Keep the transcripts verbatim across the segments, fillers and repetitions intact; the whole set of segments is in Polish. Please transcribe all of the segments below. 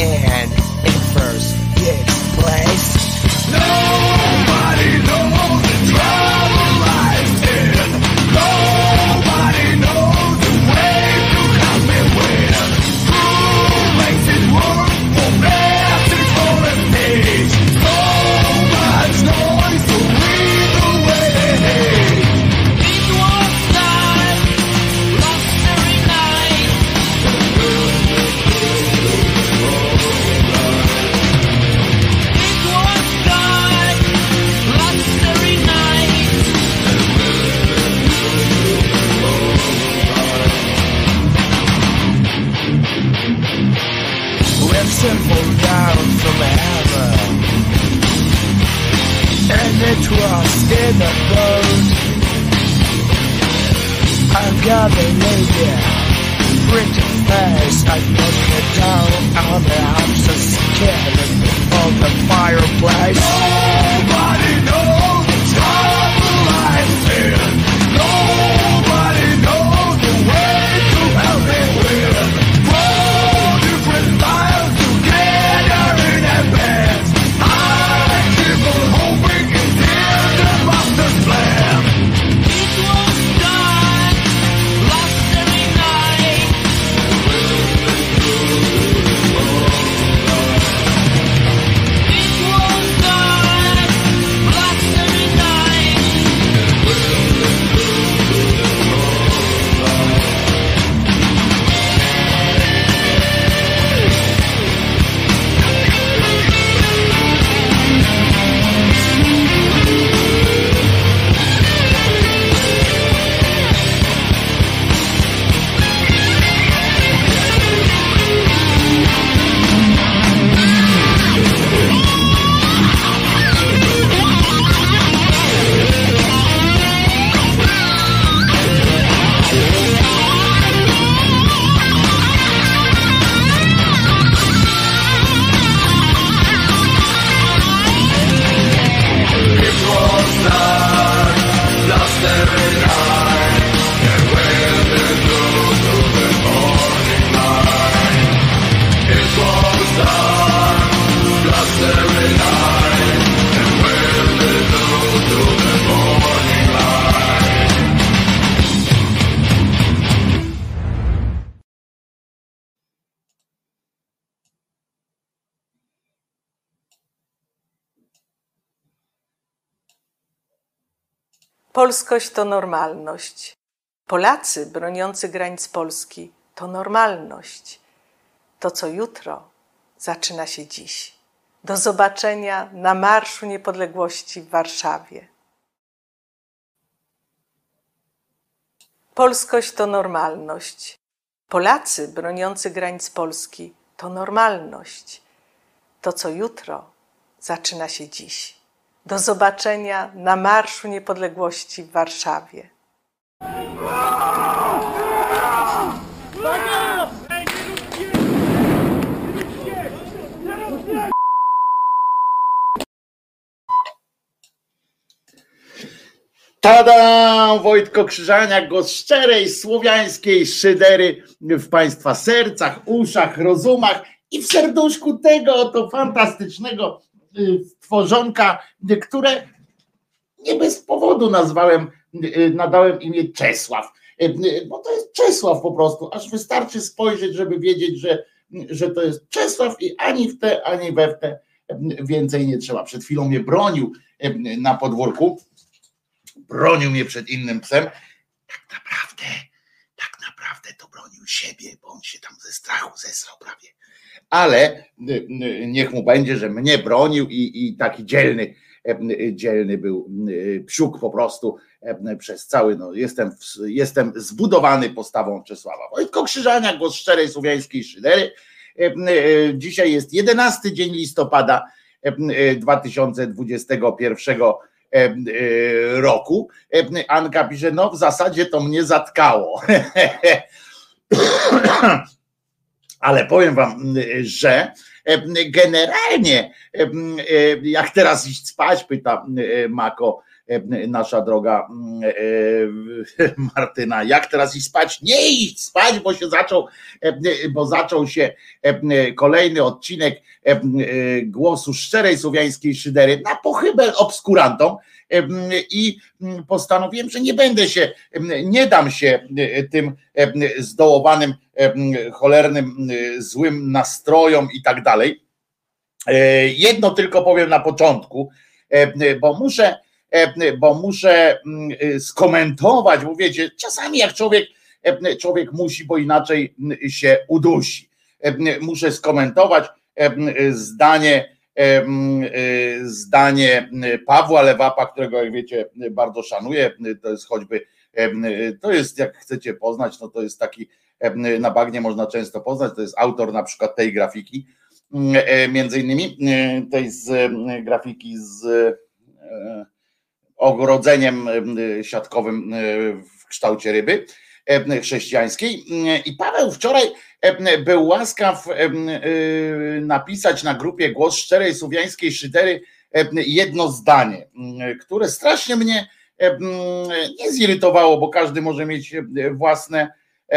and in first place. Nobody knows the trouble lies in. Nobody knows the way to help me win. Who makes it work for blessings for a page? So much noise to read the way they hate. It was time, lost every night. It was time, lost every night. We're simple down from heaven, and it was in the boat. I've got a lady, pretty face. I put her down on the house of skin of the fireplace. Nobody knows the trouble lies in. Nobody knows the way to help me win. Four different styles together in a band. I keep on hoping until the monsters blend. It was done, lost every night. It was done, lost every night. Polskość to normalność. Polacy broniący granic Polski to normalność. To, co jutro, zaczyna się dziś. Do zobaczenia na Marszu Niepodległości w Warszawie. Polskość to normalność. Polacy broniący granic Polski to normalność. To, co jutro, zaczyna się dziś. Do zobaczenia na Marszu Niepodległości w Warszawie. Tada! Wojtko Krzyżaniak, głos szczerej, słowiańskiej szydery w Państwa sercach, uszach, rozumach i w serduszku tego oto fantastycznego stworzonka, które nie bez powodu nazwałem, nadałem imię Czesław, bo to jest Czesław po prostu, aż wystarczy spojrzeć, żeby wiedzieć, że, że to jest Czesław i ani w te, ani we w te więcej nie trzeba. Przed chwilą mnie bronił na podwórku, bronił mnie przed innym psem. Tak naprawdę, tak naprawdę to bronił siebie, bo on się tam ze strachu zesrał prawie. Ale niech mu będzie, że mnie bronił i, i taki dzielny, dzielny był psiuk po prostu przez cały, no jestem, jestem zbudowany postawą Czesława. Wojtko Krzyżaniak, głos szczerej słowiańskiej szydery. Dzisiaj jest jedenasty dzień listopada dwa tysiące dwudziestego pierwszego roku. Anka pisze, no w zasadzie to mnie zatkało. Ale powiem wam, że generalnie jak teraz iść spać, pyta Mako nasza droga Martyna. Jak teraz iść spać? Nie iść spać, bo się zaczął, bo zaczął się kolejny odcinek Głosu Szczerej Słowiańskiej Szydery na pochybę obskurantom i postanowiłem, że nie będę się, nie dam się tym zdołowanym, cholernym, złym nastrojom i tak dalej. Jedno tylko powiem na początku, bo muszę, bo muszę skomentować, bo wiecie, czasami jak człowiek, człowiek musi, bo inaczej się udusi. Muszę skomentować zdanie, zdanie Pawła Lewapa, którego jak wiecie bardzo szanuję. To jest choćby, to jest, jak chcecie poznać, no to jest taki, na bagnie można często poznać, to jest autor na przykład tej grafiki, między innymi tej z grafiki z ogrodzeniem siatkowym w kształcie ryby chrześcijańskiej. I Paweł wczoraj był łaskaw napisać na grupie Głos Szczerej Słowiańskiej Szydery jedno zdanie, które strasznie mnie nie zirytowało, bo każdy może mieć własne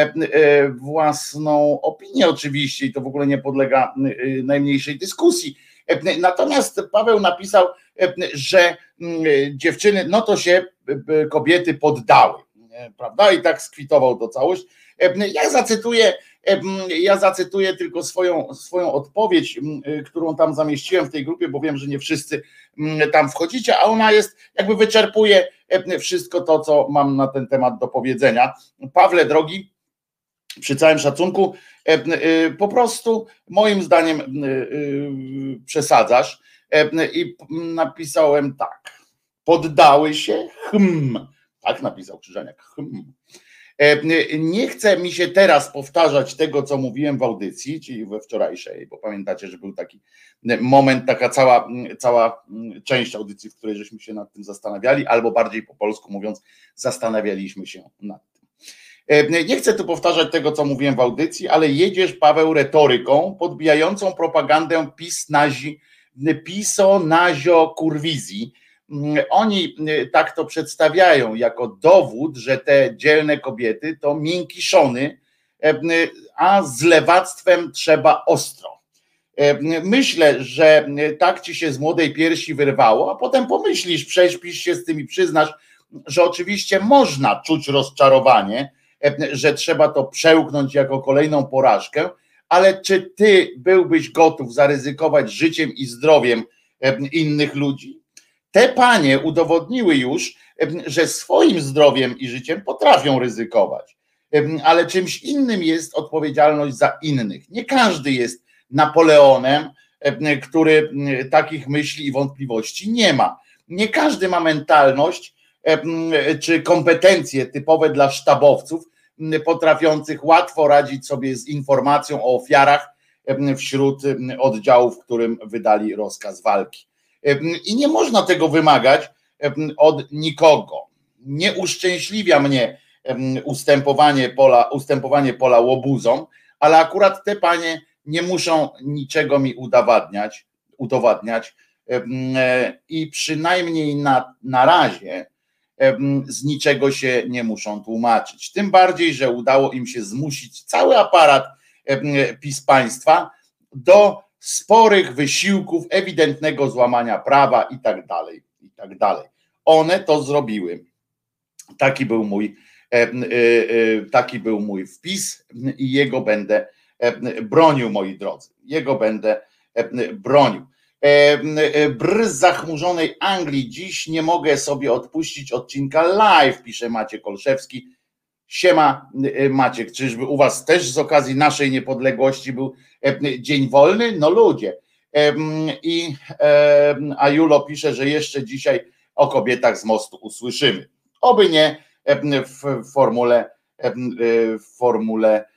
własną opinię oczywiście i to w ogóle nie podlega najmniejszej dyskusji. Natomiast Paweł napisał, że dziewczyny, no to się kobiety poddały, prawda? I tak skwitował to całość. Ja zacytuję, ja zacytuję tylko swoją, swoją odpowiedź, którą tam zamieściłem w tej grupie, bo wiem, że nie wszyscy tam wchodzicie, a ona jest, jakby wyczerpuje wszystko to, co mam na ten temat do powiedzenia. Pawle drogi, przy całym szacunku, po prostu moim zdaniem przesadzasz i napisałem tak, poddały się, hm, tak napisał Krzyżaniak, hm. Nie chce mi się teraz powtarzać tego, co mówiłem w audycji, czyli we wczorajszej, bo pamiętacie, że był taki moment, taka cała, cała część audycji, w której żeśmy się nad tym zastanawiali, albo bardziej po polsku mówiąc, zastanawialiśmy się nad tym. Nie chcę tu powtarzać tego, co mówiłem w audycji, ale jedziesz, Paweł, retoryką podbijającą propagandę PiS, nazi, PiSo, nazio, kurwizji. Oni tak to przedstawiają jako dowód, że te dzielne kobiety to miękiszony, a z lewactwem trzeba ostro. Myślę, że tak ci się z młodej piersi wyrwało, a potem pomyślisz, prześpisz się z tym i przyznasz, że oczywiście można czuć rozczarowanie, że trzeba to przełknąć jako kolejną porażkę, ale czy ty byłbyś gotów zaryzykować życiem i zdrowiem innych ludzi? Te panie udowodniły już, że swoim zdrowiem i życiem potrafią ryzykować, ale czymś innym jest odpowiedzialność za innych. Nie każdy jest Napoleonem, który takich myśli i wątpliwości nie ma. Nie każdy ma mentalność czy kompetencje typowe dla sztabowców, potrafiących łatwo radzić sobie z informacją o ofiarach wśród oddziałów, którym wydali rozkaz walki. I nie można tego wymagać od nikogo. Nie uszczęśliwia mnie ustępowanie pola, ustępowanie pola łobuzom, ale akurat te panie nie muszą niczego mi udowadniać, udowadniać i przynajmniej na, na razie z niczego się nie muszą tłumaczyć. Tym bardziej, że udało im się zmusić cały aparat PiS państwa do sporych wysiłków, ewidentnego złamania prawa i tak dalej, i tak dalej. One to zrobiły. Taki był mój, taki był mój wpis i jego będę bronił, moi drodzy. Jego będę bronił. Brz z zachmurzonej Anglii. Dziś nie mogę sobie odpuścić odcinka live, pisze Maciek Olszewski. Siema Maciek, czyżby u was też z okazji naszej niepodległości był dzień wolny? No ludzie. I a Julo pisze, że jeszcze dzisiaj o kobietach z mostu usłyszymy. Oby nie w formule w formule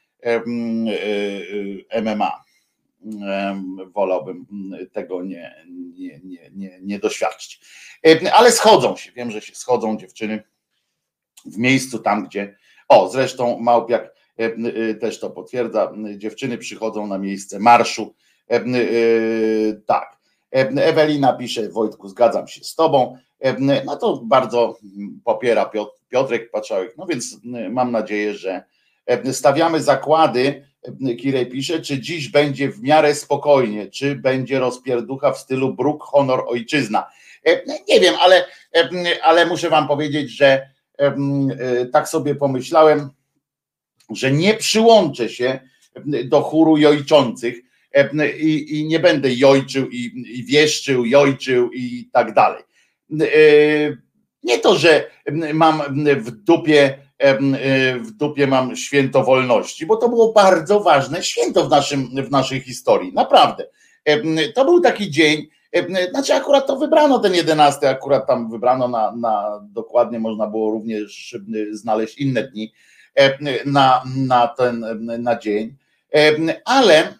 M M A. Wolałbym tego nie, nie, nie, nie, nie doświadczyć. Ale schodzą się, wiem, że się schodzą dziewczyny w miejscu tam, gdzie o, zresztą Małpiak też to potwierdza, dziewczyny przychodzą na miejsce marszu. Tak. Ewelina pisze, Wojtku, zgadzam się z tobą. no to bardzo popiera Piotrek Patrzałek. No więc mam nadzieję, że stawiamy zakłady, Kirej pisze, czy dziś będzie w miarę spokojnie, czy będzie rozpierducha w stylu bruk, honor, ojczyzna. Nie wiem, ale, ale muszę wam powiedzieć, że tak sobie pomyślałem, że nie przyłączę się do chóru jojczących i, i nie będę jojczył i, i wieszczył, jojczył i tak dalej. Nie to, że mam w dupie w dupie mam święto wolności, bo to było bardzo ważne święto w, naszym, w naszej historii, naprawdę. To był taki dzień, znaczy akurat to wybrano ten jedenasty, akurat tam wybrano na, na dokładnie, można było również znaleźć inne dni na, na ten na dzień, ale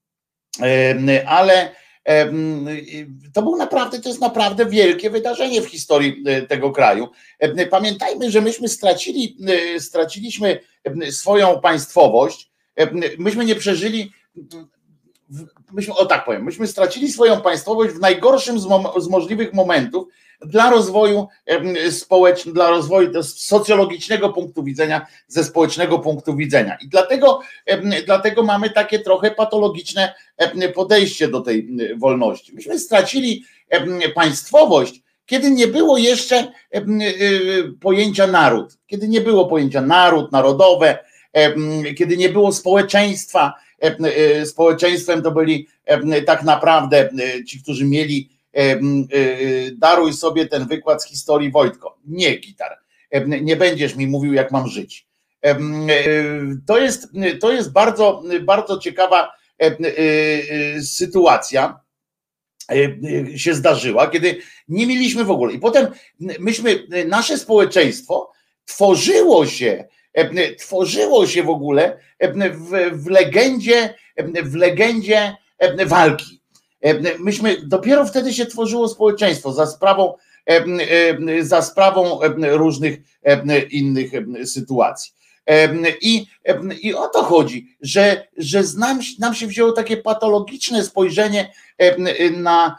ale to był naprawdę, to jest naprawdę wielkie wydarzenie w historii tego kraju. Pamiętajmy, że myśmy stracili, straciliśmy swoją państwowość, myśmy nie przeżyli, myśmy, o tak powiem, myśmy stracili swoją państwowość w najgorszym z, mo, z możliwych momentów dla rozwoju społecznego, dla rozwoju z socjologicznego punktu widzenia, ze społecznego punktu widzenia. I dlatego, dlatego mamy takie trochę patologiczne podejście do tej wolności. Myśmy stracili państwowość, kiedy nie było jeszcze pojęcia naród, kiedy nie było pojęcia naród, narodowe, kiedy nie było społeczeństwa. Społeczeństwem to byli tak naprawdę ci, którzy mieli, daruj sobie ten wykład z historii, Wojtko, nie gitar, nie będziesz mi mówił, jak mam żyć. To jest, to jest bardzo, bardzo ciekawa sytuacja się zdarzyła, kiedy nie mieliśmy w ogóle i potem myśmy, nasze społeczeństwo tworzyło się tworzyło się w ogóle w, w legendzie, w legendzie walki. Myśmy, dopiero wtedy się tworzyło społeczeństwo za sprawą, za sprawą różnych innych sytuacji. I, i o to chodzi, że, że nam, nam się wzięło takie patologiczne spojrzenie na,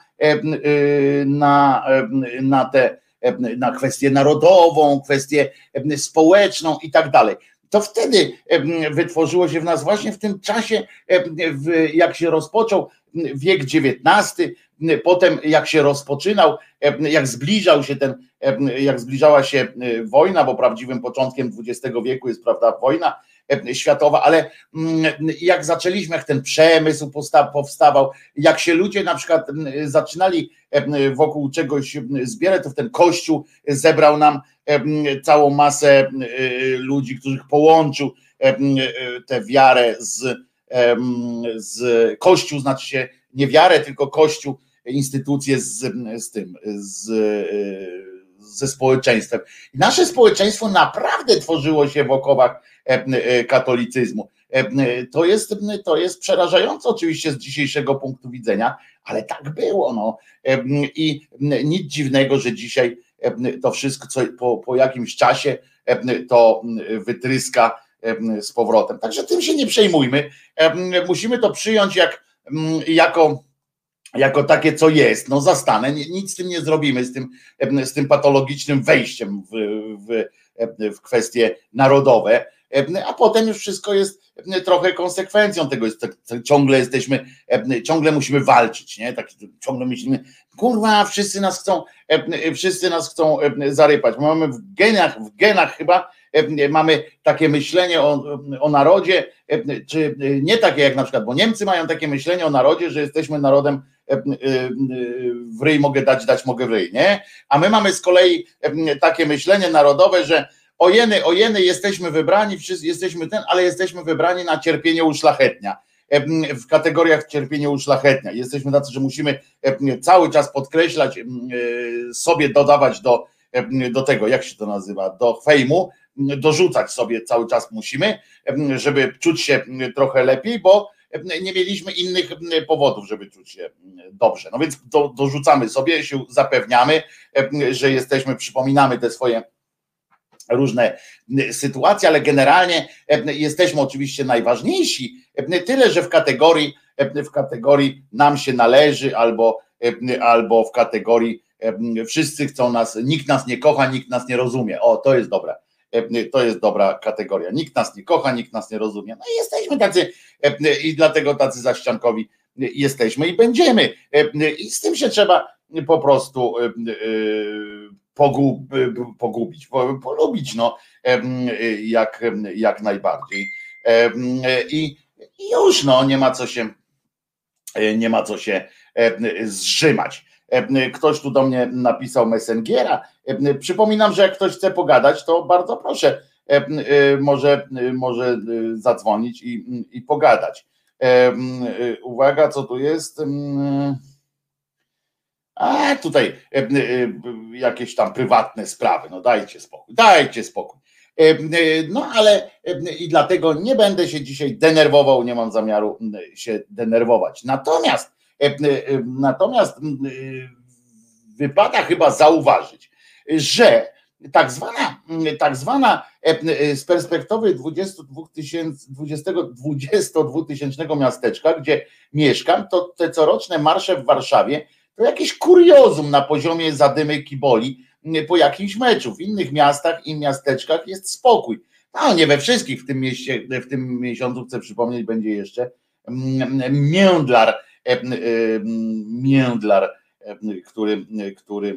na, na te na kwestię narodową, kwestię społeczną i tak dalej. To wtedy wytworzyło się w nas właśnie w tym czasie, jak się rozpoczął wiek dziewiętnasty, potem jak się rozpoczynał, jak zbliżał się ten, jak zbliżała się wojna, bo prawdziwym początkiem dwudziestego wieku jest, prawda, wojna światowa, ale jak zaczęliśmy, jak ten przemysł powstawał, jak się ludzie na przykład zaczynali wokół czegoś zbierać, to w ten kościół zebrał nam całą masę ludzi, których połączył tę wiarę z, z kościół, znaczy się nie wiarę, tylko kościół, instytucje z, z tym, z, ze społeczeństwem. I nasze społeczeństwo naprawdę tworzyło się w okowach katolicyzmu. To jest, to jest przerażające oczywiście z dzisiejszego punktu widzenia, ale tak było. No. I nic dziwnego, że dzisiaj to wszystko, co po, po jakimś czasie to wytryska z powrotem. Także tym się nie przejmujmy. Musimy to przyjąć jak, jako jako takie, co jest, no zastanę, nic z tym nie zrobimy, z tym, z tym patologicznym wejściem w, w, w kwestie narodowe, a potem już wszystko jest trochę konsekwencją tego, jest, ciągle jesteśmy, ciągle musimy walczyć, nie? Tak, ciągle myślimy, kurwa, wszyscy nas chcą, wszyscy nas chcą zarypać. Mamy w genach, w genach chyba mamy takie myślenie o, o narodzie, czy nie takie jak na przykład, bo Niemcy mają takie myślenie o narodzie, że jesteśmy narodem w ryj mogę dać, dać mogę w ryj, nie? A my mamy z kolei takie myślenie narodowe, że ojeny, ojeny, jesteśmy wybrani, wszyscy jesteśmy ten, ale jesteśmy wybrani na cierpienie uszlachetnia. W kategoriach cierpienie uszlachetnia. Jesteśmy tacy, że musimy cały czas podkreślać, sobie dodawać do, do tego, jak się to nazywa, do fejmu, dorzucać sobie cały czas musimy, żeby czuć się trochę lepiej, bo nie mieliśmy innych powodów, żeby czuć się dobrze. No więc do, dorzucamy sobie, się zapewniamy, że jesteśmy, przypominamy te swoje różne sytuacje, ale generalnie jesteśmy oczywiście najważniejsi, tyle, że w kategorii, w kategorii nam się należy, albo, albo w kategorii Wszyscy chcą nas, nikt nas nie kocha, nikt nas nie rozumie. O, to jest dobra. To jest dobra kategoria. Nikt nas nie kocha, nikt nas nie rozumie. No i jesteśmy tacy i dlatego tacy zaściankowi jesteśmy i będziemy. I z tym się trzeba po prostu pogub, pogubić, polubić, no, jak, jak najbardziej. I już no, nie ma co się, nie ma co się zrzymać. Ktoś tu do mnie napisał Messengera. Przypominam, że jak ktoś chce pogadać, to bardzo proszę, może, może zadzwonić i, i pogadać. Uwaga, co tu jest? A tutaj jakieś tam prywatne sprawy. No dajcie spokój, dajcie spokój. No ale i dlatego nie będę się dzisiaj denerwował, nie mam zamiaru się denerwować. Natomiast Natomiast wypada chyba zauważyć, że tak zwana, tak zwana z perspektywy dwudziestodwutysięcznego miasteczka, gdzie mieszkam, to te coroczne marsze w Warszawie to jakieś kuriozum na poziomie zadymy kiboli po jakimś meczu. W innych miastach i miasteczkach jest spokój. No nie we wszystkich, w tym mieście, w tym miesiącu, chcę przypomnieć, będzie jeszcze Międlar, Międlar, który, który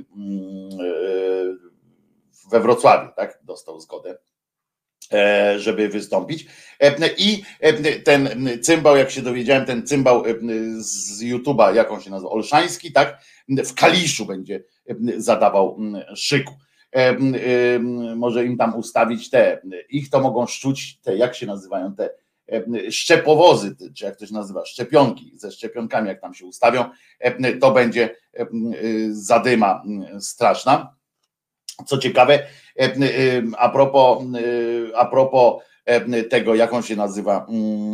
we Wrocławiu, tak, dostał zgodę, żeby wystąpić. I ten cymbał, jak się dowiedziałem, ten cymbał z YouTube'a, jak on się nazywa, Olszański, tak, w Kaliszu będzie zadawał szyku. Może im tam ustawić te, ich to mogą szczuć, te, jak się nazywają, te szczepowozy, czy jak to się nazywa, szczepionki, ze szczepionkami jak tam się ustawią, to będzie zadyma straszna. Co ciekawe, a propos, a propos tego, jak on się nazywa,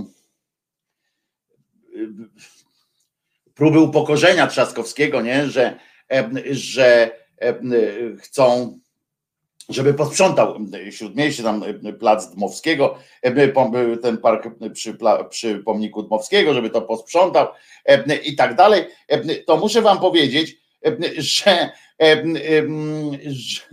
próby upokorzenia Trzaskowskiego, nie, że, że chcą, żeby posprzątał Śródmieście, tam plac Dmowskiego, ten park przy, przy pomniku Dmowskiego, żeby to posprzątał i tak dalej, to muszę wam powiedzieć, że, że,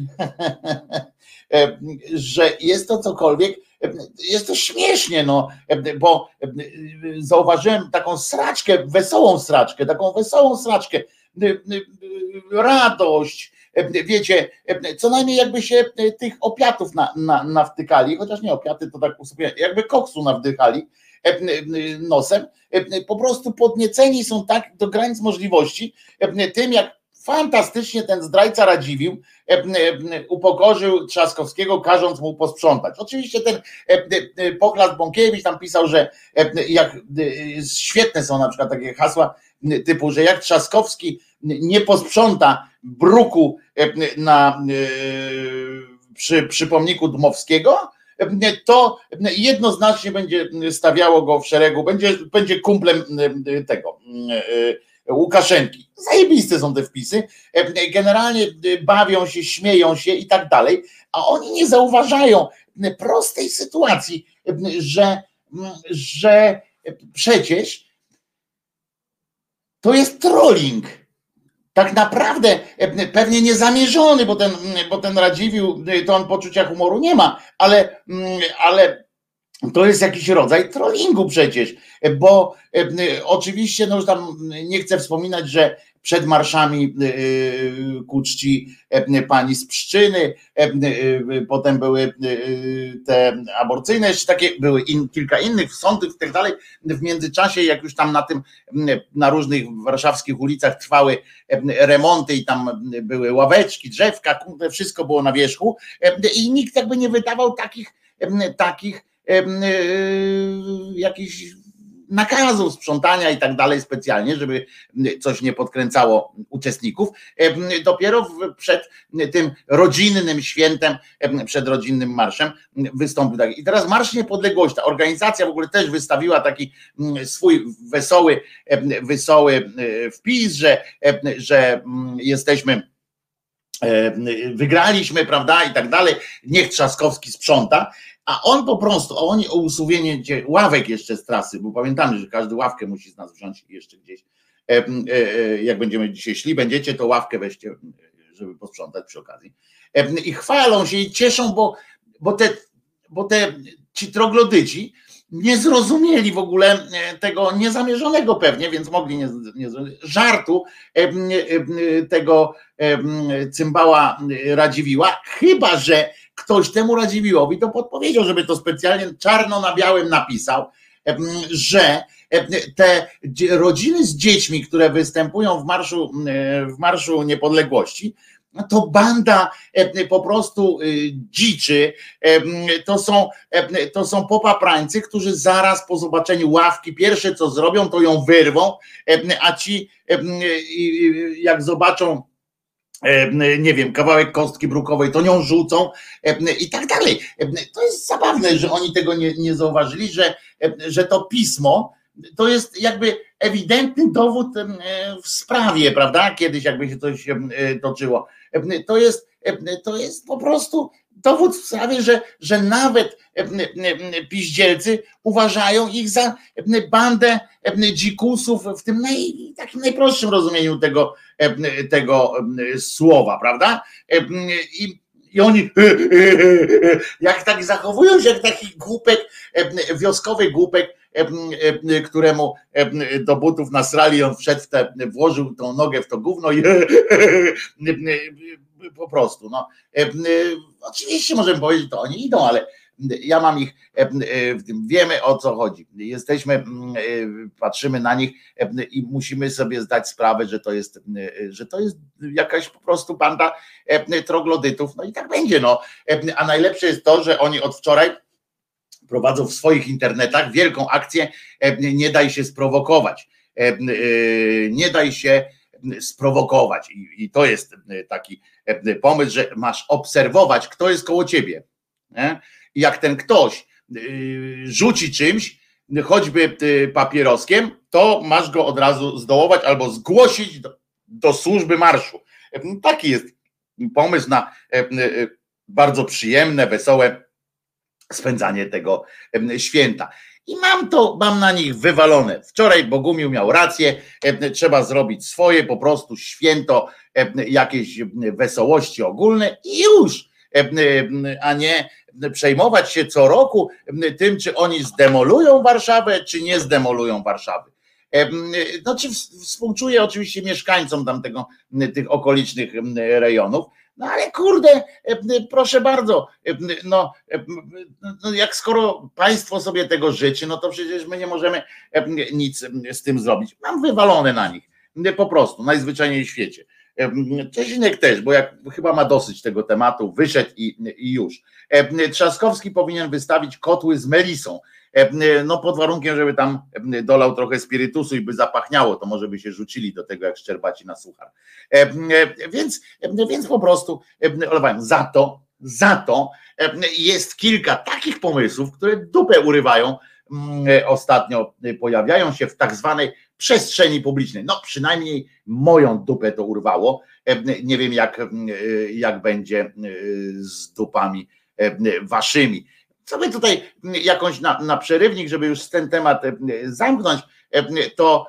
że jest to cokolwiek, jest to śmiesznie, no, bo zauważyłem taką sraczkę, wesołą sraczkę, taką wesołą sraczkę, radość, wiecie, co najmniej jakby się tych opiatów na, na, nawtykali, chociaż nie opiaty, to tak sobie, jakby koksu nawdychali nosem, po prostu podnieceni są tak do granic możliwości tym, jak fantastycznie ten zdrajca Radziwiłł upokorzył Trzaskowskiego, każąc mu posprzątać. Oczywiście ten Pochlas Bąkiewicz tam pisał, że jak świetne są na przykład takie hasła typu, że jak Trzaskowski nie posprząta bruku na, przy, przy pomniku Dmowskiego, to jednoznacznie będzie stawiało go w szeregu, będzie, będzie kumplem tego Łukaszenki. Zajebiste są te wpisy, generalnie bawią się, śmieją się i tak dalej, a oni nie zauważają prostej sytuacji, że, że przecież to jest trolling. Tak naprawdę pewnie niezamierzony, bo ten, bo ten Radziwiłł, to on poczucia humoru nie ma, ale, ale to jest jakiś rodzaj trollingu przecież, bo oczywiście, no już tam nie chcę wspominać, że przed marszami ku czci pani z Pszczyny, potem były te aborcyjne, jeszcze takie, były in, kilka innych sądów i tak dalej. W międzyczasie, jak już tam na tym, na różnych warszawskich ulicach trwały remonty i tam były ławeczki, drzewka, wszystko było na wierzchu i nikt jakby nie wydawał takich, takich jakichś nakazów sprzątania i tak dalej specjalnie, żeby coś nie podkręcało uczestników. Dopiero przed tym rodzinnym świętem, przed rodzinnym marszem wystąpił taki. I teraz Marsz Niepodległości, ta organizacja w ogóle też wystawiła taki swój wesoły, wesoły wpis, że, że jesteśmy, wygraliśmy, prawda, i tak dalej, niech Trzaskowski sprząta. A on po prostu, a oni o usunięcie ławek jeszcze z trasy, bo pamiętamy, że każdy ławkę musi z nas wziąć jeszcze gdzieś. Jak będziemy dzisiaj szli, będziecie, to ławkę weźcie żeby posprzątać przy okazji. I chwalą się i cieszą, bo, bo, te, bo te ci troglodyci nie zrozumieli w ogóle tego niezamierzonego pewnie, więc mogli nie, nie żartu tego cymbała Radziwiła, chyba że ktoś temu Radziwiłłowi to podpowiedział, żeby to specjalnie czarno na białym napisał, że te rodziny z dziećmi, które występują w Marszu, w Marszu Niepodległości, to banda po prostu dziczy, to są, to są popaprańcy, którzy zaraz po zobaczeniu ławki pierwsze co zrobią, to ją wyrwą, a ci jak zobaczą, nie wiem, kawałek kostki brukowej, to nią rzucą i tak dalej. To jest zabawne, że oni tego nie, nie zauważyli, że, że to pismo to jest jakby ewidentny dowód w sprawie, prawda? Kiedyś jakby się coś toczyło. To jest, to jest po prostu dowód w sprawie, że, że nawet piździelcy uważają ich za bandę dzikusów w tym naj, takim najprostszym rozumieniu tego, tego słowa, prawda? I, i oni jak tak zachowują się, jak taki głupek, wioskowy głupek, któremu do butów nasrali, on wszedł w te, włożył tą nogę w to gówno i po prostu, no. Oczywiście możemy powiedzieć, że to oni idą, ale ja mam ich, wiemy o co chodzi. Jesteśmy, patrzymy na nich i musimy sobie zdać sprawę, że to jest, że to jest jakaś po prostu banda troglodytów, no i tak będzie, no. A najlepsze jest to, że oni od wczoraj prowadzą w swoich internetach wielką akcję nie daj się sprowokować. Nie daj się sprowokować. I, i to jest taki pomysł, że masz obserwować, kto jest koło ciebie. Nie? I jak ten ktoś rzuci czymś, choćby papieroskiem, to masz go od razu zdołować albo zgłosić do, do służby marszu. Taki jest pomysł na bardzo przyjemne, wesołe spędzanie tego święta. I mam to, mam na nich wywalone. Wczoraj Bogumił miał rację, trzeba zrobić swoje, po prostu święto jakiejś wesołości ogólne i już, a nie przejmować się co roku tym, czy oni zdemolują Warszawę, czy nie zdemolują Warszawy. Znaczy współczuję oczywiście mieszkańcom tamtego, tych okolicznych rejonów, no ale kurde, proszę bardzo, no, no jak skoro państwo sobie tego życzy, no to przecież my nie możemy nic z tym zrobić. Mam wywalone na nich, po prostu, najzwyczajniej w świecie. Czesinek też, bo jak chyba ma dosyć tego tematu, wyszedł i, i już. Trzaskowski powinien wystawić kotły z melisą, no pod warunkiem, żeby tam dolał trochę spirytusu i by zapachniało, to może by się rzucili do tego jak Szczerbaci na suchar. Więc, więc po prostu olewałem. Za to, za to jest kilka takich pomysłów, które dupę urywają, ostatnio pojawiają się w tak zwanej przestrzeni publicznej. No przynajmniej moją dupę to urwało. Nie wiem jak, jak będzie z dupami waszymi. Co by tutaj jakąś na, na przerywnik, żeby już ten temat zamknąć, to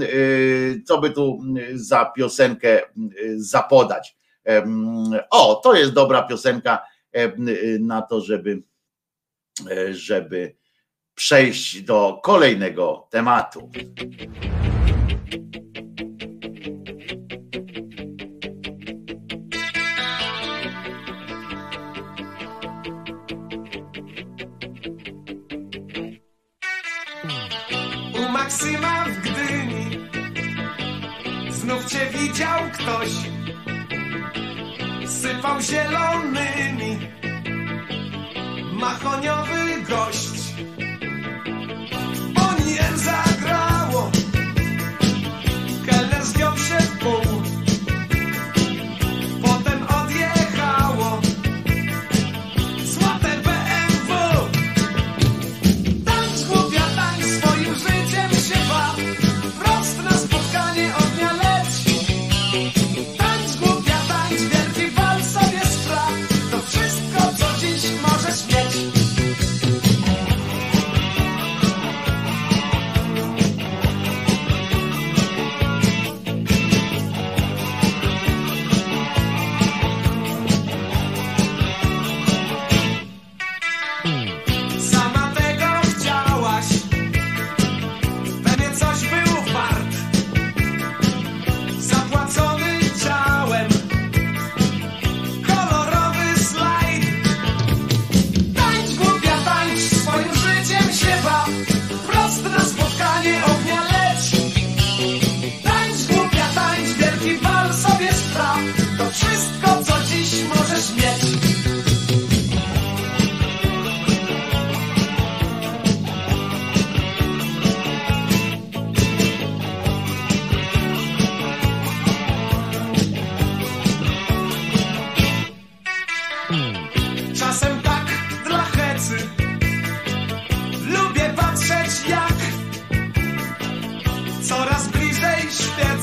co by tu za piosenkę zapodać? O, to jest dobra piosenka na to, żeby, żeby przejść do kolejnego tematu. U Maksyma w Gdyni znów cię widział ktoś, sypał zielonymi, mahoniowy gość. Boniem zagrało, kelner zgiął się w pół, potem odjechało złote B M W. Tańcz głupia, tańcz, swoim życiem się baw, wprost na spotkanie ognia leć. Tańcz głupia, tańcz, wielki bal sobie spraw, to wszystko co dziś możesz mieć.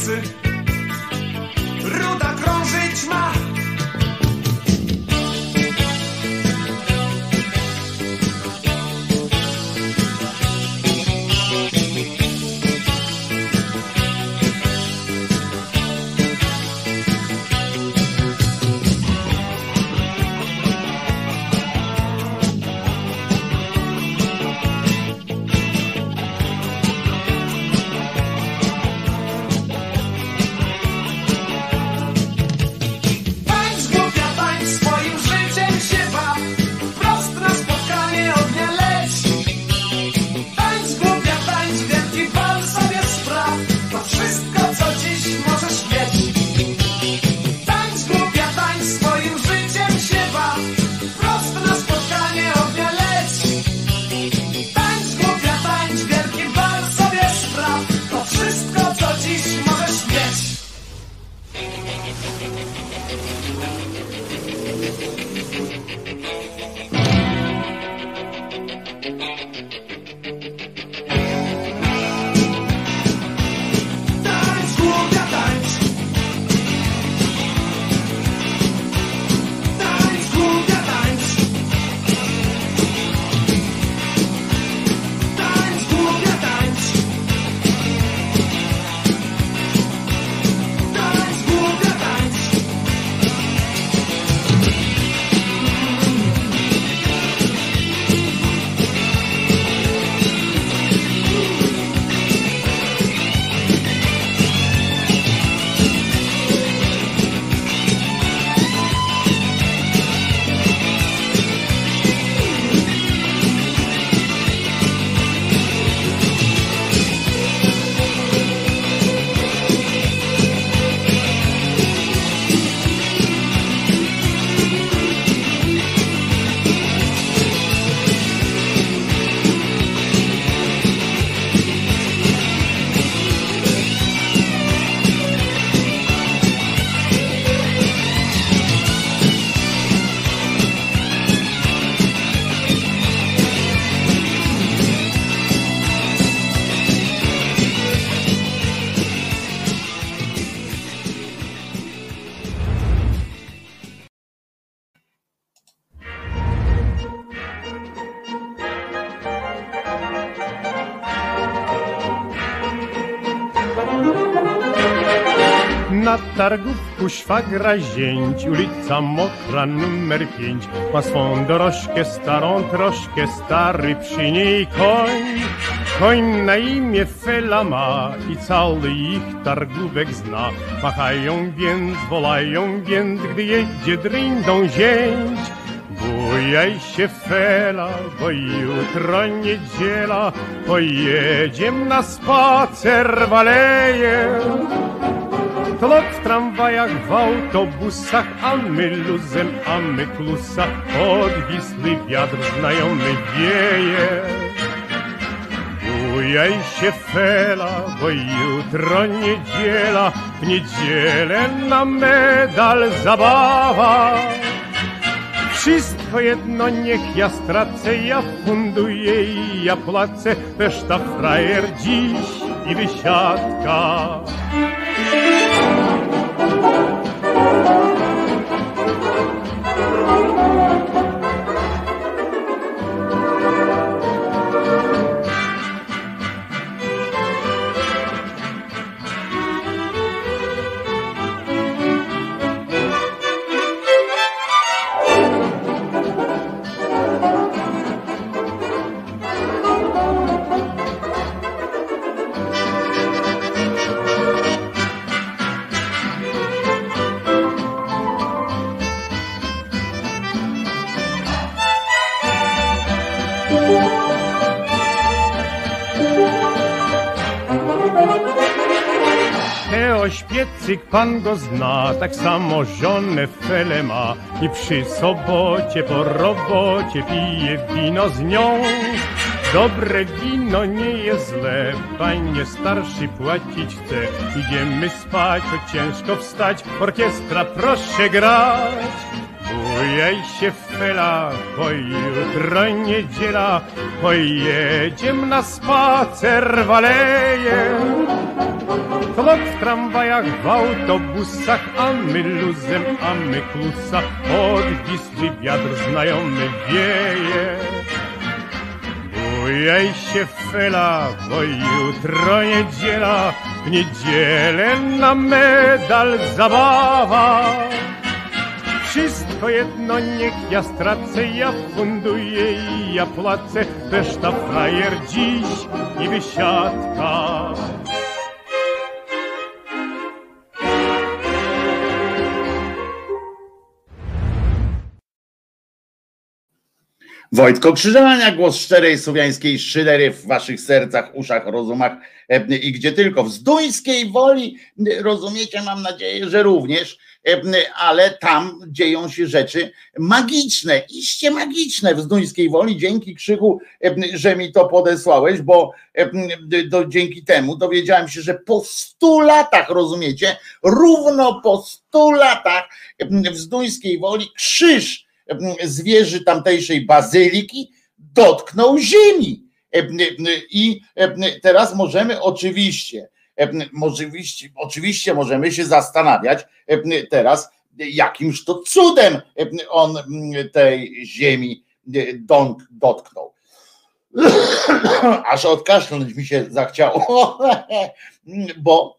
ulicy ruda krążyć ma. Na targówku szwagra zięć, ulica Mokra numer pięć. Ma swą dorożkę starą troszkę, stary przy niej koń. Koń na imię Fela ma i cały ich targówek zna. Machają więc, wolają więc, gdy jedzie drindą zięć. Bujaj się Fela, bo jutro niedziela, pojedziem na spacer w aleję. Tlok w tramwajach, w autobusach, a my luzem, a my klusa, odwisły wiatr znajomy wieje. Bujaj się Fela, bo jutro niedziela, w niedzielę na medal zabawa. Wszystko jedno niech ja stracę, ja funduję i ja płacę, reszta frajer dziś i wysiadka. Ośpiecyk pan go zna, tak samo żonę Felę ma i przy sobocie po robocie pije wino z nią. Dobre wino nie jest złe, panie starszy płacić chce. Idziemy spać, to ciężko wstać, orkiestra proszę grać. Bujaj się Fela, bo jutro niedziela, pojedziemy na spacer w aleję. tłok w tramwajach, w autobusach, a my luzem, a my klusa, od Wisły wiatr znajomy wieje. Bujaj się fela, bo jutro niedziela, w niedzielę na medal zabawa. Wszystko jedno, niech ja stracę, ja funduję i ja płacę, reszta frajer dziś niby siatka. Wojtko Krzyżania, głos szczerej słowiańskiej szydery w waszych sercach, uszach, rozumach i gdzie tylko. W Zduńskiej Woli, rozumiecie, mam nadzieję, że również, ale tam dzieją się rzeczy magiczne, iście magiczne w Zduńskiej Woli. Dzięki, Krzychu, że mi to podesłałeś, bo do, dzięki temu dowiedziałem się, że po stu latach, rozumiecie, równo po stu latach w Zduńskiej Woli krzyż z wieży tamtejszej bazyliki dotknął ziemi. I teraz możemy oczywiście, oczywiście, oczywiście możemy się zastanawiać teraz, jakimż to cudem on tej ziemi dotknął. Aż odkaszlnąć mi się zachciało, bo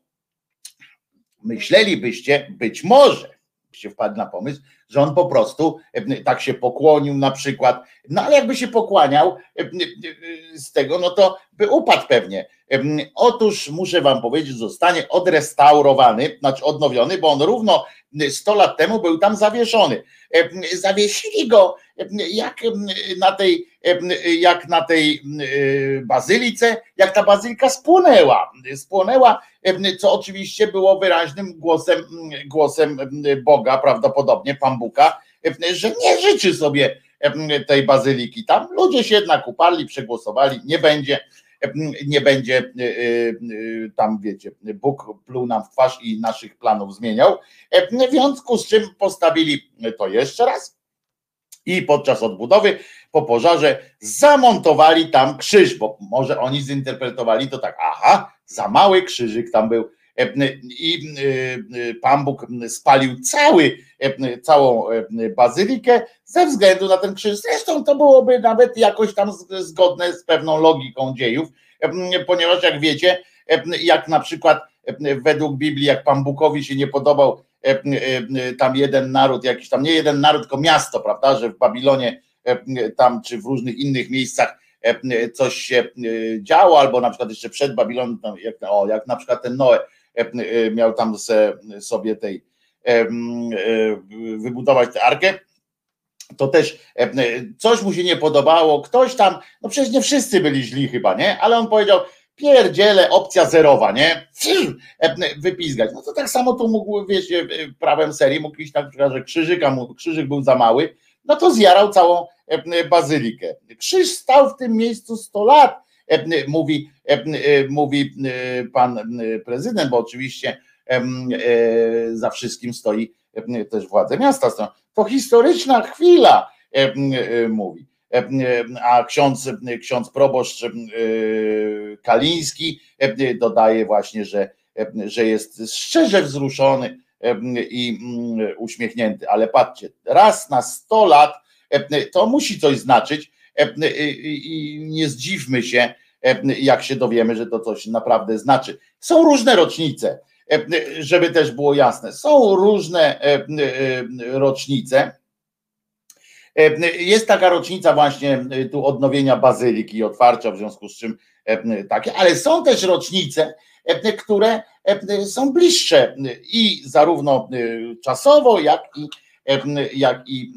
myślelibyście, być może byście wpadli na pomysł, że on po prostu tak się pokłonił na przykład, no ale jakby się pokłaniał z tego, no to by upadł pewnie. Otóż muszę wam powiedzieć, że zostanie odrestaurowany, znaczy odnowiony, bo on równo sto lat temu był tam zawieszony. Zawiesili go jak na tej, jak na tej bazylice, jak ta bazylika spłonęła. Spłonęła, co oczywiście było wyraźnym głosem, głosem Boga, prawdopodobnie Pambuka, że nie życzy sobie tej bazyliki tam. Ludzie się jednak uparli, przegłosowali, nie będzie, nie będzie tam, wiecie, Bóg pluł nam w twarz i naszych planów zmieniał. W związku z czym postawili to jeszcze raz i podczas odbudowy po pożarze zamontowali tam krzyż, bo może oni zinterpretowali to tak, aha, za mały krzyżyk tam był i Pan Bóg spalił cały, całą bazylikę ze względu na ten krzyż. Zresztą to byłoby nawet jakoś tam zgodne z pewną logiką dziejów, ponieważ jak wiecie, jak na przykład według Biblii, jak Pan Bógowi się nie podobał tam jeden naród, jakiś tam nie jeden naród, tylko miasto, prawda, że w Babilonie tam czy w różnych innych miejscach coś się działo, albo na przykład jeszcze przed Babilonem, jak, o, jak na przykład ten Noe miał tam se, sobie tej wybudować tę arkę, to też coś mu się nie podobało, ktoś tam, no przecież nie wszyscy byli źli chyba, nie? Ale on powiedział, pierdziele, opcja zerowa, nie? Wypizgać. No to tak samo tu mógł, wiecie, prawem serii mógł iść na przykład, że krzyżyka mu, krzyżyk był za mały, no to zjarał całą bazylikę. Krzyż stał w tym miejscu sto lat, mówi, mówi pan prezydent, bo oczywiście za wszystkim stoi też władze miasta. To historyczna chwila, mówi. A ksiądz, ksiądz proboszcz Kaliński dodaje właśnie, że, że jest szczerze wzruszony i uśmiechnięty. Ale patrzcie, raz na sto lat to musi coś znaczyć i nie zdziwmy się, jak się dowiemy, że to coś naprawdę znaczy. Są różne rocznice, żeby też było jasne. Są różne rocznice. Jest taka rocznica właśnie tu odnowienia bazyliki i otwarcia, w związku z czym takie, ale są też rocznice, które są bliższe i zarówno czasowo, jak i, jak i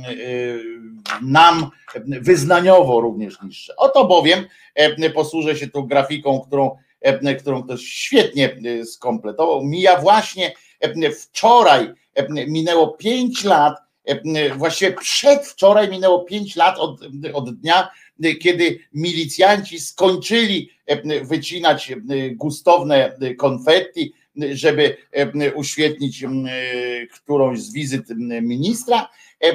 nam wyznaniowo również niższe. Oto bowiem posłużę się tu grafiką, którą, którą ktoś świetnie skompletował. Mija właśnie wczoraj, minęło pięć lat, właściwie przedwczoraj minęło pięć lat od, od dnia, kiedy milicjanci skończyli wycinać gustowne konfetti, żeby uświetnić którąś z wizyt ministra,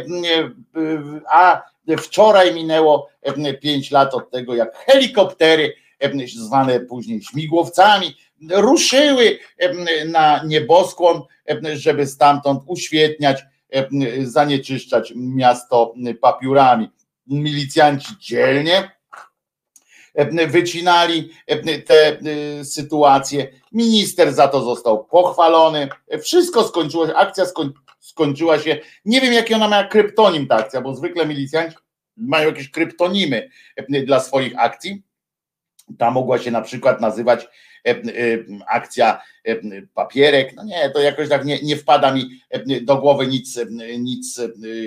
a wczoraj minęło pięć lat od tego, jak helikoptery, zwane później śmigłowcami, ruszyły na nieboskłon, żeby stamtąd uświetniać, zanieczyszczać miasto papiurami. Milicjanci dzielnie wycinali te sytuacje. Minister za to został pochwalony. Wszystko skończyło się, akcja skoń, skończyła się. Nie wiem, jaki ona miała kryptonim, ta akcja, bo zwykle milicjanci mają jakieś kryptonimy dla swoich akcji. Ta mogła się na przykład nazywać akcja papierek. No nie, to jakoś tak nie, nie wpada mi do głowy nic, nic,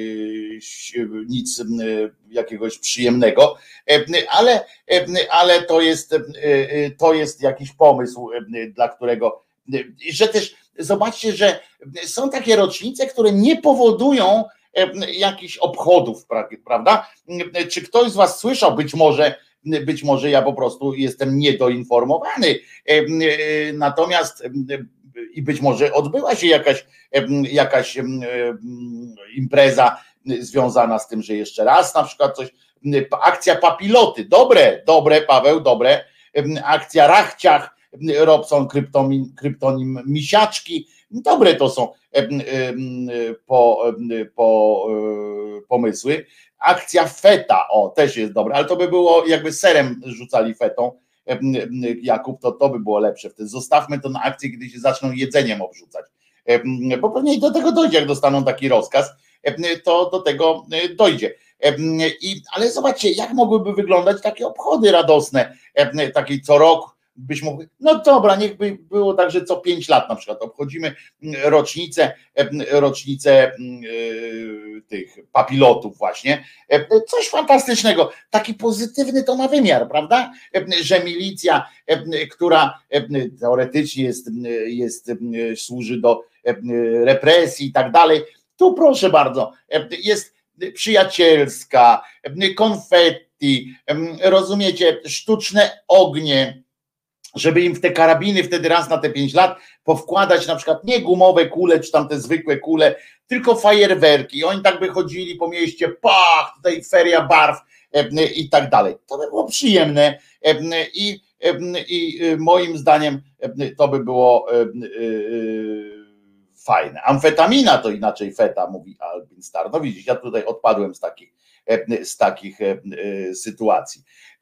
nic jakiegoś przyjemnego, ale, ale to jest, to jest jakiś pomysł, dla którego, że też zobaczcie, że są takie rocznice, które nie powodują jakichś obchodów, prawda? Czy ktoś z was słyszał, być może Być może ja po prostu jestem niedoinformowany, natomiast i być może odbyła się jakaś, jakaś impreza związana z tym, że jeszcze raz na przykład coś, akcja papiloty, dobre, dobre Paweł, dobre, akcja Rachciach, Robson, kryptonim, kryptonim Misiaczki, dobre to są po, po, pomysły. Akcja feta, o, też jest dobra, ale to by było, jakby serem rzucali fetą, Jakub, to to by było lepsze wtedy. Zostawmy to na akcję, kiedy się zaczną jedzeniem obrzucać, bo pewnie do tego dojdzie, jak dostaną taki rozkaz, to do tego dojdzie. I, ale zobaczcie, jak mogłyby wyglądać takie obchody radosne, takie co rok byś mógł, no dobra, niech by było tak, że co pięć lat na przykład obchodzimy rocznicę, rocznicę tych papilotów właśnie, coś fantastycznego, taki pozytywny to ma wymiar, prawda, że milicja, która teoretycznie jest, jest służy do represji i tak dalej, tu proszę bardzo, jest przyjacielska, konfetti, rozumiecie, sztuczne ognie, żeby im w te karabiny wtedy raz na te pięć lat powkładać na przykład nie gumowe kule, czy tam te zwykłe kule, tylko fajerwerki. Oni tak by chodzili po mieście, pach, tutaj feria barw i tak dalej. To by było przyjemne i, i moim zdaniem to by było fajne. Amfetamina to inaczej feta, mówi Albin Star. No widzisz, ja tutaj odpadłem z takich, z takich sytuacji.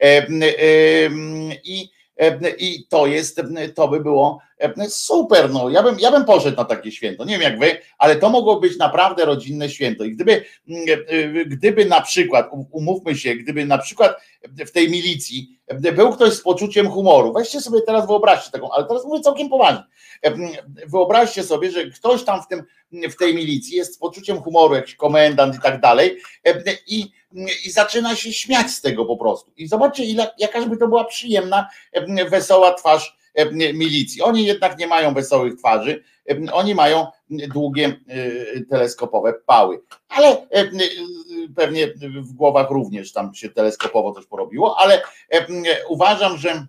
I I to jest, to by było super. No, ja bym, ja bym poszedł na takie święto. Nie wiem jak wy, ale to mogło być naprawdę rodzinne święto. I gdyby, gdyby na przykład, umówmy się, gdyby na przykład w tej milicji był ktoś z poczuciem humoru, weźcie sobie teraz, wyobraźcie taką, ale teraz mówię całkiem poważnie. Wyobraźcie sobie, że ktoś tam w tym, w tej milicji jest z poczuciem humoru, jakiś komendant i tak dalej, i i zaczyna się śmiać z tego po prostu. I zobaczcie, ile, jakaż by to była przyjemna, wesoła twarz milicji. Oni jednak nie mają wesołych twarzy, oni mają długie teleskopowe pały, ale pewnie w głowach również tam się teleskopowo coś porobiło, ale uważam, że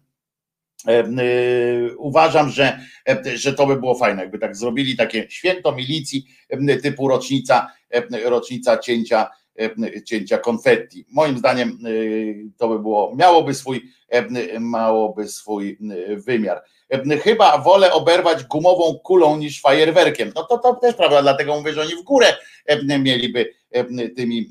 uważam, że, że to by było fajne, jakby tak zrobili takie święto milicji typu rocznica, rocznica cięcia cięcia konfetti. Moim zdaniem to by było, miałoby swój, miałoby swój wymiar. Chyba wolę oberwać gumową kulą niż fajerwerkiem. No to, to też prawda, dlatego mówię, że oni w górę mieliby tymi,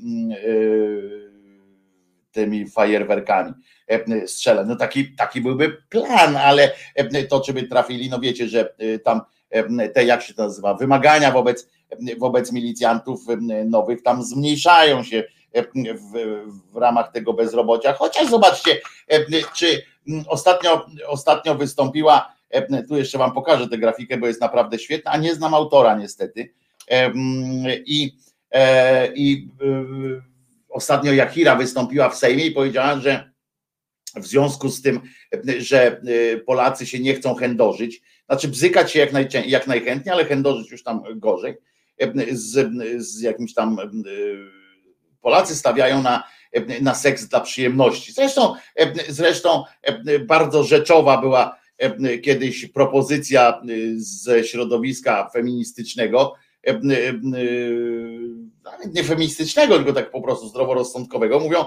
tymi fajerwerkami strzelać. No taki, taki byłby plan, ale to czy by trafili, no wiecie, że tam te, jak się to nazywa, wymagania wobec wobec milicjantów nowych tam zmniejszają się w, w ramach tego bezrobocia. Chociaż zobaczcie, czy ostatnio, ostatnio wystąpiła, tu jeszcze wam pokażę tę grafikę, bo jest naprawdę świetna, a nie znam autora niestety. I, i ostatnio Jachira wystąpiła w Sejmie i powiedziała, że w związku z tym, że Polacy się nie chcą chędożyć, znaczy bzykać się jak, najczę- jak najchętniej, ale chędożyć już tam gorzej, z, z jakimś tam Polacy stawiają na, na seks dla przyjemności. Zresztą, zresztą bardzo rzeczowa była kiedyś propozycja ze środowiska feministycznego, nawet nie feministycznego, tylko tak po prostu zdroworozsądkowego. Mówią,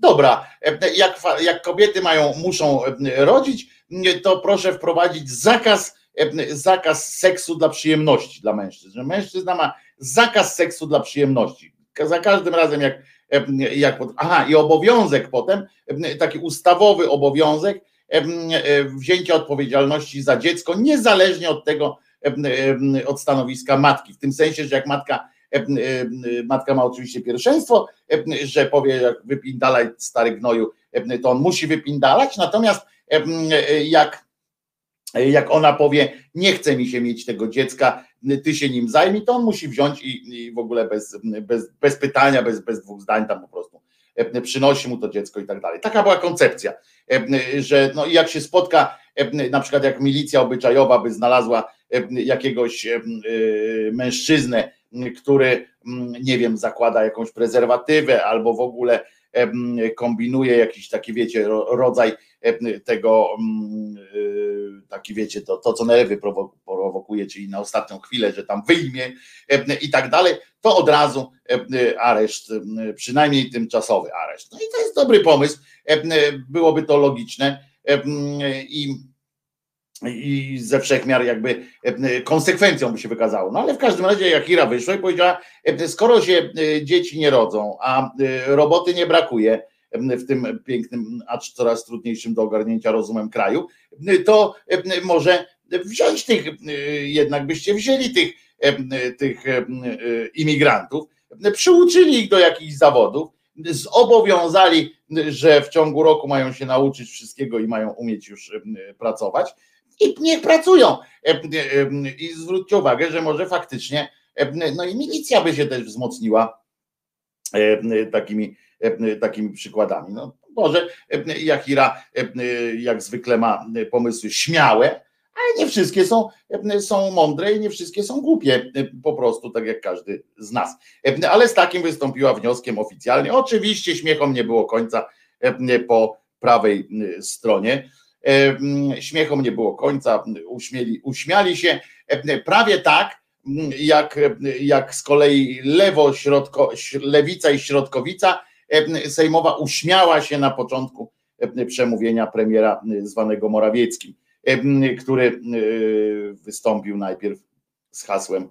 Dobra, jak, jak kobiety mają, muszą rodzić, to proszę wprowadzić zakaz, zakaz seksu dla przyjemności dla mężczyzn. Że mężczyzna ma zakaz seksu dla przyjemności. Za każdym razem jak, jak aha, i obowiązek potem, taki ustawowy obowiązek wzięcia odpowiedzialności za dziecko, niezależnie od tego, od stanowiska matki. W tym sensie, że jak matka, matka ma oczywiście pierwszeństwo, że powie, jak wypindalaj stary gnoju, to on musi wypindalać, natomiast jak, jak ona powie, nie chce mi się mieć tego dziecka, ty się nim zajmij, to on musi wziąć i, i w ogóle bez, bez, bez pytania, bez, bez dwóch zdań tam po prostu przynosi mu to dziecko i tak dalej. Taka była koncepcja, że no jak się spotka, na przykład jak milicja obyczajowa by znalazła jakiegoś mężczyznę, który, nie wiem, zakłada jakąś prezerwatywę albo w ogóle kombinuje jakiś taki, wiecie, rodzaj tego, taki, wiecie, to, to co nerwy prowokuje, czyli na ostatnią chwilę, że tam wyjmie i tak dalej, to od razu areszt, przynajmniej tymczasowy areszt. No i to jest dobry pomysł, byłoby to logiczne i i ze wszechmiar jakby konsekwencją by się wykazało. No ale w każdym razie jak Ira wyszła i powiedziała, skoro się dzieci nie rodzą, a roboty nie brakuje w tym pięknym, acz coraz trudniejszym do ogarnięcia rozumem kraju, to może wziąć tych, jednak byście wzięli tych, tych imigrantów, przyuczyli ich do jakichś zawodów, zobowiązali, że w ciągu roku mają się nauczyć wszystkiego i mają umieć już pracować. I niech pracują. I zwróćcie uwagę, że może faktycznie, no i milicja by się też wzmocniła takimi, takimi przykładami. No może Jachira jak zwykle ma pomysły śmiałe, ale nie wszystkie są, są mądre i nie wszystkie są głupie, po prostu tak jak każdy z nas. Ale z takim wystąpiła wnioskiem oficjalnie. Oczywiście śmiechom nie było końca po prawej stronie. Śmiechom nie było końca, uśmieli, uśmiali się prawie tak, jak, jak z kolei lewo, środko, lewica i środkowica sejmowa uśmiała się na początku przemówienia premiera zwanego Morawieckim, który wystąpił najpierw z hasłem,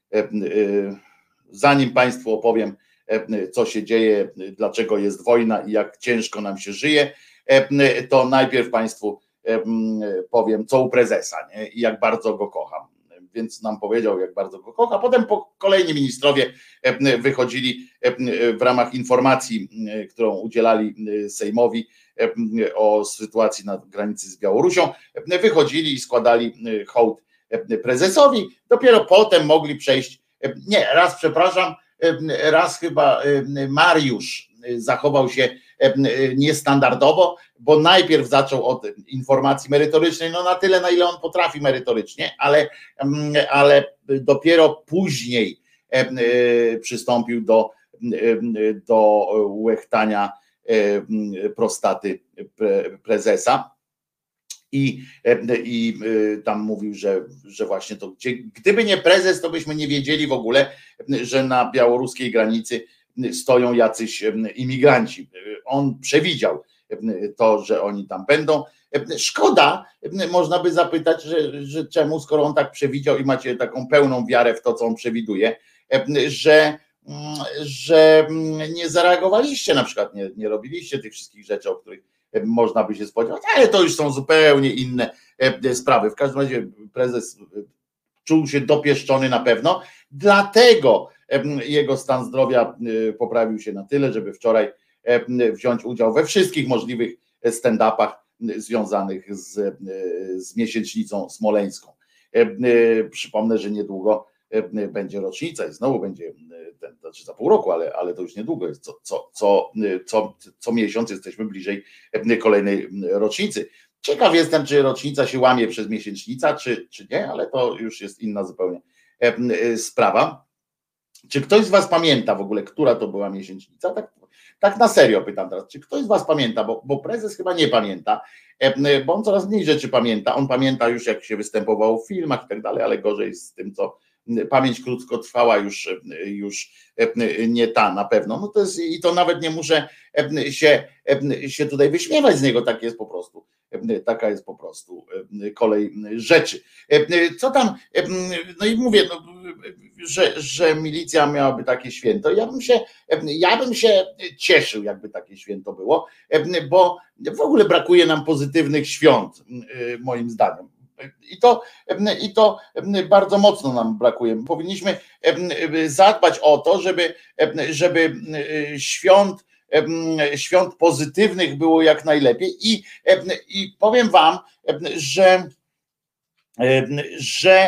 zanim Państwu opowiem, co się dzieje, dlaczego jest wojna i jak ciężko nam się żyje, to najpierw Państwu powiem, co u prezesa, nie? I jak bardzo go kocham. Więc nam powiedział, jak bardzo go kocha. Potem po kolejni ministrowie wychodzili w ramach informacji, którą udzielali Sejmowi o sytuacji na granicy z Białorusią, wychodzili i składali hołd prezesowi. Dopiero potem mogli przejść, nie, raz przepraszam, raz chyba Mariusz zachował się niestandardowo, bo najpierw zaczął od informacji merytorycznej, no na tyle, na ile on potrafi merytorycznie, ale, ale dopiero później przystąpił do, do łechtania prostaty prezesa i, i tam mówił, że, że właśnie to, gdyby nie prezes, to byśmy nie wiedzieli w ogóle, że na białoruskiej granicy stoją jacyś imigranci. On przewidział to, że oni tam będą. Szkoda, można by zapytać, że, że czemu, skoro on tak przewidział i macie taką pełną wiarę w to, co on przewiduje, że, że nie zareagowaliście, na przykład nie, nie robiliście tych wszystkich rzeczy, o których można by się spodziewać, ale to już są zupełnie inne sprawy. W każdym razie prezes czuł się dopieszczony na pewno, dlatego jego stan zdrowia poprawił się na tyle, żeby wczoraj wziąć udział we wszystkich możliwych stand-upach związanych z, z miesięcznicą smoleńską. Przypomnę, że niedługo będzie rocznica i znowu będzie, ten, znaczy za pół roku, ale, ale to już niedługo jest, co, co, co, co, co miesiąc jesteśmy bliżej kolejnej rocznicy. Ciekaw jestem, czy rocznica się łamie przez miesięcznica, czy, czy nie, ale to już jest inna zupełnie sprawa. Czy ktoś z was pamięta w ogóle, która to była miesięcznica? Tak, tak na serio pytam teraz, czy ktoś z was pamięta, bo, bo prezes chyba nie pamięta, bo on coraz mniej rzeczy pamięta. On pamięta już, jak się występowało w filmach i tak dalej, ale gorzej z tym, co pamięć krótkotrwała już, już nie ta na pewno. No to jest, i to nawet nie muszę się, się tutaj wyśmiewać z niego, tak jest po prostu. Taka jest po prostu kolej rzeczy. Co tam, no i mówię, no, że, że milicja miałaby takie święto. Ja bym się, ja bym się cieszył, jakby takie święto było, bo w ogóle brakuje nam pozytywnych świąt, moim zdaniem. I to, I to bardzo mocno nam brakuje. Powinniśmy zadbać o to, żeby, żeby świąt, świąt pozytywnych było jak najlepiej. I, i powiem wam, że, że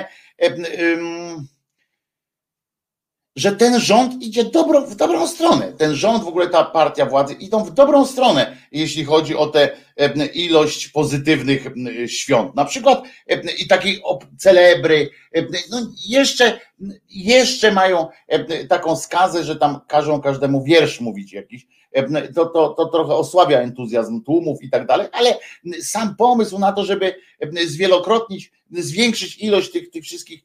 że ten rząd idzie dobro, w dobrą stronę. Ten rząd, w ogóle ta partia władzy idą w dobrą stronę, jeśli chodzi o tę ilość pozytywnych świąt. Na przykład i takiej celebry, no jeszcze, jeszcze mają taką skazę, że tam każą każdemu wiersz mówić jakiś. To, to, to trochę osłabia entuzjazm tłumów i tak dalej, ale sam pomysł na to, żeby zwielokrotnić, zwiększyć ilość tych, tych wszystkich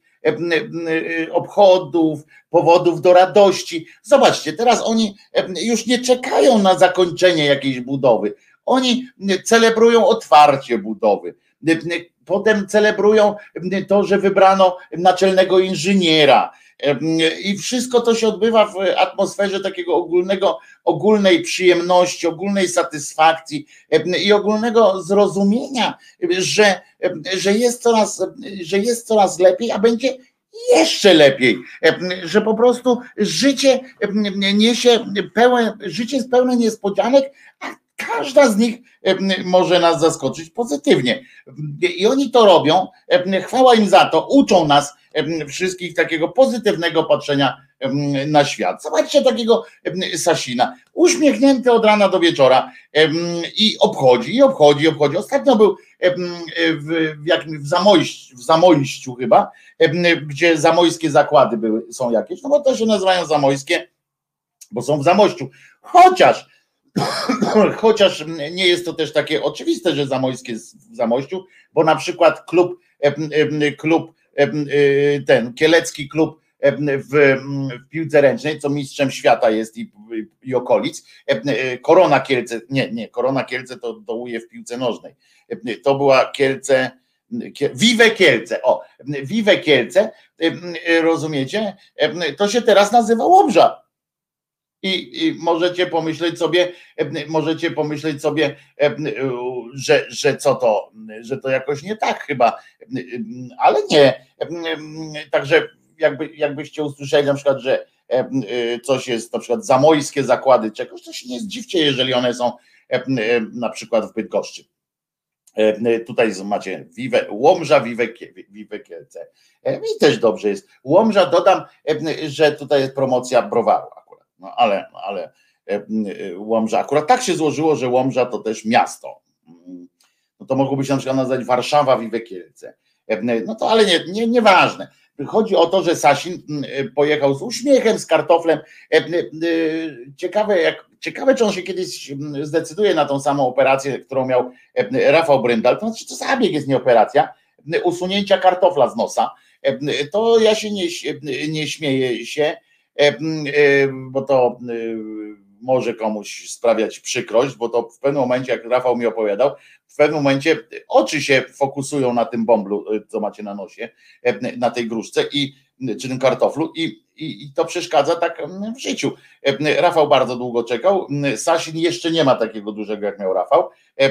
obchodów, powodów do radości. Zobaczcie, teraz oni już nie czekają na zakończenie jakiejś budowy. Oni celebrują otwarcie budowy. Potem celebrują to, że wybrano naczelnego inżyniera. I wszystko to się odbywa w atmosferze takiego ogólnego, ogólnej przyjemności, ogólnej satysfakcji i ogólnego zrozumienia, że, że, jest coraz, że jest coraz lepiej, a będzie jeszcze lepiej, że po prostu życie niesie pełen, życie jest pełne niespodzianek, a każda z nich może nas zaskoczyć pozytywnie. I oni to robią, chwała im za to, uczą nas wszystkich takiego pozytywnego patrzenia na świat. Zobaczcie takiego Sasina, uśmiechnięty od rana do wieczora i obchodzi, i obchodzi, i obchodzi. Ostatnio był w, w, jakim, w, Zamojściu, w Zamojściu chyba, gdzie zamojskie zakłady były, są jakieś, no bo to się nazywają zamojskie, bo są w Zamościu. Chociaż Chociaż nie jest to też takie oczywiste, że zamojskie jest w Zamościu, bo na przykład klub, klub ten kielecki klub w, w piłce ręcznej, co mistrzem świata jest i, i okolic, Korona Kielce, nie, nie, Korona Kielce to dołuje w piłce nożnej. To była Kielce, Vive Kielce, o, Vive Kielce, rozumiecie? To się teraz nazywa Łobrza. I, I możecie pomyśleć sobie, możecie pomyśleć sobie, że, że co to, że to jakoś nie tak chyba, ale nie. Także jakby, jakbyście usłyszeli na przykład, że coś jest na przykład zamojskie zakłady czegoś, to się nie zdziwcie, jeżeli one są na przykład w Bydgoszczy. Tutaj macie Vive, Łomża, Vive, Vive Kielce. I też dobrze jest. Łomża, dodam, że tutaj jest promocja browaru. No ale, ale Łomża, akurat tak się złożyło, że Łomża to też miasto. No to mogłoby się na przykład nazwać Warszawa, Vive Kielce. No to ale nie, nie, nieważne. Chodzi o to, że Sasin pojechał z uśmiechem, z kartoflem. Ciekawe, jak, ciekawe, czy on się kiedyś zdecyduje na tą samą operację, którą miał Rafał Bryndal. To znaczy, to zabieg jest nie operacja, usunięcia kartofla z nosa. To ja się nie, nie śmieję się, bo to może komuś sprawiać przykrość, bo to w pewnym momencie, jak Rafał mi opowiadał, w pewnym momencie oczy się fokusują na tym bąblu, co macie na nosie, na tej gruszce, i, czy tym kartoflu i, i, i to przeszkadza tak w życiu. Rafał bardzo długo czekał, Sasin jeszcze nie ma takiego dużego, jak miał Rafał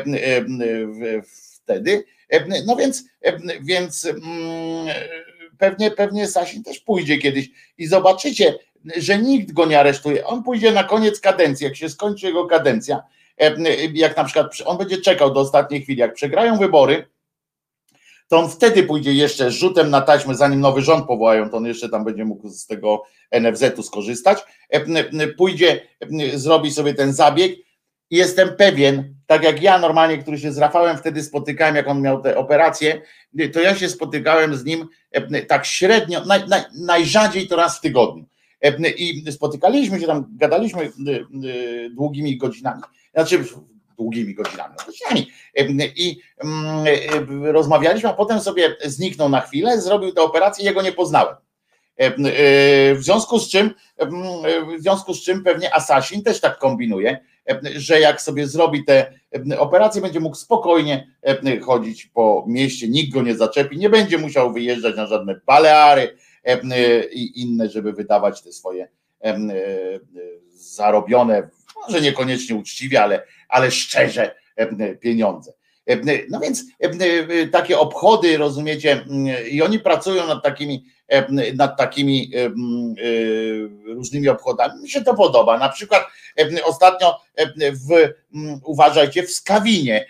wtedy, no więc, więc pewnie, pewnie Sasin też pójdzie kiedyś i zobaczycie, że nikt go nie aresztuje. On pójdzie na koniec kadencji, jak się skończy jego kadencja, jak na przykład on będzie czekał do ostatniej chwili, jak przegrają wybory, to on wtedy pójdzie jeszcze z rzutem na taśmę, zanim nowy rząd powołają, to on jeszcze tam będzie mógł z tego en ef zet u skorzystać, pójdzie, zrobi sobie ten zabieg i jestem pewien, tak jak ja normalnie, który się z Rafałem wtedy spotykałem, jak on miał te operacje, to ja się spotykałem z nim tak średnio, naj, naj, najrzadziej to raz w tygodniu. I spotykaliśmy się tam, gadaliśmy długimi godzinami, znaczy długimi godzinami, godzinami i rozmawialiśmy, a potem sobie zniknął na chwilę, zrobił tę operację i ja go nie poznałem. W związku z czym, w związku z czym pewnie Assassin też tak kombinuje, że jak sobie zrobi te operacje, będzie mógł spokojnie chodzić po mieście, nikt go nie zaczepi, nie będzie musiał wyjeżdżać na żadne Baleary i inne, żeby wydawać te swoje zarobione, może niekoniecznie uczciwie, ale, ale szczerze pieniądze. No więc takie obchody, rozumiecie, i oni pracują nad takimi, nad takimi różnymi obchodami. Mi się to podoba. Na przykład ostatnio w, uważajcie, w Skawinie,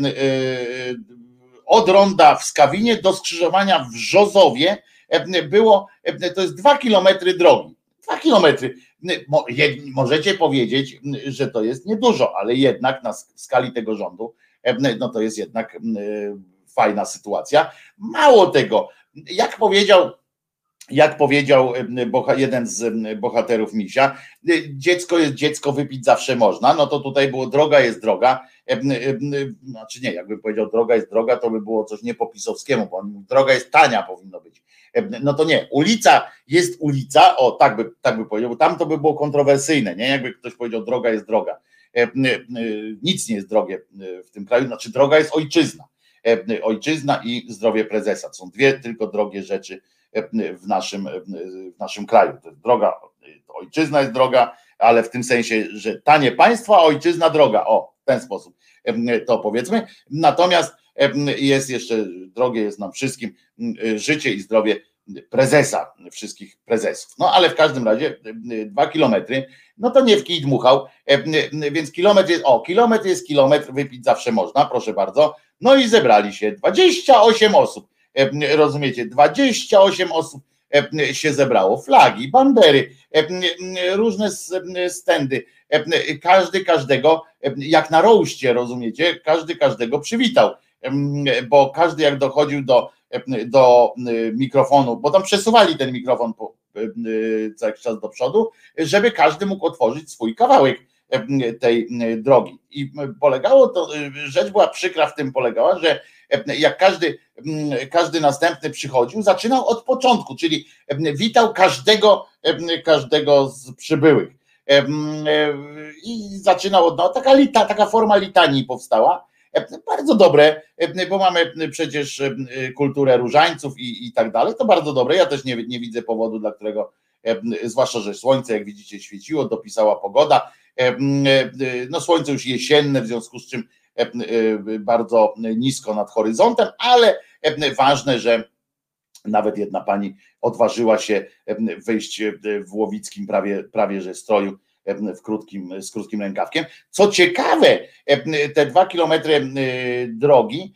od ronda w Skawinie do skrzyżowania w Brzozowie było, to jest dwa kilometry drogi. Dwa kilometry. Możecie powiedzieć, że to jest niedużo, ale jednak na skali tego rządu, no to jest jednak fajna sytuacja. Mało tego, jak powiedział, jak powiedział jeden z bohaterów Misia, dziecko jest dziecko, wypić zawsze można, no to tutaj było droga jest droga, znaczy nie, jakbym powiedział droga jest droga, to by było coś nie po pisowskiemu, bo droga jest tania powinno być. No to nie, ulica jest ulica, o tak by, tak by powiedział, bo tam to by było kontrowersyjne, nie? Jakby ktoś powiedział droga jest droga. Nic nie jest drogie w tym kraju, znaczy droga jest ojczyzna. Ojczyzna i zdrowie prezesa. To są dwie tylko drogie rzeczy w naszym, w naszym kraju. To jest droga, to ojczyzna jest droga, ale w tym sensie, że tanie państwo, a ojczyzna droga. O, w ten sposób to powiedzmy. Natomiast jest jeszcze, drogie jest nam wszystkim życie i zdrowie prezesa, wszystkich prezesów. No ale w każdym razie dwa kilometry, no to nie w kij dmuchał, więc kilometr jest, o, kilometr jest kilometr, wypić zawsze można, proszę bardzo. No i zebrali się dwadzieścia osiem osób, rozumiecie, dwadzieścia osiem osób się zebrało, flagi, bandery, różne stędy, każdy każdego, jak na roście, rozumiecie, każdy każdego przywitał, bo każdy jak dochodził do, do mikrofonu, bo tam przesuwali ten mikrofon po, co jakiś czas do przodu, żeby każdy mógł otworzyć swój kawałek tej drogi. I polegało to, rzecz była przykra w tym polegała, że jak każdy, każdy następny przychodził, zaczynał od początku, czyli witał każdego, każdego z przybyłych. I zaczynał od, no, taka, lita, taka forma litanii powstała. Bardzo dobre, bo mamy przecież kulturę różańców i, i tak dalej, to bardzo dobre. Ja też nie, nie widzę powodu, dla którego, zwłaszcza, że słońce, jak widzicie, świeciło, dopisała pogoda. No słońce już jesienne, w związku z czym bardzo nisko nad horyzontem, ale ważne, że nawet jedna pani odważyła się wyjść w łowickim prawie, prawie że stroju, w krótkim, z krótkim rękawkiem. Co ciekawe, te dwa kilometry drogi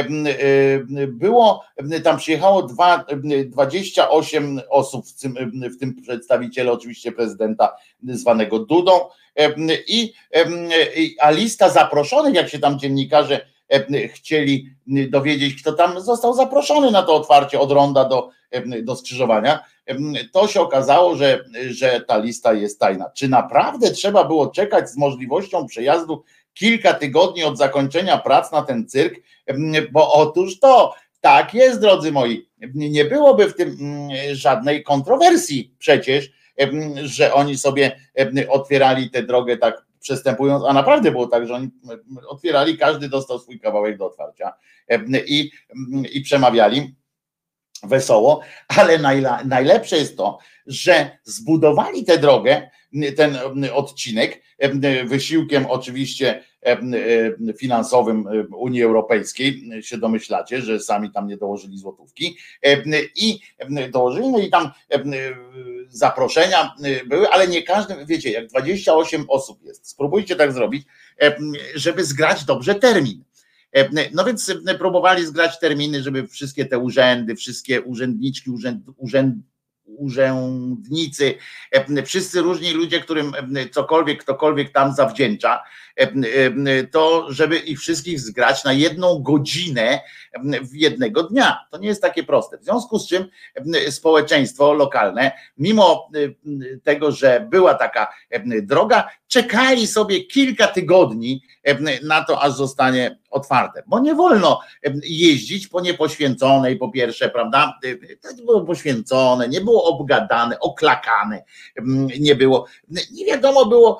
było, tam przyjechało dwa, dwadzieścia osiem osób, w tym, w tym przedstawiciele oczywiście prezydenta zwanego Dudą, i, a lista zaproszonych, jak się tam dziennikarze chcieli dowiedzieć, kto tam został zaproszony na to otwarcie od ronda do, do skrzyżowania, to się okazało, że, że ta lista jest tajna. Czy naprawdę trzeba było czekać z możliwością przejazdu kilka tygodni od zakończenia prac na ten cyrk? Bo otóż to, tak jest, drodzy moi, nie byłoby w tym żadnej kontrowersji przecież, że oni sobie otwierali tę drogę tak przestępując, a naprawdę było tak, że oni otwierali, każdy dostał swój kawałek do otwarcia i, i przemawiali wesoło, ale najla, najlepsze jest to, że zbudowali tę drogę, ten odcinek wysiłkiem oczywiście finansowym Unii Europejskiej, się domyślacie, że sami tam nie dołożyli złotówki i dołożyli, no i tam zaproszenia były, ale nie każdy, wiecie, jak dwadzieścia osiem osób jest, spróbujcie tak zrobić, żeby zgrać dobrze termin. No więc próbowali zgrać terminy, żeby wszystkie te urzędy, wszystkie urzędniczki, urzęd, urzęd, urzędnicy, wszyscy różni ludzie, którym cokolwiek, ktokolwiek tam zawdzięcza, to żeby ich wszystkich zgrać na jedną godzinę w jednego dnia. To nie jest takie proste. W związku z czym społeczeństwo lokalne, mimo tego, że była taka droga, czekali sobie kilka tygodni na to, aż zostanie otwarte. Bo nie wolno jeździć po niepoświęconej, po pierwsze, prawda? To było poświęcone, nie było było obgadane, oklakane, nie było, nie wiadomo było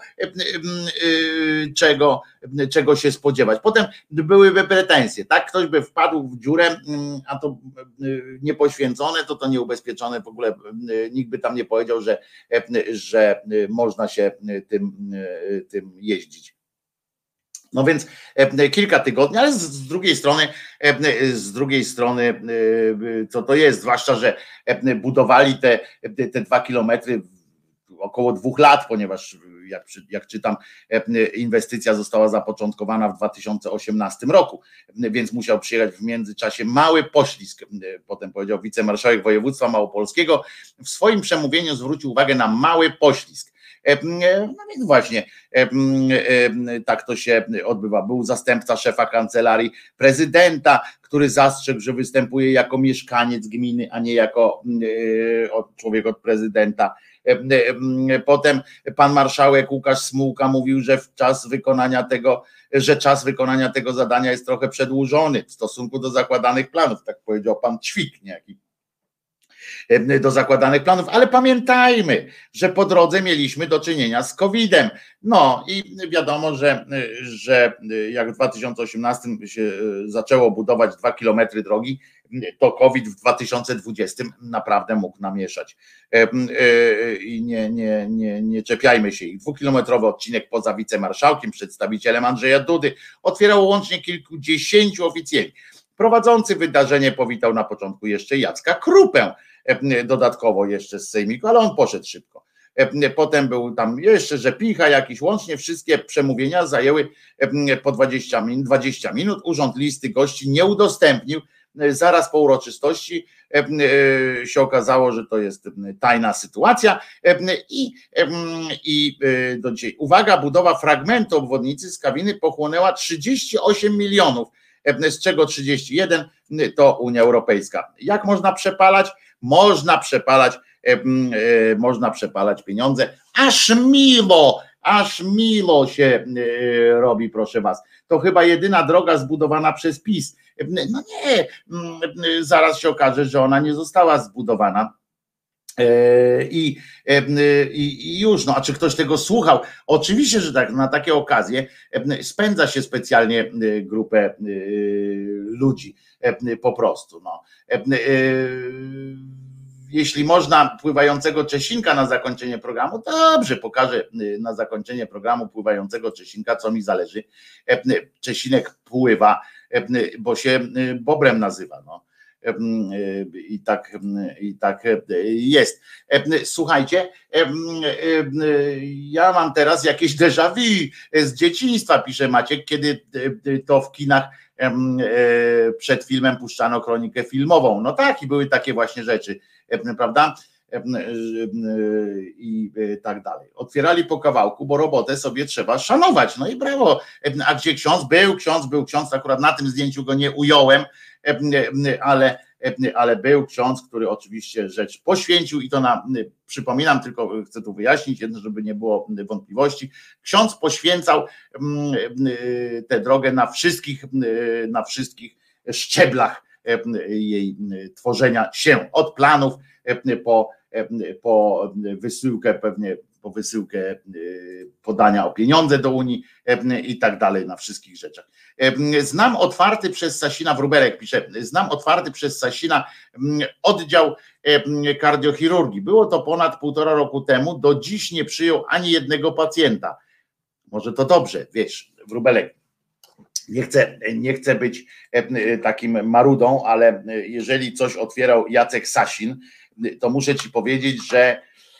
czego, czego się spodziewać. Potem byłyby pretensje, tak? Ktoś by wpadł w dziurę, a to niepoświęcone, to to nieubezpieczone, w ogóle nikt by tam nie powiedział, że, że można się tym, tym jeździć. No więc kilka tygodni, ale z, z drugiej strony, z drugiej strony, co to jest, zwłaszcza, że budowali te, te dwa kilometry około dwóch lat, ponieważ jak, jak czytam, inwestycja została zapoczątkowana w dwa tysiące osiemnastym roku, więc musiał przyjechać w międzyczasie mały poślizg, potem powiedział wicemarszałek województwa małopolskiego, w swoim przemówieniu zwrócił uwagę na mały poślizg. No więc właśnie tak to się odbywa. Był zastępca szefa kancelarii prezydenta, który zastrzegł, że występuje jako mieszkaniec gminy, a nie jako człowiek od prezydenta. Potem pan marszałek Łukasz Smułka mówił, że w czas wykonania tego, że czas wykonania tego zadania jest trochę przedłużony w stosunku do zakładanych planów. Tak powiedział pan Ćwik niejaki. Do zakładanych planów, ale pamiętajmy, że po drodze mieliśmy do czynienia z kowidem. No i wiadomo, że, że jak w dwa tysiące osiemnastym się zaczęło budować dwa kilometry drogi, to COVID w dwa tysiące dwudziestym naprawdę mógł namieszać. I nie, nie, nie, nie czepiajmy się ich. Dwukilometrowy odcinek poza wicemarszałkiem, przedstawicielem Andrzeja Dudy, otwierał łącznie kilkudziesięciu oficjeli. Prowadzący wydarzenie powitał na początku jeszcze Jacka Krupę, dodatkowo jeszcze z sejmiku, ale on poszedł szybko. Potem był tam jeszcze Rzepicha jakiś, łącznie wszystkie przemówienia zajęły po dwadzieścia minut, dwadzieścia minut. Urząd listy gości nie udostępnił. Zaraz po uroczystości się okazało, że to jest tajna sytuacja i, i do dzisiaj. Uwaga, budowa fragmentu obwodnicy Skawiny pochłonęła trzydzieści osiem milionów, z czego trzydzieści jeden to Unia Europejska. Jak można przepalać? Można przepalać, można przepalać pieniądze, aż miło, aż miło się robi, proszę was. To chyba jedyna droga zbudowana przez PiS. No nie, zaraz się okaże, że ona nie została zbudowana. I, i, I już, no a czy ktoś tego słuchał? Oczywiście, że tak, na takie okazje spędza się specjalnie grupę ludzi po prostu. No. Jeśli można pływającego Czesinka na zakończenie programu, dobrze, pokażę na zakończenie programu pływającego Czesinka, co mi zależy. Czesinek pływa, bo się Bobrem nazywa, no. I tak, i tak jest. Słuchajcie, ja mam teraz jakieś déjà vu z dzieciństwa, pisze Maciek, kiedy to w kinach przed filmem puszczano kronikę filmową. No tak, i były takie właśnie rzeczy, prawda? I tak dalej. Otwierali po kawałku, bo robotę sobie trzeba szanować. No i brawo. A gdzie ksiądz był? Ksiądz był ksiądz, akurat na tym zdjęciu go nie ująłem, ale, ale był ksiądz, który oczywiście rzecz poświęcił i to na, przypominam, tylko chcę tu wyjaśnić, jedno, żeby nie było wątpliwości. Ksiądz poświęcał tę drogę na wszystkich, na wszystkich szczeblach jej tworzenia się, od planów po, po wysyłkę pewnie, po wysyłkę podania o pieniądze do Unii i tak dalej, na wszystkich rzeczach. Znam otwarty przez Sasina, Wróbelek pisze, znam otwarty przez Sasina oddział kardiochirurgii. Było to ponad półtora roku temu, do dziś nie przyjął ani jednego pacjenta. Może to dobrze, wiesz, Wróbelek. Nie chcę, nie chcę być takim marudą, ale jeżeli coś otwierał Jacek Sasin, to muszę ci powiedzieć, że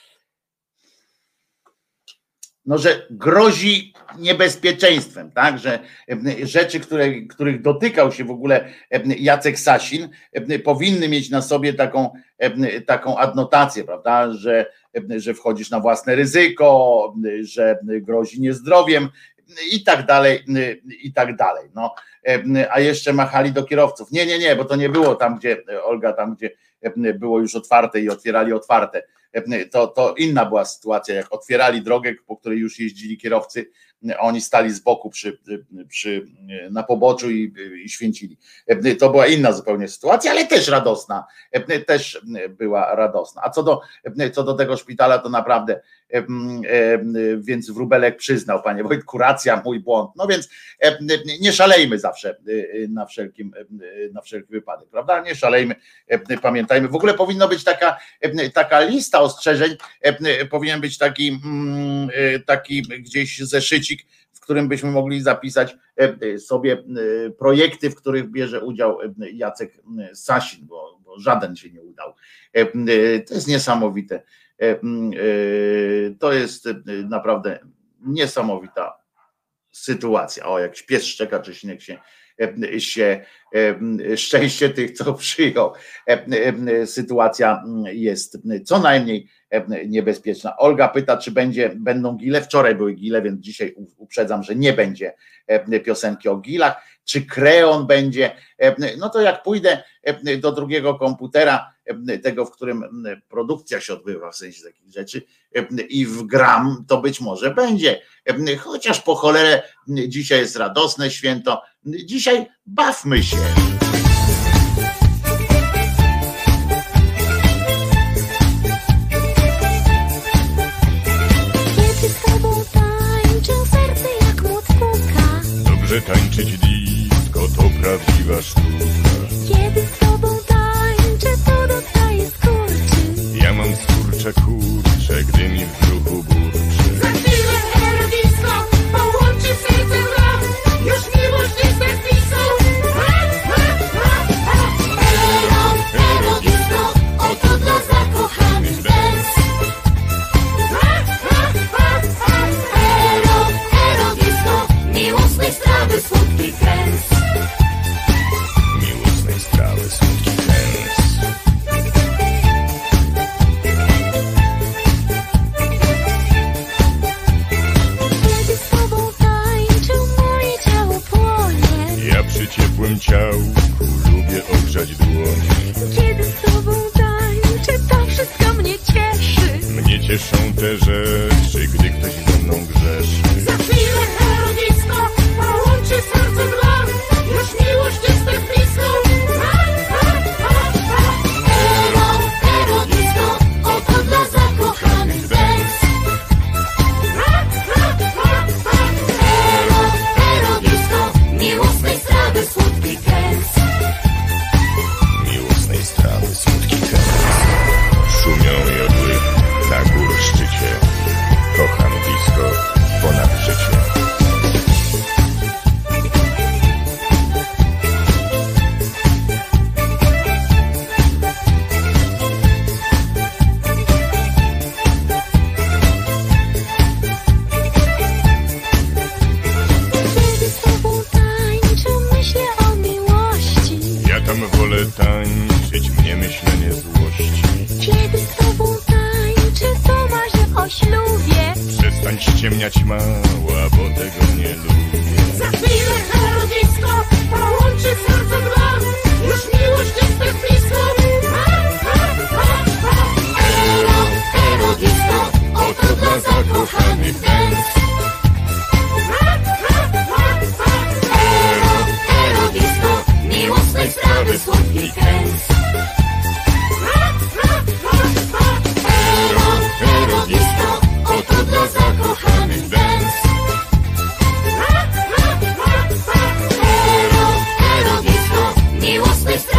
no, że grozi niebezpieczeństwem, tak, że rzeczy, które, których dotykał się w ogóle Jacek Sasin, powinny mieć na sobie taką, taką adnotację, prawda, że, że wchodzisz na własne ryzyko, że grozi niezdrowiem i tak dalej, i tak dalej. No, a jeszcze machali do kierowców. Nie, nie, nie, bo to nie było tam, gdzie Olga, tam, gdzie było już otwarte i otwierali otwarte. To, to inna była sytuacja, jak otwierali drogę, po której już jeździli kierowcy oni stali z boku przy, przy, na poboczu i, i święcili. To była inna zupełnie sytuacja, ale też radosna, też była radosna. A co do, co do tego szpitala, to naprawdę, więc Wróbelek przyznał, panie Wojtku, racja, mój błąd. No więc nie szalejmy zawsze na wszelkim, na wszelki wypadek, prawda? Nie szalejmy, pamiętajmy. W ogóle powinno być taka, taka lista ostrzeżeń, powinien być taki, taki gdzieś zeszycik, w którym byśmy mogli zapisać sobie projekty, w których bierze udział Jacek Sasin, bo, bo żaden się nie udał. To jest niesamowite. To jest naprawdę niesamowita sytuacja. O, jak pies szczeka, czy śnieg się, się szczęście tych, co przyjął. Sytuacja jest co najmniej niebezpieczna. Olga pyta, czy będzie, będą gile. Wczoraj były gile, więc dzisiaj uprzedzam, że nie będzie piosenki o gilach. Czy kreon będzie? No to jak pójdę do drugiego komputera, tego, w którym produkcja się odbywa, w sensie takich rzeczy, i wgram, to być może będzie. Chociaż po cholerę dzisiaj jest radosne święto. Dzisiaj bawmy się. Kiedy z tobą tańczę, serce jak młot puka. Dobrze tańczyć disco to prawdziwa sztuka. Kiedy z tobą tańczę, to dostaję skurczy. Ja mam skurcze kurcze, gdy mi w brzuchu burczy. Za chwilę aerodisco połączy serce dwa. Już miłość jest tak blisko. Aerodisco, oto dla zakochanych dance. Aero, aerodisco, miłosnej sprawy słodki kręc. Miłosnej sprawy słodki kręc. Kiedy z tobą tańczę, moje ciało płonie. Ja przy ciepłym ciałku lubię ogrzać dłonie. Kiedy z tobą tańczę, to wszystko mnie cieszy. Mnie cieszą te rzeczy, gdy ktoś ze mną grzeszy. Za chwilę aerodisco połączy serce dwa. Już miłość jest tak blisko. Aero, aerodisco, oto dla zakochanych dance. Aero, aerodisco, miłosnej sprawy słodki kręc. Miłosnej strawy słodki kręc. Szumią jodły na gór szczycie. Kocham disco ponad życie. Kiedy z tobą tańczę, myślę o miłości. Ja tam wolę tańczyć, mnie myślenie złości. Kiedy z tobą tańczę, to marzę o ślubie. Przestań ściemniać mała, bo tego nie lubię. Za chwilę aerodisco połączy serce dwa. Już miłość jest tak blisko. Aero, aerodisco, oto dla zakochanych dance. Aero, aerodisco, miłosnej sprawy słodki kręc. Aero, aerodisco, oto dla zakochanych dance. Aero, aerodisco, miłosnej sprawy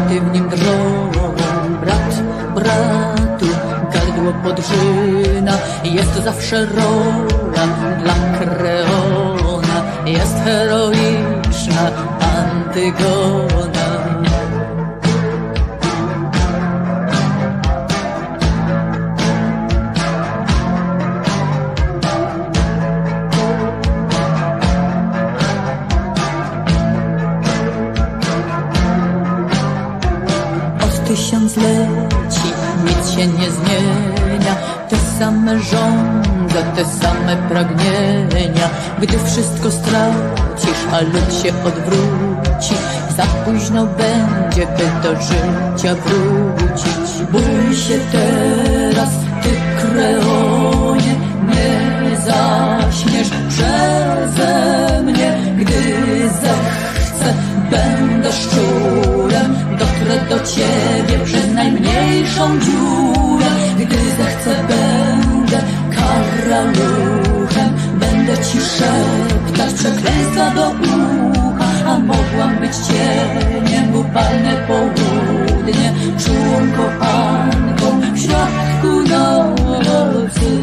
kobiety w nim drżą. Brat bratu gardło podrzyna, jest zawsze rola dla Kreona, jest heroiczna Antygona. Tysiącleci, nic się nie zmienia, te same żądze, te same pragnienia. Gdy wszystko stracisz, a lud się odwróci, za późno będzie, by do życia wrócić. Bój się teraz, ty Kreonie, nie zaśniesz przeze mnie. Gdy zechcę, będę szczurem, dotrę do ciebie przez najmniejszą dziurę. Gdy zechcę, będę karaluchem, będę ci szeptać przekleństwa do ucha. A mogłam być cieniem, upalne południe, czułą kochanką w środku nocy.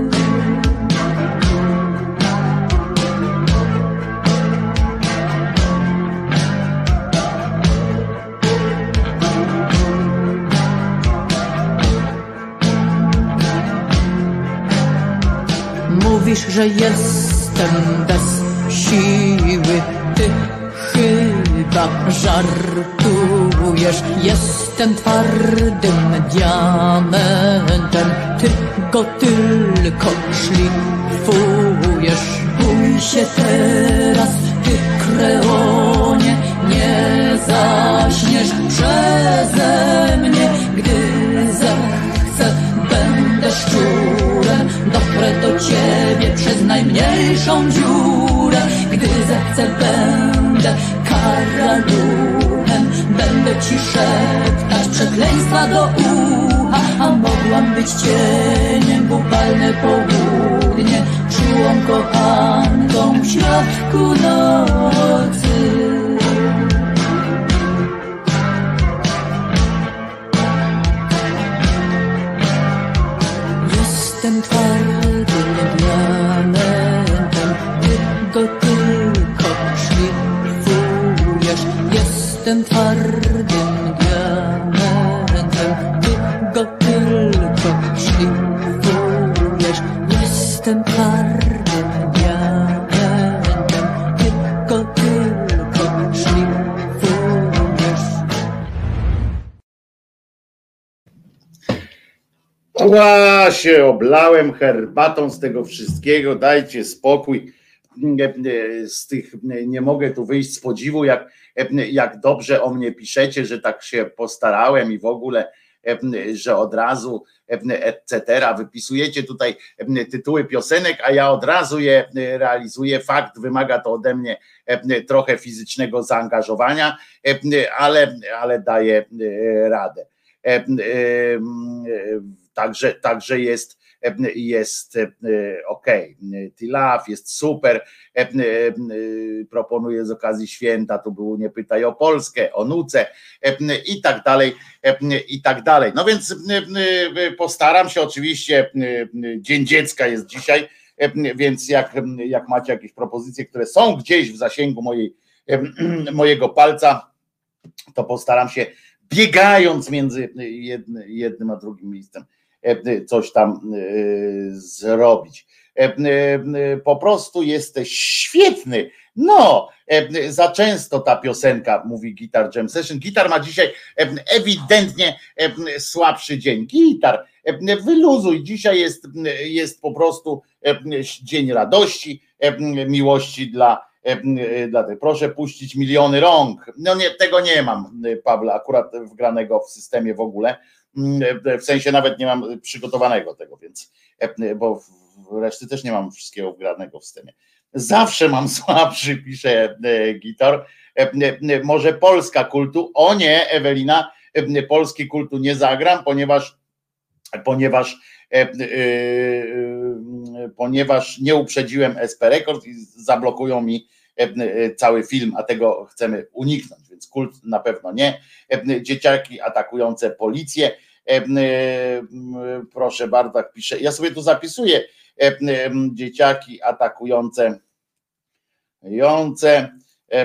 Mówisz, że jestem bez siły, ty chyba żartujesz. Jestem twardym diamentem, ty go tylko szlifujesz. Bój się teraz, ty Kreonie, nie zaśniesz przeze mnie. Gdy zechcę, będę szczurem, dotrę do ciebie przez najmniejszą dziurę. Gdy zechcę, będę karaluchem, będę ci szeptać przekleństwa do ucha. A mogłam być cieniem w upalne południe, czułą kochanką w środku nocy. Jestem twardym diamentem, ty go tylko szlifujesz. Jestem twardym diamentem, ty go tylko szlifujesz. Jestem twardym diamentem, ty go tylko szlifujesz. Ła, się oblałem herbatą z tego wszystkiego, dajcie spokój z tych, nie mogę tu wyjść z podziwu, jak, jak dobrze o mnie piszecie, że tak się postarałem i w ogóle, że od razu et cetera. Wypisujecie tutaj tytuły piosenek, a ja od razu je realizuję. Fakt, wymaga to ode mnie trochę fizycznego zaangażowania, ale, ale daję radę. Także, także jest, jest okej. Tilaf jest super. Proponuję z okazji święta, tu było nie pytaj o Polskę, o Nuce i tak dalej, i tak dalej. No więc postaram się oczywiście, Dzień Dziecka jest dzisiaj, więc jak, jak macie jakieś propozycje, które są gdzieś w zasięgu mojej, mojego palca, to postaram się, biegając między jednym a drugim miejscem, coś tam zrobić. Po prostu jesteś świetny. No, za często ta piosenka, mówi Guitar Jam Session. Gitar ma dzisiaj ewidentnie słabszy dzień. Gitar, wyluzuj. Dzisiaj jest, jest po prostu dzień radości, miłości dla Dla tej. Proszę puścić Miliony Rąk. No nie, tego nie mam, Pawle, akurat wgranego w systemie w ogóle. W sensie nawet nie mam przygotowanego tego, więc, bo reszty też nie mam wszystkiego wgranego w systemie. Zawsze mam słabszy, pisze Gitar. Może Polska kultu. O nie, Ewelina, polski kultu nie zagram, ponieważ ponieważ ponieważ nie uprzedziłem S P Records i zablokują mi cały film, a tego chcemy uniknąć, więc kult na pewno nie. Dzieciaki atakujące policję, proszę bardzo, tak piszę, ja sobie tu zapisuję, dzieciaki atakujące jące,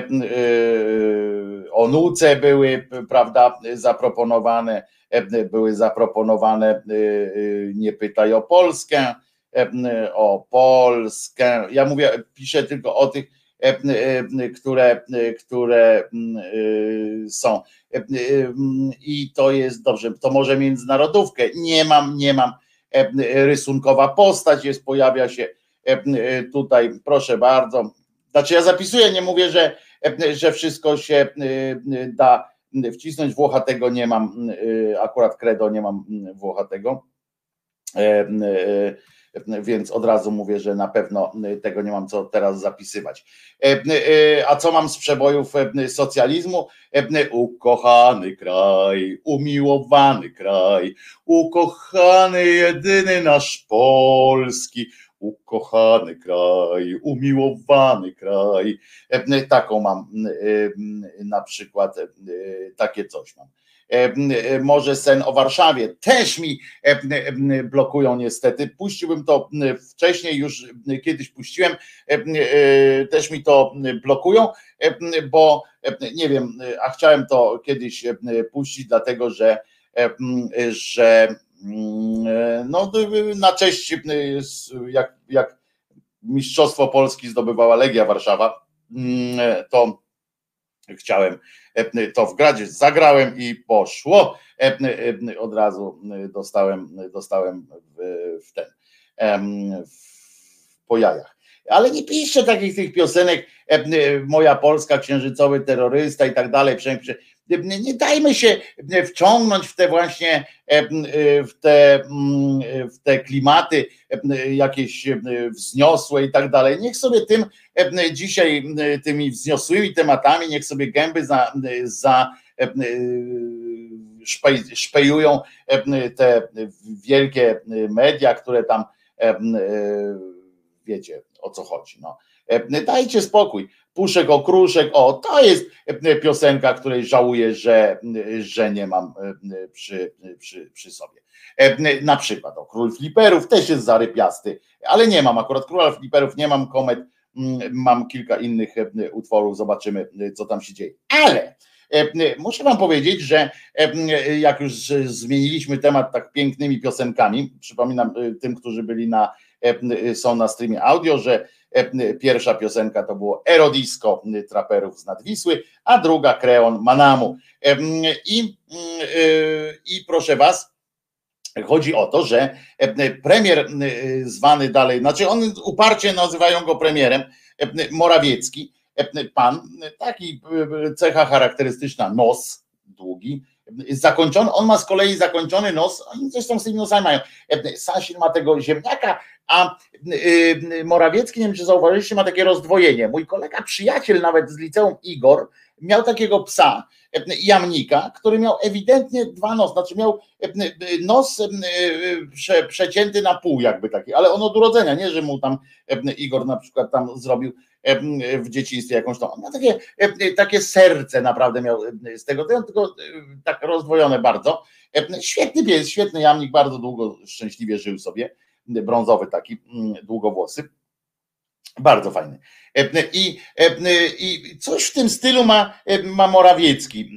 onuce były, prawda, zaproponowane, były zaproponowane, nie pytaj o Polskę, o Polskę, ja mówię, piszę tylko o tych, które, które są i to jest dobrze, to może międzynarodówkę, nie mam, nie mam, rysunkowa postać jest, pojawia się tutaj, proszę bardzo, znaczy ja zapisuję, nie mówię, że, że wszystko się da wcisnąć, Włochatego nie mam, akurat Credo nie mam Włochatego, więc od razu mówię, że na pewno tego nie mam co teraz zapisywać. A co mam z przebojów socjalizmu? Ukochany kraj, umiłowany kraj, ukochany jedyny nasz polski, ukochany kraj, umiłowany kraj. Taką mam na przykład, takie coś mam. Może sen o Warszawie też mi blokują niestety, puściłbym to wcześniej, już kiedyś puściłem, też mi to blokują, bo nie wiem, a chciałem to kiedyś puścić, dlatego że że no na cześć, jak, jak Mistrzostwo Polski zdobywała Legia Warszawa, to chciałem to wgrać, zagrałem i poszło. Od razu dostałem, dostałem w ten, w, po jajach. Ale nie piszcie takich tych piosenek, moja Polska, księżycowy terrorysta i tak dalej. Nie dajmy się wciągnąć w te właśnie, w te, w te klimaty jakieś wzniosłe i tak dalej. Niech sobie tym dzisiaj, tymi wzniosłymi tematami, niech sobie gęby za, za szpejują te wielkie media, które tam, wiecie o co chodzi. No. Dajcie spokój. Puszek Okruszek, o, to jest piosenka, której żałuję, że, że nie mam przy, przy, przy sobie. Na przykład o Król Fliperów też jest zarypiasty, ale nie mam, akurat Króla Fliperów nie mam, Komet, mam kilka innych utworów, zobaczymy co tam się dzieje. Ale muszę wam powiedzieć, że jak już zmieniliśmy temat tak pięknymi piosenkami, przypominam tym, którzy byli na, są na streamie audio, że pierwsza piosenka to było Erodisco Traperów z Nadwisły, a druga Kreon Manamu. I, i proszę was, chodzi o to, że premier zwany dalej, znaczy on uparcie nazywają go premierem, Morawiecki, pan, taki cecha charakterystyczna, nos długi, zakończony, on ma z kolei zakończony nos, oni coś tam z tymi nosami mają. Sasin ma tego ziemniaka, a Morawiecki, nie wiem czy zauważyliście, ma takie rozdwojenie. Mój kolega, przyjaciel nawet z liceum Igor, miał takiego psa, jamnika, który miał ewidentnie dwa nosy, znaczy miał nos prze, przecięty na pół jakby taki, ale on od urodzenia, nie, że mu tam Igor na przykład tam zrobił w dzieciństwie jakąś tam, on miał takie, takie serce naprawdę miał z tego, tylko tak rozdwojone bardzo. Świetny pies, świetny jamnik, bardzo długo szczęśliwie żył sobie, brązowy taki, długowłosy. Bardzo fajny. I, i coś w tym stylu ma, ma Morawiecki.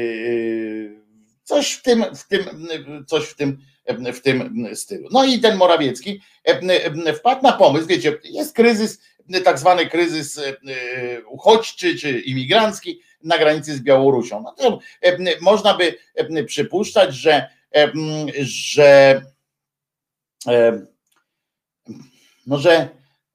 Coś w tym, w tym, coś w tym, w tym stylu. No i ten Morawiecki wpadł na pomysł, wiecie, jest kryzys, tak zwany kryzys uchodźczy czy imigrancki na granicy z Białorusią. No to można by przypuszczać, że, że no, że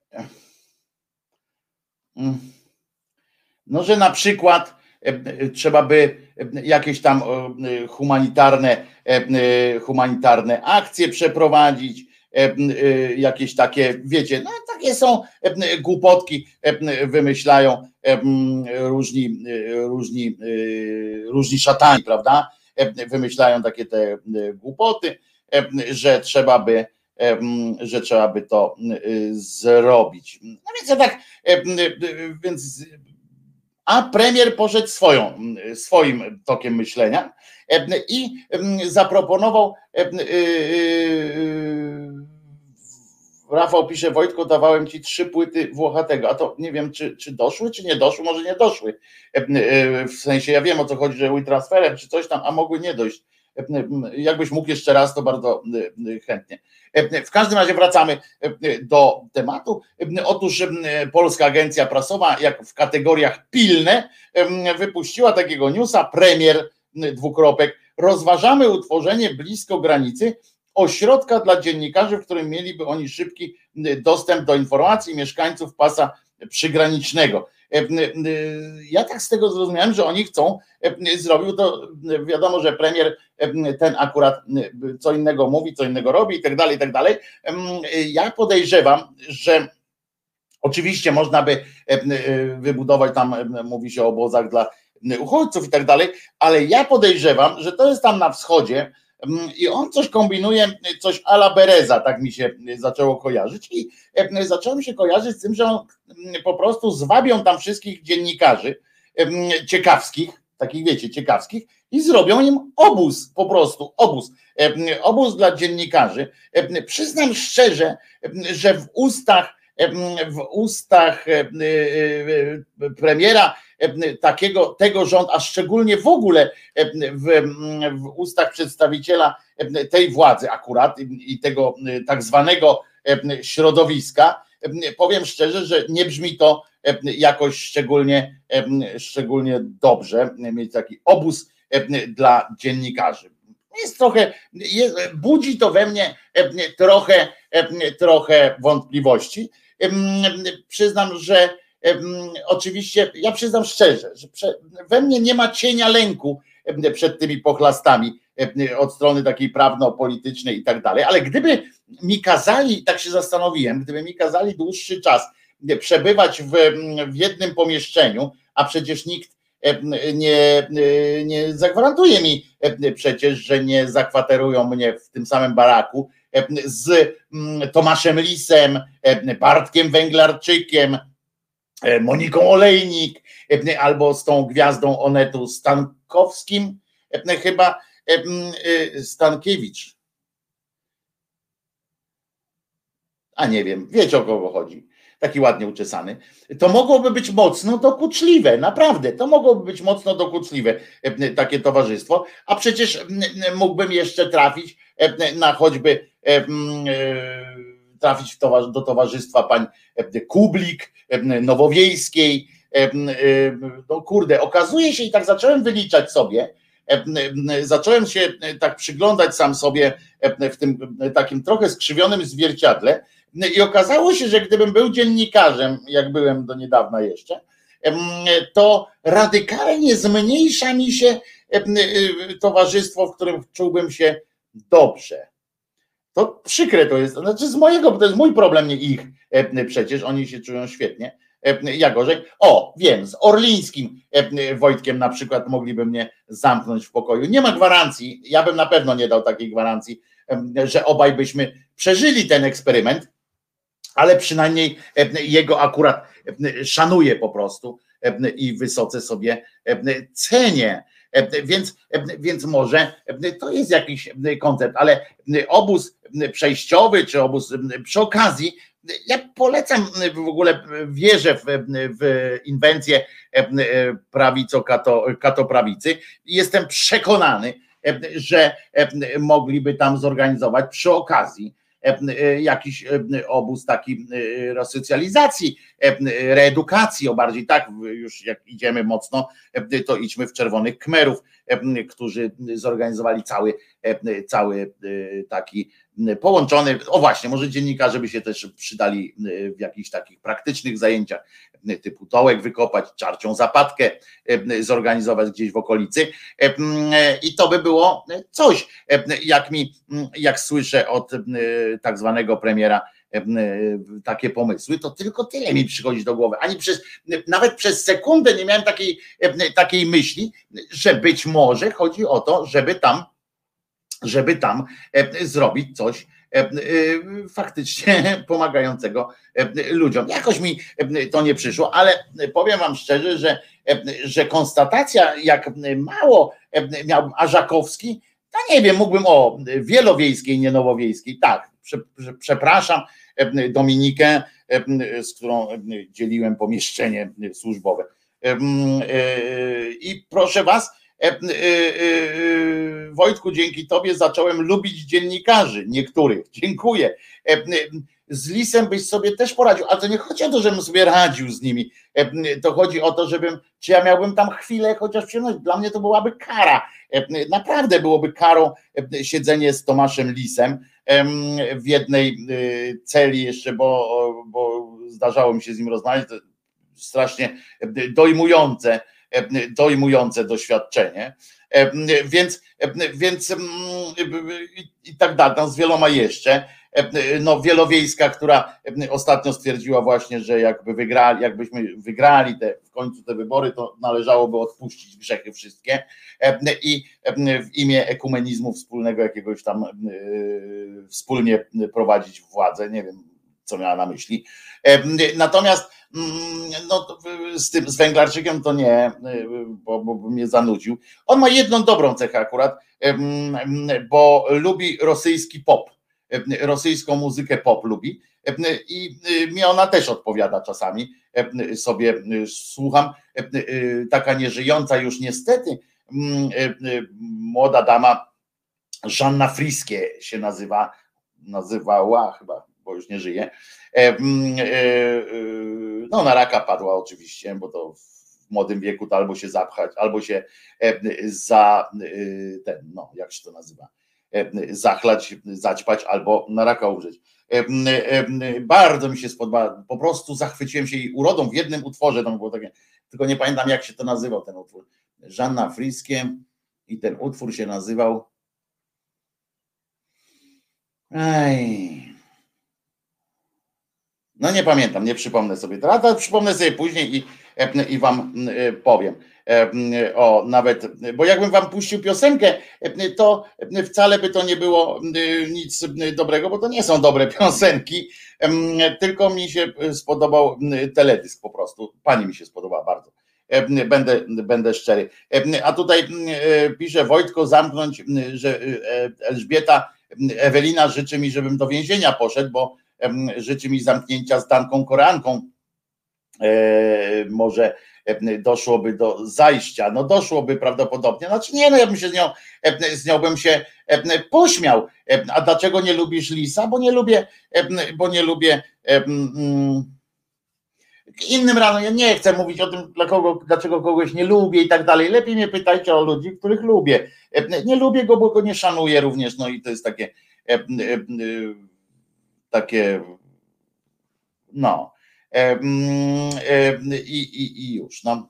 no, że na przykład trzeba by jakieś tam humanitarne, humanitarne akcje przeprowadzić, jakieś takie, wiecie, no takie są głupotki, wymyślają różni, różni, różni szatani, prawda? Wymyślają takie te głupoty, że trzeba by że trzeba by to zrobić. No więc ja tak, więc a premier poszedł swoją, swoim tokiem myślenia i zaproponował, Rafał pisze, Wojtko, dawałem ci trzy płyty Włochatego, a to nie wiem, czy, czy doszły, czy nie doszły, może nie doszły. W sensie ja wiem, o co chodzi, że WeTransferem, czy coś tam, a mogły nie dojść. Jakbyś mógł jeszcze raz, to bardzo chętnie. W każdym razie wracamy do tematu. Otóż Polska Agencja Prasowa, jak w kategoriach pilne, wypuściła takiego newsa, premier, dwukropek, rozważamy utworzenie blisko granicy ośrodka dla dziennikarzy, w którym mieliby oni szybki dostęp do informacji mieszkańców pasa przygranicznego. Ja tak z tego zrozumiałem, że oni chcą, zrobił to, wiadomo, że premier ten akurat co innego mówi, co innego robi i tak dalej, i tak dalej. Ja podejrzewam, że oczywiście można by wybudować tam, mówi się o obozach dla uchodźców i tak dalej, ale ja podejrzewam, że to jest tam na wschodzie i on coś kombinuje, coś a la Bereza, tak mi się zaczęło kojarzyć i zacząłem się kojarzyć z tym, że on po prostu zwabią tam wszystkich dziennikarzy ciekawskich, takich wiecie, ciekawskich i zrobią im obóz, po prostu obóz, obóz dla dziennikarzy. Przyznam szczerze, że w ustach w ustach premiera takiego, tego rządu, a szczególnie w ogóle w, w ustach przedstawiciela tej władzy akurat i tego tak zwanego środowiska, powiem szczerze, że nie brzmi to jakoś szczególnie, szczególnie dobrze, mieć taki obóz dla dziennikarzy. Jest trochę, jest, budzi to we mnie trochę, trochę wątpliwości. Przyznam, że oczywiście, ja przyznam szczerze, że we mnie nie ma cienia lęku przed tymi pochlastami od strony takiej prawno-politycznej i tak dalej, ale gdyby mi kazali, tak się zastanowiłem, gdyby mi kazali dłuższy czas przebywać w, w jednym pomieszczeniu, a przecież nikt nie, nie zagwarantuje mi przecież, że nie zakwaterują mnie w tym samym baraku z Tomaszem Lisem, Bartkiem Węglarczykiem, Moniką Olejnik, albo z tą gwiazdą Onetu Stankowskim, chyba Stankiewicz. A nie wiem, wiecie, o kogo chodzi. Taki ładnie uczesany. To mogłoby być mocno dokuczliwe, naprawdę, to mogłoby być mocno dokuczliwe takie towarzystwo, a przecież mógłbym jeszcze trafić na choćby trafić do towarzystwa pań Kublik, Nowowiejskiej. No kurde, okazuje się i tak zacząłem wyliczać sobie, zacząłem się tak przyglądać sam sobie w tym takim trochę skrzywionym zwierciadle i okazało się, że gdybym był dziennikarzem, jak byłem do niedawna jeszcze, to radykalnie zmniejsza mi się towarzystwo, w którym czułbym się dobrze. To przykre to jest, znaczy z mojego, bo to jest mój problem, nie ich, przecież oni się czują świetnie. Ja gorzej. O, wiem, z Orlińskim Wojtkiem na przykład mogliby mnie zamknąć w pokoju. Nie ma gwarancji, ja bym na pewno nie dał takiej gwarancji, że obaj byśmy przeżyli ten eksperyment, ale przynajmniej jego akurat szanuję po prostu i wysoce sobie cenię. Więc, więc może to jest jakiś koncept, ale obóz przejściowy czy obóz przy okazji, ja polecam, w ogóle wierzę w, w inwencję prawico-katoprawicy i jestem przekonany, że mogliby tam zorganizować przy okazji jakiś obóz taki resocjalizacji, reedukacji, o bardziej tak, już jak idziemy mocno, to idźmy w Czerwonych Kmerów, którzy zorganizowali cały, cały taki połączony, o właśnie, może dziennikarze by się też przydali w jakichś takich praktycznych zajęciach, typu dołek wykopać, czarcią zapadkę zorganizować gdzieś w okolicy i to by było coś, jak mi, jak słyszę od tak zwanego premiera takie pomysły, to tylko tyle mi przychodzi do głowy, ani przez, nawet przez sekundę nie miałem takiej, takiej myśli, że być może chodzi o to, żeby tam żeby tam zrobić coś faktycznie pomagającego ludziom. Jakoś mi to nie przyszło, ale powiem wam szczerze, że, że konstatacja, jak mało miał Ażakowski, to nie wiem, mógłbym o Wielowiejskiej, nie Nowowiejskiej, tak, przepraszam Dominikę, z którą dzieliłem pomieszczenie służbowe. I proszę was, Wojtku, dzięki tobie zacząłem lubić dziennikarzy, niektórych, dziękuję. Z Lisem byś sobie też poradził, ale to nie chodzi o to, żebym sobie radził z nimi, to chodzi o to, żebym, czy ja miałbym tam chwilę chociaż przyjemność, dla mnie to byłaby kara, naprawdę byłoby karą siedzenie z Tomaszem Lisem w jednej celi jeszcze, bo, bo zdarzało mi się z nim rozmawiać, to strasznie dojmujące, dojmujące doświadczenie, więc, więc i tak dalej, tam z wieloma jeszcze. No, Wielowiejska, która ostatnio stwierdziła właśnie, że jakby wygrali, jakbyśmy wygrali te, w końcu te wybory, to należałoby odpuścić grzechy wszystkie i w imię ekumenizmu wspólnego jakiegoś tam wspólnie prowadzić władzę, nie wiem, co miała na myśli. Natomiast no, z tym z Węglarczykiem to nie, bo, bo mnie zanudził. On ma jedną dobrą cechę akurat, bo lubi rosyjski pop, rosyjską muzykę pop lubi i mi ona też odpowiada czasami, sobie słucham, taka nieżyjąca już niestety młoda dama, Żanna Friskie się nazywa, nazywała chyba, bo już nie żyje. No na raka padła oczywiście, bo to w młodym wieku to albo się zapchać, albo się za ten, no jak się to nazywa, zachlać, zaćpać, albo na raka umrzeć. Bardzo mi się spodoba, po prostu zachwyciłem się jej urodą w jednym utworze, tam było takie, tylko nie pamiętam jak się to nazywał ten utwór. Żanna Friskie i ten utwór się nazywał Ej. No nie pamiętam, nie przypomnę sobie teraz, ale przypomnę sobie później i, i wam powiem. O, nawet, bo jakbym wam puścił piosenkę, to wcale by to nie było nic dobrego, bo to nie są dobre piosenki, tylko mi się spodobał teledysk po prostu. Pani mi się spodobała bardzo. Będę, będę szczery. A tutaj pisze Wojtko zamknąć, że Elżbieta, Ewelina życzy mi, żebym do więzienia poszedł, bo życzy mi zamknięcia z Danką Koranką. Może doszłoby do zajścia, no doszłoby prawdopodobnie, znaczy nie, no ja bym się z nią, z nią bym się pośmiał, a dlaczego nie lubisz Lisa? Bo nie lubię, bo nie lubię innym rano, ja nie chcę mówić o tym, dla kogo, dlaczego kogoś nie lubię i tak dalej, lepiej mnie pytajcie o ludzi, których lubię, nie lubię go, bo go nie szanuję również, no i to jest takie takie no i, i, i już no.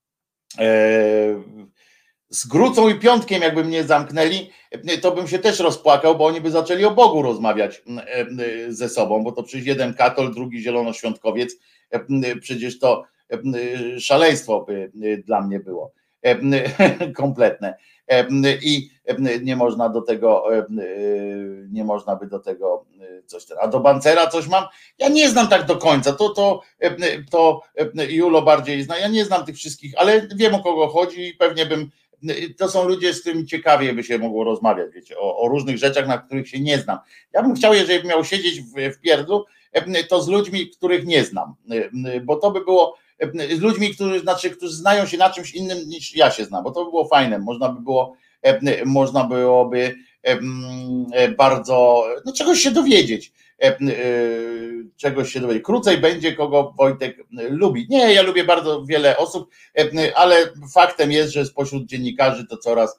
Z Grucą i Piątkiem jakby mnie zamknęli, to bym się też rozpłakał, bo oni by zaczęli o Bogu rozmawiać ze sobą, bo to przecież jeden katol, drugi zielonoświątkowiec, przecież to szaleństwo by dla mnie było kompletne i nie można do tego nie można by do tego coś, a do Bancera coś mam, ja nie znam tak do końca, to to, to Julo bardziej zna, ja nie znam tych wszystkich, ale wiem o kogo chodzi i pewnie bym, to są ludzie, z którymi ciekawie by się mogło rozmawiać, wiecie, o, o różnych rzeczach, na których się nie znam. Ja bym chciał, jeżeli bym miał siedzieć w, w pierdlu, to z ludźmi, których nie znam, bo to by było z ludźmi, którzy, znaczy, którzy znają się na czymś innym niż ja się znam, bo to by było fajne, można by było, można byłoby bardzo, no czegoś się dowiedzieć, czegoś się dowiedzieć. Krócej będzie, kogo Wojtek lubi. Nie, ja lubię bardzo wiele osób, ale faktem jest, że spośród dziennikarzy to coraz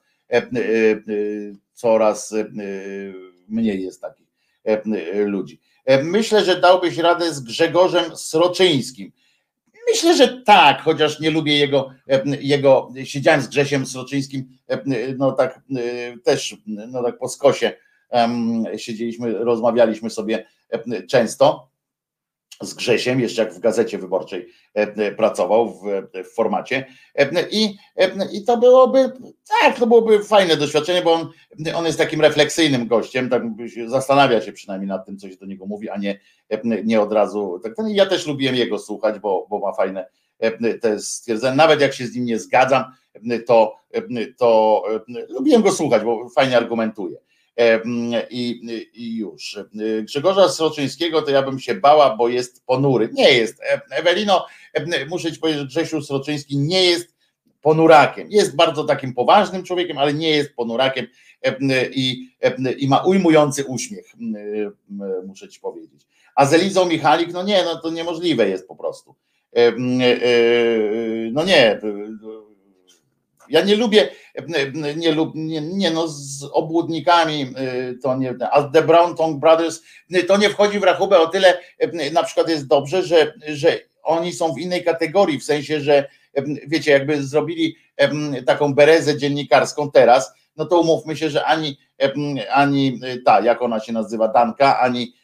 coraz mniej jest takich ludzi. Myślę, że dałbyś radę z Grzegorzem Sroczyńskim. Myślę, że tak, chociaż nie lubię jego, jego siedziałem z Grzesiem Sroczyńskim, no tak też, no tak po skosie siedzieliśmy, rozmawialiśmy sobie często, z Grzesiem, jeszcze jak w Gazecie Wyborczej pracował w, w formacie i, i to byłoby, tak, to byłoby fajne doświadczenie, bo on, on jest takim refleksyjnym gościem, tak zastanawia się przynajmniej nad tym, co się do niego mówi, a nie, nie od razu, tak, ja też lubiłem jego słuchać, bo, bo ma fajne te stwierdzenia, nawet jak się z nim nie zgadzam, to, to lubiłem go słuchać, bo fajnie argumentuje. I, i już. Grzegorza Sroczyńskiego to ja bym się bała, bo jest ponury. Nie jest. Ewelino, muszę ci powiedzieć, że Grzesiu Sroczyński nie jest ponurakiem. Jest bardzo takim poważnym człowiekiem, ale nie jest ponurakiem i, i ma ujmujący uśmiech, muszę ci powiedzieć. A z Elizą Michalik, no nie, no to niemożliwe jest po prostu. No nie, ja nie lubię, nie, lub, nie, nie no z obłudnikami to nie, a The Brown Tongue Brothers to nie wchodzi w rachubę, o tyle na przykład jest dobrze, że, że oni są w innej kategorii, w sensie, że wiecie, jakby zrobili taką berezę dziennikarską teraz, no to umówmy się, że ani, ani ta, jak ona się nazywa, Danka, ani,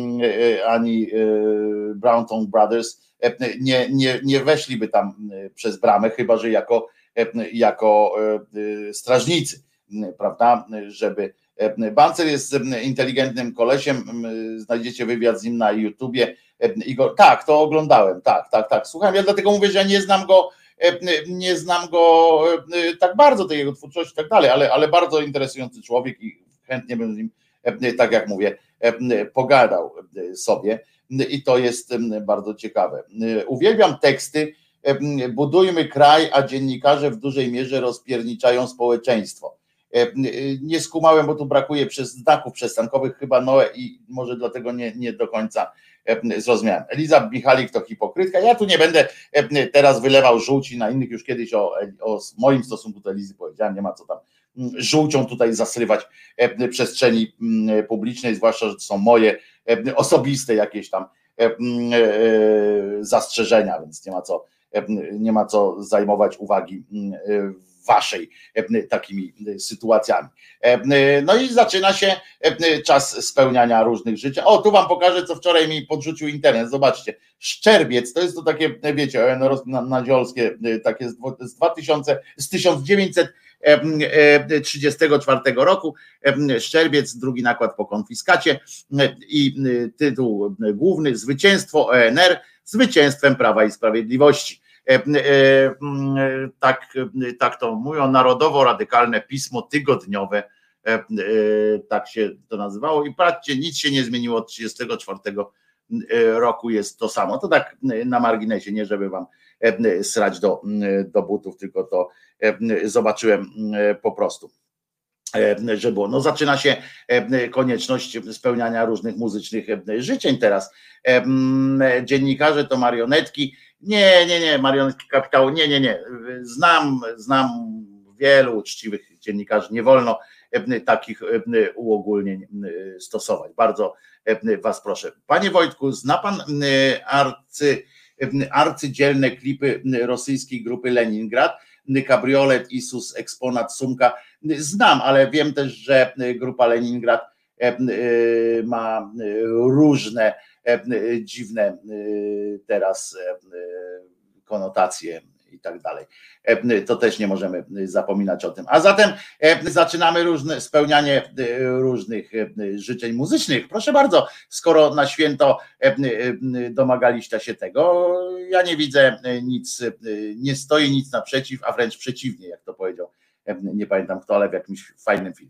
ani Brown Tongue Brothers nie, nie, nie weszliby tam przez bramę, chyba że jako jako strażnicy, prawda, żeby Bancer jest inteligentnym kolesiem, znajdziecie wywiad z nim na YouTubie i go, tak, to oglądałem, tak, tak, tak, słucham, ja dlatego mówię, że ja nie znam go, nie znam go tak bardzo, tej jego twórczości i tak dalej, ale, ale bardzo interesujący człowiek i chętnie bym z nim, tak jak mówię, pogadał sobie i to jest bardzo ciekawe. Uwielbiam teksty budujmy kraj, a dziennikarze w dużej mierze rozpierniczają społeczeństwo. Nie skumałem, bo tu brakuje przez znaków przestankowych, chyba Noe i może dlatego nie, nie do końca zrozumiałem. Eliza Michalik to hipokrytka. Ja tu nie będę teraz wylewał żółci na innych, już kiedyś o, o moim stosunku do Elizy powiedziałem, nie ma co tam żółcią tutaj zasrywać przestrzeni publicznej, zwłaszcza, że to są moje osobiste jakieś tam zastrzeżenia, więc nie ma co nie ma co zajmować uwagi waszej takimi sytuacjami. No i zaczyna się czas spełniania różnych życzeń. O, tu wam pokażę, co wczoraj mi podrzucił internet. Zobaczcie, Szczerbiec, to jest to takie, wiecie, nadziolskie, takie z dwa tysiące, z tysiąc dziewięćset trzydziestego czwartego roku. Szczerbiec, drugi nakład po konfiskacie i tytuł główny: Zwycięstwo O N R zwycięstwem Prawa i Sprawiedliwości. Tak, tak to mówią, Narodowo-Radykalne Pismo Tygodniowe, tak się to nazywało i patrzcie, nic się nie zmieniło od trzydziestego czwartego roku, jest to samo. To tak na marginesie, nie żeby wam srać do, do butów, tylko to zobaczyłem po prostu, że było. No zaczyna się konieczność spełniania różnych muzycznych życzeń teraz. Dziennikarze to marionetki. Nie, nie, nie, marionetki kapitału, nie, nie, nie. Znam, znam wielu uczciwych dziennikarzy. Nie wolno takich uogólnień stosować. Bardzo was proszę. Panie Wojtku, zna pan arcy, arcydzielne klipy rosyjskiej grupy Leningrad? Kabriolet, Isus, Eksponat, Sumka. Znam, ale wiem też, że grupa Leningrad ma różne dziwne teraz konotacje i tak dalej. To też nie możemy zapominać o tym. A zatem zaczynamy różne, spełnianie różnych życzeń muzycznych. Proszę bardzo, skoro na święto domagaliście się tego, ja nie widzę nic, nie stoi nic naprzeciw, a wręcz przeciwnie, jak to powiedział, nie pamiętam kto, ale w jakimś fajnym filmie.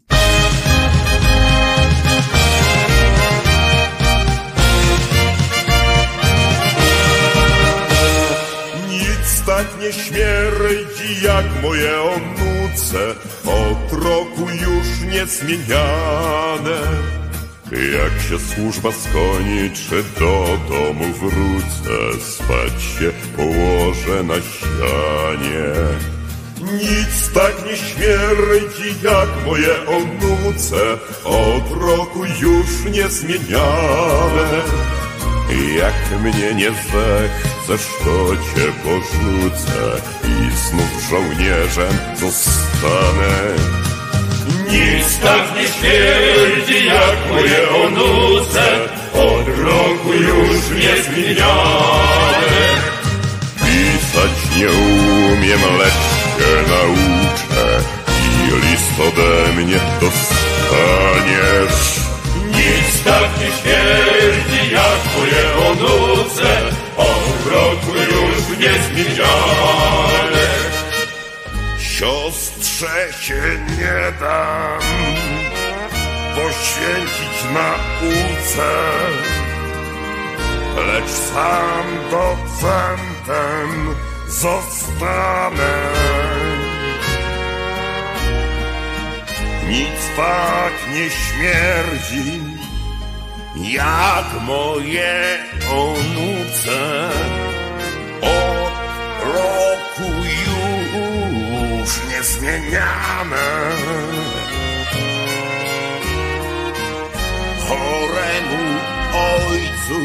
Tak nie śmierdzi jak moje onuce, od roku już niezmieniane. Jak się służba skończy, do domu wrócę, spać się położę na ścianie. Nic tak nie śmierdzi jak moje onuce, od roku już niezmieniane. Jak mnie nie zechcesz, to cię porzucę i znów żołnierzem zostanę. Nic tak nie śmierdzi jak moje onuce, od roku już niezmieniane. Pisać nie umiem, lecz się nauczę i list ode mnie dostaniesz. Nic tak nie śmierdzi jak twoje onuce, od roku już niezmieniane. Siostrze się nie dam poświęcić nauce, lecz sam docentem zostanę. Nic tak nie śmierdzi jak moje onuce, od roku już niezmieniane. Choremu ojcu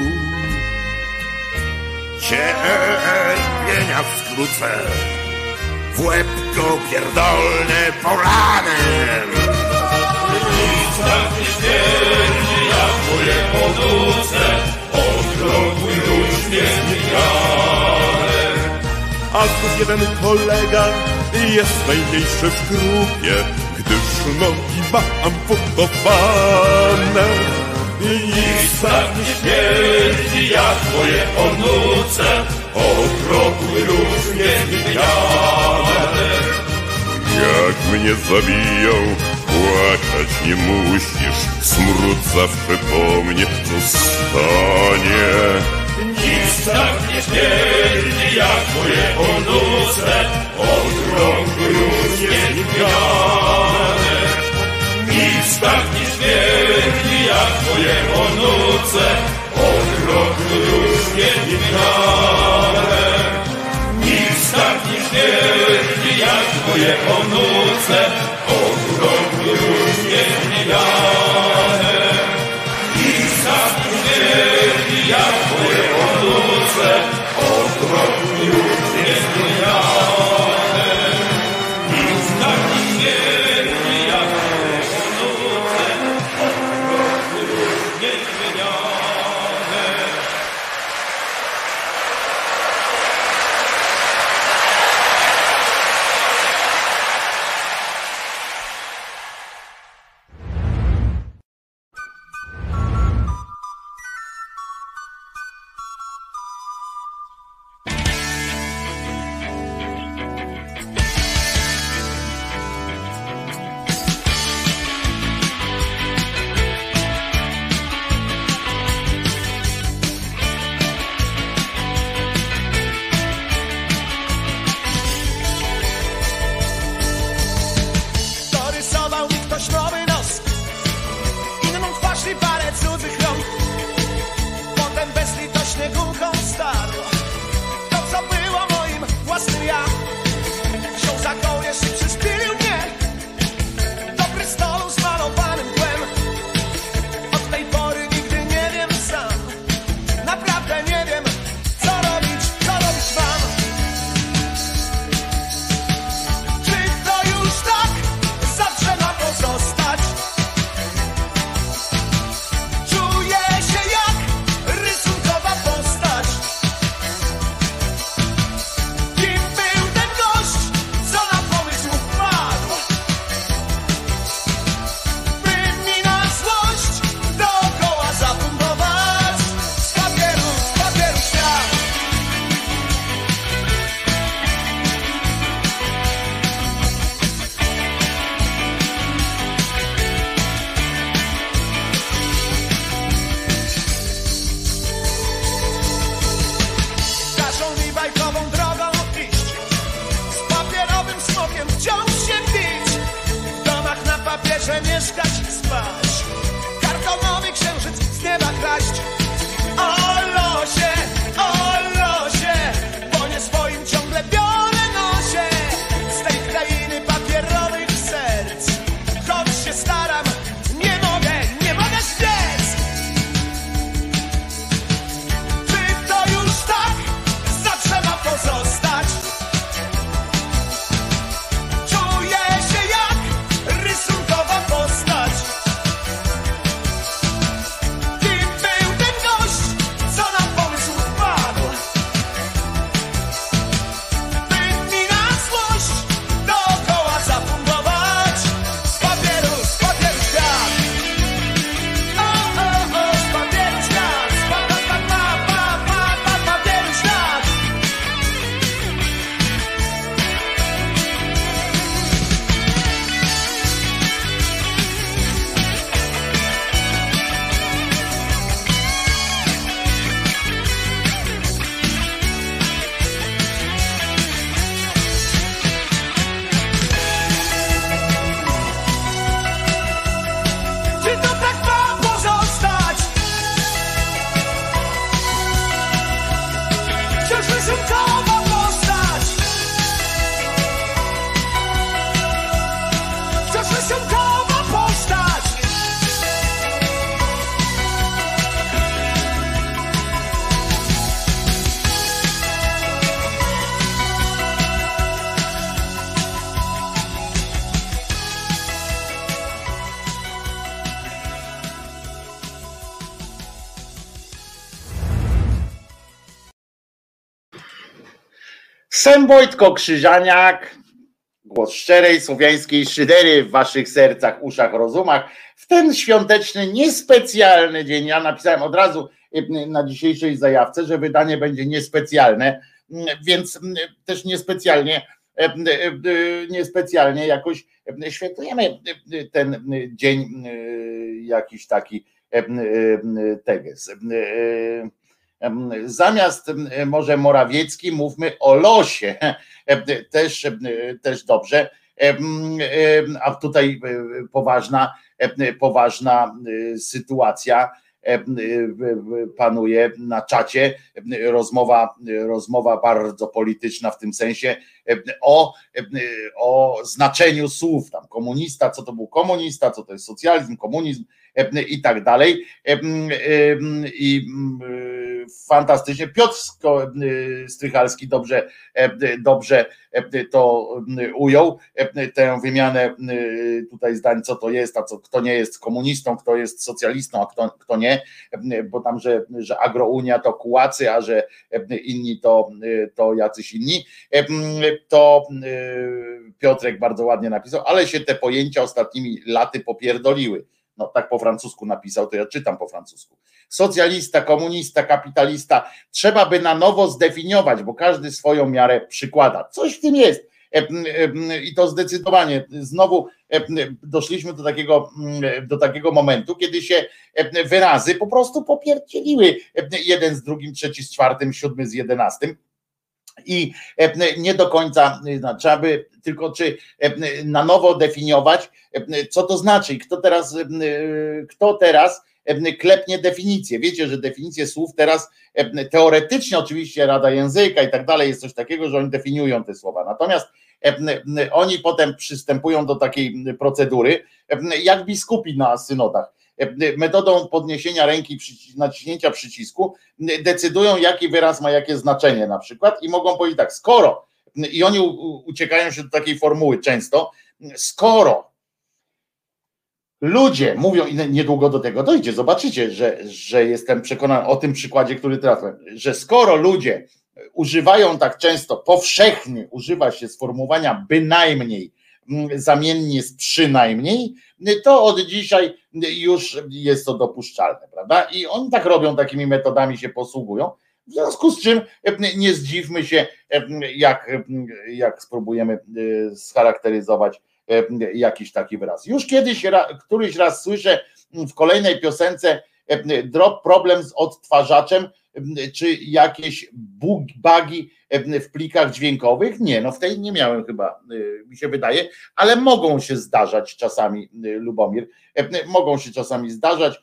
cierpienia skrócę, w łeb go pierdolnę polanem. Nic tak nie śmierdzi jak twoje onuce, od roku już niezmieniane. A tu jeden kolega jest najmniejszy w grupie, gdyż nogi ma amputowane. Nic tak nie śmierdzi jak twoje onuce, od roku już niezmieniane. Jak mnie zabiją, płakać nie musisz, smród zawsze po mnie zostanie. Nic tak nie śmierdzi jak twoje onuce, od roku już niezmieniane. Nic tak nie śmierdzi jak twoje onuce, od roku już niezmieniane. Nic tak nie śmierdzi jak twoje onuce, od roku już niezmieniane. Nic tak nie śmierdzi jak twoje onuce, od roku już niezmieniane. Nic tak nie śmierdzi jak twoje onuce, od roku już niezmieniane. Dorysował mi ktoś nowy nos, inną twarz i parę cudzych rąk. Potem bezlitośnie gumką starło to, co było moim własnym ja. Wziął za kołnierz i przyszpilił mnie do prystolu z malowanym tłem. Od tej pory nigdy nie wiem sam, naprawdę nie wiem, co robić, co robić mam. Czy to już tak zawsze ma pozostać? Czuję się jak rysunkowa postać. Kim był ten gość, co na pomysł wpadł, by mi na złość dookoła zapompować z papieru, z papieru świat. Każą mi bajkową drogą iść, z papierowym smokiem wciąż się bić, w domach na papierze mieszkać, spać, kartonowy księżyc z nieba kraść. O losie, o losie, po nie swoim ciągle biorę nosie z tej krainy papierowych serc. Choć się staram, nie mogę, nie mogę zbiec. Czy to już tak zawsze ma pozostać? Czuję się jak rysunkowa postać. Kim był ten rysunkowa postać. Wciąż rysunkowa postać. Sem Wojtko Krzyżaniak, głos szczerej słowiańskiej szydery w waszych sercach, uszach, rozumach. W ten świąteczny, niespecjalny dzień, ja napisałem od razu na dzisiejszej zajawce, że wydanie będzie niespecjalne, więc też niespecjalnie, niespecjalnie jakoś świętujemy ten dzień jakiś taki teges. Zamiast może Morawiecki mówmy o losie, też, też dobrze, a tutaj poważna, poważna sytuacja panuje na czacie, rozmowa, rozmowa bardzo polityczna w tym sensie o, o znaczeniu słów, tam komunista, co to był komunista, co to jest socjalizm, komunizm i tak dalej. I fantastycznie. Piotr Strychalski dobrze, dobrze to ujął, tę wymianę tutaj zdań, co to jest, a co, kto nie jest komunistą, kto jest socjalistą, a kto, kto nie, bo tam, że, że agrounia to kułacy, a że inni to, to jacyś inni, to Piotrek bardzo ładnie napisał, ale się te pojęcia ostatnimi laty popierdoliły. No tak po francusku napisał, to ja czytam po francusku. Socjalista, komunista, kapitalista, trzeba by na nowo zdefiniować, bo każdy swoją miarę przykłada. Coś w tym jest. I to zdecydowanie. Znowu doszliśmy do takiego, do takiego momentu, kiedy się wyrazy po prostu popierdzieliły. Jeden z drugim, trzeci z czwartym, siódmy z jedenastym. I nie do końca trzeba by tylko czy na nowo definiować, co to znaczy, kto teraz, kto teraz klepnie definicję. Wiecie, że definicje słów teraz teoretycznie oczywiście Rada Języka i tak dalej jest coś takiego, że oni definiują te słowa. Natomiast oni potem przystępują do takiej procedury, jak biskupi na synodach. Metodą podniesienia ręki, naciśnięcia przycisku decydują, jaki wyraz ma jakie znaczenie na przykład i mogą powiedzieć tak, skoro, i oni uciekają się do takiej formuły często, skoro ludzie mówią, i niedługo do tego dojdzie, zobaczycie, że, że jestem przekonany o tym przykładzie, który teraz powiem, że skoro ludzie używają tak często, powszechnie używa się sformułowania bynajmniej, zamiennie z przynajmniej, to od dzisiaj już jest to dopuszczalne, prawda? I oni tak robią, takimi metodami się posługują, w związku z czym nie zdziwmy się, jak, jak spróbujemy scharakteryzować jakiś taki wyraz. Już kiedyś, któryś raz słyszę w kolejnej piosence drop problem z odtwarzaczem, czy jakieś bugi w plikach dźwiękowych? Nie, no w tej nie miałem chyba, mi się wydaje, ale mogą się zdarzać czasami, Lubomir, mogą się czasami zdarzać,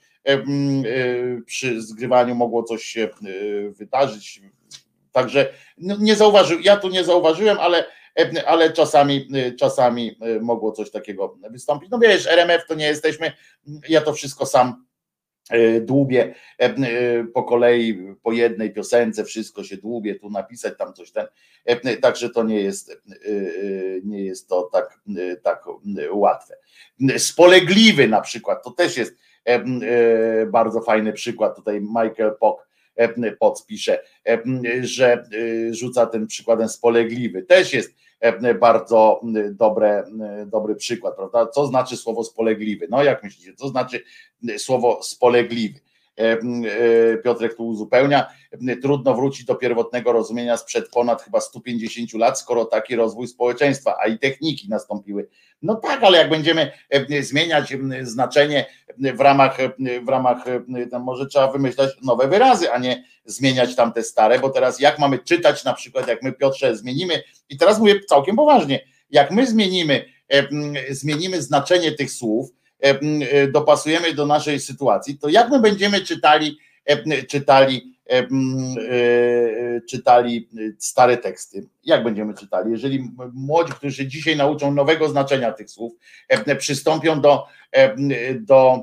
przy zgrywaniu mogło coś się wydarzyć, także nie zauważyłem, ja tu nie zauważyłem, ale ale czasami, czasami mogło coś takiego wystąpić. No wiesz, R M F to nie jesteśmy, ja to wszystko sam dłubię po kolei, po jednej piosence, wszystko się dłubię, tu napisać, tam coś ten, także to nie jest, nie jest to tak, tak łatwe. Spolegliwy na przykład, to też jest bardzo fajny przykład, tutaj Michael Pock Poc pisze, że rzuca ten przykładem spolegliwy, też jest bardzo dobre, dobry przykład, prawda? Co znaczy słowo spolegliwy? No jak myślicie, co znaczy słowo spolegliwy? Piotrek tu uzupełnia, trudno wrócić do pierwotnego rozumienia sprzed ponad chyba stu pięćdziesięciu lat, skoro taki rozwój społeczeństwa, a i techniki nastąpiły. No tak, ale jak będziemy zmieniać znaczenie w ramach, w ramach tam może trzeba wymyślać nowe wyrazy, a nie zmieniać tamte stare, bo teraz jak mamy czytać na przykład, jak my, Piotrze, zmienimy, i teraz mówię całkiem poważnie, jak my zmienimy, zmienimy znaczenie tych słów, dopasujemy do naszej sytuacji, to jak my będziemy czytali, czytali czytali stare teksty. Jak będziemy czytali? Jeżeli młodzi, którzy się dzisiaj nauczą nowego znaczenia tych słów, przystąpią do, do,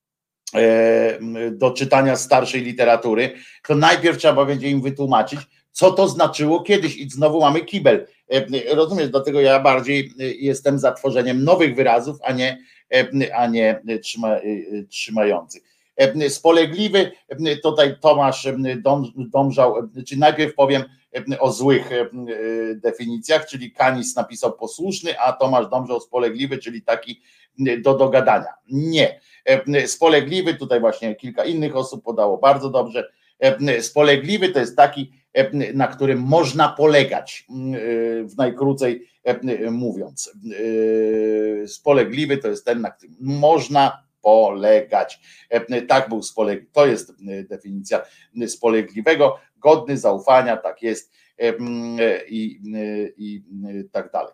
do czytania starszej literatury, to najpierw trzeba będzie im wytłumaczyć, co to znaczyło kiedyś i znowu mamy kibel. Rozumiesz, dlatego ja bardziej jestem za tworzeniem nowych wyrazów, a nie, a nie trzyma, trzymających. Spolegliwy, tutaj Tomasz Domżał, czyli najpierw powiem o złych definicjach, czyli Kanis napisał posłuszny, a Tomasz Domżał spolegliwy, czyli taki do dogadania. Nie. Spolegliwy, tutaj właśnie kilka innych osób podało bardzo dobrze. Spolegliwy to jest taki, na którym można polegać, w najkrócej mówiąc. Spolegliwy to jest ten, na którym można polegać. Tak był spolegliwy. To jest definicja spolegliwego, godny zaufania, tak jest i, i tak dalej.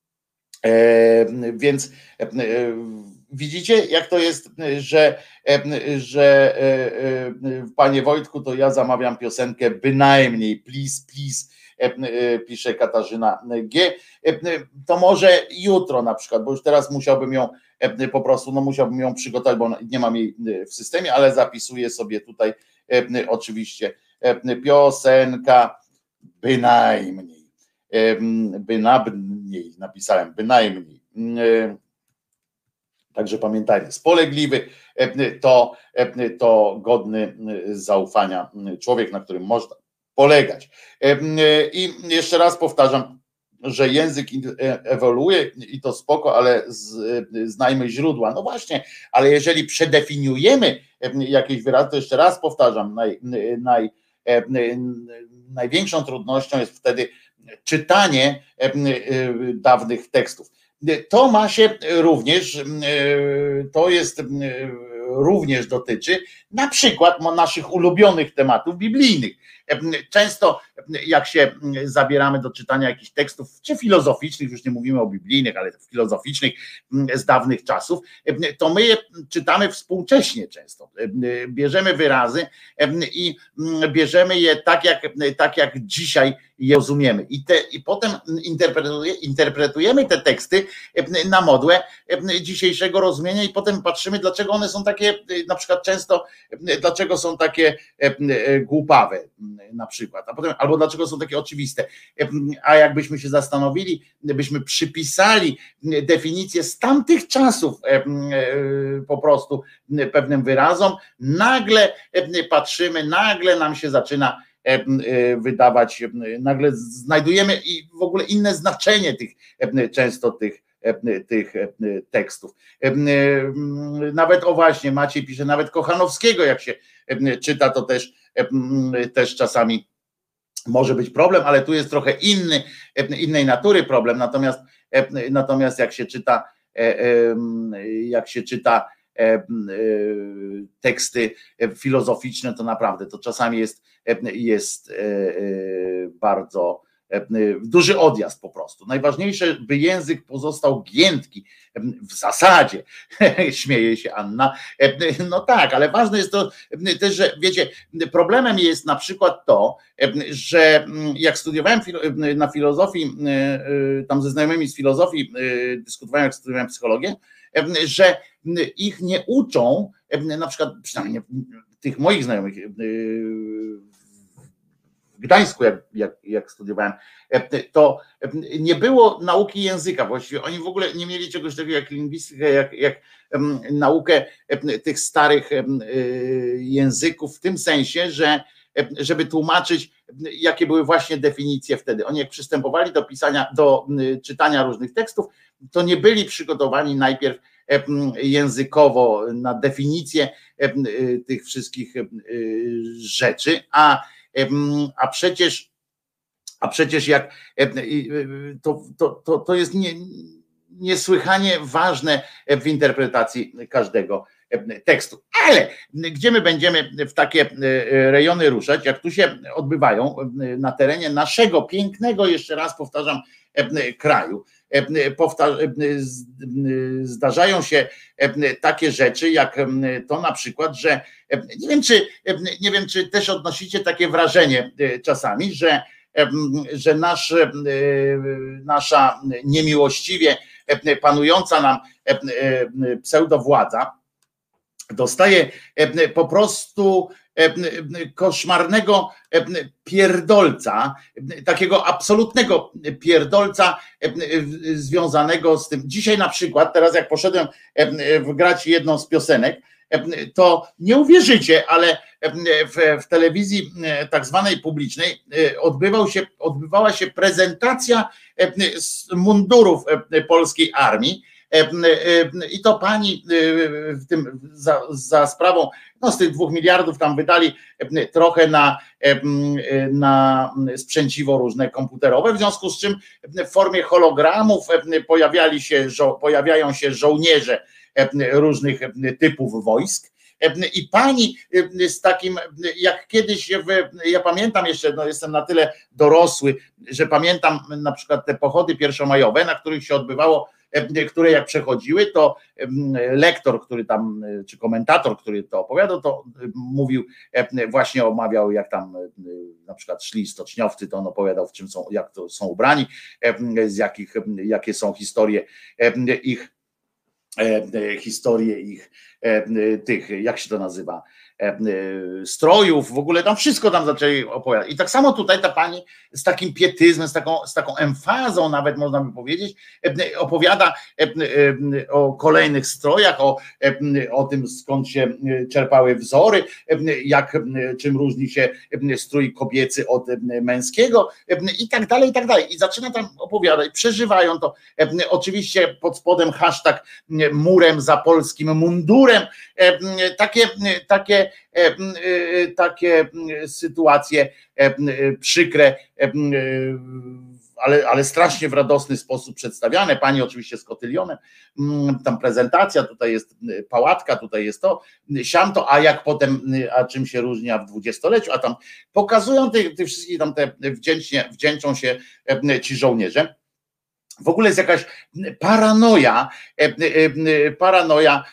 Więc widzicie, jak to jest, że, że panie Wojtku, to ja zamawiam piosenkę bynajmniej, please, please, pisze Katarzyna G. To może jutro na przykład, bo już teraz musiałbym ją po prostu, no musiałbym ją przygotować, bo nie mam jej w systemie, ale zapisuję sobie tutaj oczywiście piosenka bynajmniej, bynajmniej napisałem, bynajmniej. Także pamiętajmy, spolegliwy to, to godny zaufania człowiek, na którym można polegać. I jeszcze raz powtarzam, że język ewoluuje i to spoko, ale znajmy źródła. No właśnie, ale jeżeli przedefiniujemy jakieś wyrazy, to jeszcze raz powtarzam, naj, naj, największą trudnością jest wtedy czytanie dawnych tekstów. To ma się również, to jest również dotyczy na przykład naszych ulubionych tematów biblijnych. Często jak się zabieramy do czytania jakichś tekstów, czy filozoficznych, już nie mówimy o biblijnych, ale filozoficznych z dawnych czasów, to my je czytamy współcześnie często. Bierzemy wyrazy i bierzemy je tak, jak, tak jak dzisiaj je rozumiemy. I, te, i potem interpretujemy te teksty na modłę dzisiejszego rozumienia i potem patrzymy, dlaczego one są takie, na przykład często, dlaczego są takie głupawe na przykład, a potem, albo dlaczego są takie oczywiste. A jakbyśmy się zastanowili, byśmy przypisali definicję z tamtych czasów po prostu pewnym wyrazom, nagle patrzymy, nagle nam się zaczyna wydawać, nagle znajdujemy i w ogóle inne znaczenie tych często tych, tych tekstów. Nawet o właśnie, Maciej pisze, nawet Kochanowskiego jak się czyta, to też, też czasami może być problem, ale tu jest trochę inny, innej natury problem, natomiast, natomiast jak się czyta, jak się czyta teksty filozoficzne, to naprawdę to czasami jest, jest bardzo duży odjazd po prostu. Najważniejsze, by język pozostał giętki w zasadzie, śmieje się Anna. No tak, ale ważne jest to też, że wiecie, problemem jest na przykład to, że jak studiowałem na filozofii, tam ze znajomymi z filozofii dyskutowałem, jak studiowałem psychologię, że ich nie uczą, na przykład przynajmniej tych moich znajomych w Gdańsku, jak, jak, jak studiowałem, to nie było nauki języka, właściwie oni w ogóle nie mieli czegoś takiego jak lingwistykę, jak, jak naukę tych starych języków, w tym sensie, że żeby tłumaczyć, jakie były właśnie definicje wtedy. Oni jak przystępowali do pisania, do czytania różnych tekstów, to nie byli przygotowani najpierw językowo na definicję tych wszystkich rzeczy, a, a przecież a przecież jak to, to, to, to jest nie, niesłychanie ważne w interpretacji każdego tekstu. Ale gdzie my będziemy w takie rejony ruszać, jak tu się odbywają na terenie naszego pięknego, jeszcze raz powtarzam, kraju, zdarzają się takie rzeczy, jak to na przykład, że nie wiem, czy nie wiem, czy też odnosicie takie wrażenie czasami, że, że nasz, nasza niemiłościwie panująca nam pseudowładza dostaje po prostu koszmarnego pierdolca, takiego absolutnego pierdolca związanego z tym. Dzisiaj na przykład, teraz jak poszedłem grać jedną z piosenek, to nie uwierzycie, ale w, w telewizji tak zwanej publicznej odbywał się, odbywała się prezentacja mundurów polskiej armii. I to pani w tym za, za sprawą, no z tych dwóch miliardów tam wydali trochę na, na sprzęciwo różne komputerowe, w związku z czym w formie hologramów pojawiali się, pojawiają się żołnierze różnych typów wojsk. I pani z takim, jak kiedyś, ja pamiętam jeszcze, no jestem na tyle dorosły, że pamiętam na przykład te pochody pierwszomajowe, na których się odbywało, które jak przechodziły, to lektor, który tam, czy komentator, który to opowiadał, to mówił, właśnie omawiał, jak tam na przykład szli stoczniowcy, to on opowiadał, w czym są, jak to są ubrani, z jakich, jakie są historie ich, historie ich tych, jak się to nazywa, strojów, w ogóle tam wszystko tam zaczęli opowiadać. I tak samo tutaj ta pani z takim pietyzmem, z taką, z taką emfazą nawet można by powiedzieć, opowiada o kolejnych strojach, o, o tym skąd się czerpały wzory, jak, czym różni się strój kobiecy od męskiego i tak dalej, i tak dalej. I zaczyna tam opowiadać, przeżywają to. Oczywiście pod spodem hashtag murem za polskim mundurem. Takie, takie, takie sytuacje przykre, ale, ale strasznie w radosny sposób przedstawiane. Pani oczywiście z kotylionem, tam prezentacja, tutaj jest pałatka, tutaj jest to, siamto, a jak potem, a czym się różni w dwudziestoleciu, a tam pokazują te, te wszystkie tam te wdzięcznie, wdzięczą się ci żołnierze. W ogóle jest jakaś paranoja, paranoja,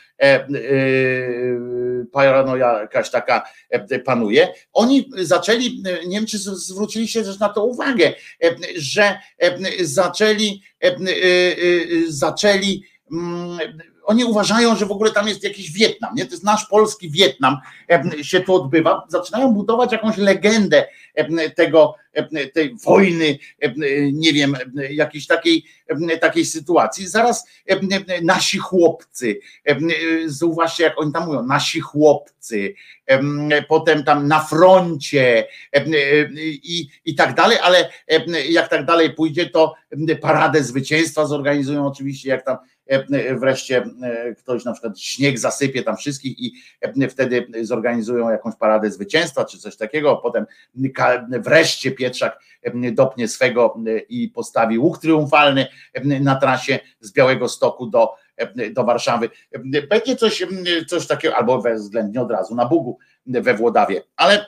paranoja jakaś taka panuje. Oni zaczęli, nie wiem, czy zwróciliście też na to uwagę, że zaczęli, zaczęli, oni uważają, że w ogóle tam jest jakiś Wietnam, nie? To jest nasz polski Wietnam, się tu odbywa. Zaczynają budować jakąś legendę tego, tej wojny, nie wiem, jakiejś takiej, takiej sytuacji. Zaraz nasi chłopcy, zauważcie, jak oni tam mówią, nasi chłopcy, potem tam na froncie i, i tak dalej, ale jak tak dalej pójdzie, to paradę zwycięstwa zorganizują oczywiście, jak tam wreszcie ktoś na przykład śnieg zasypie tam wszystkich i wtedy zorganizują jakąś paradę zwycięstwa czy coś takiego, potem wreszcie Pietrzak dopnie swego i postawi łuk triumfalny na trasie z Białegostoku do, do Warszawy. Będzie coś, coś takiego, albo względnie od razu na Bugu we Włodawie, ale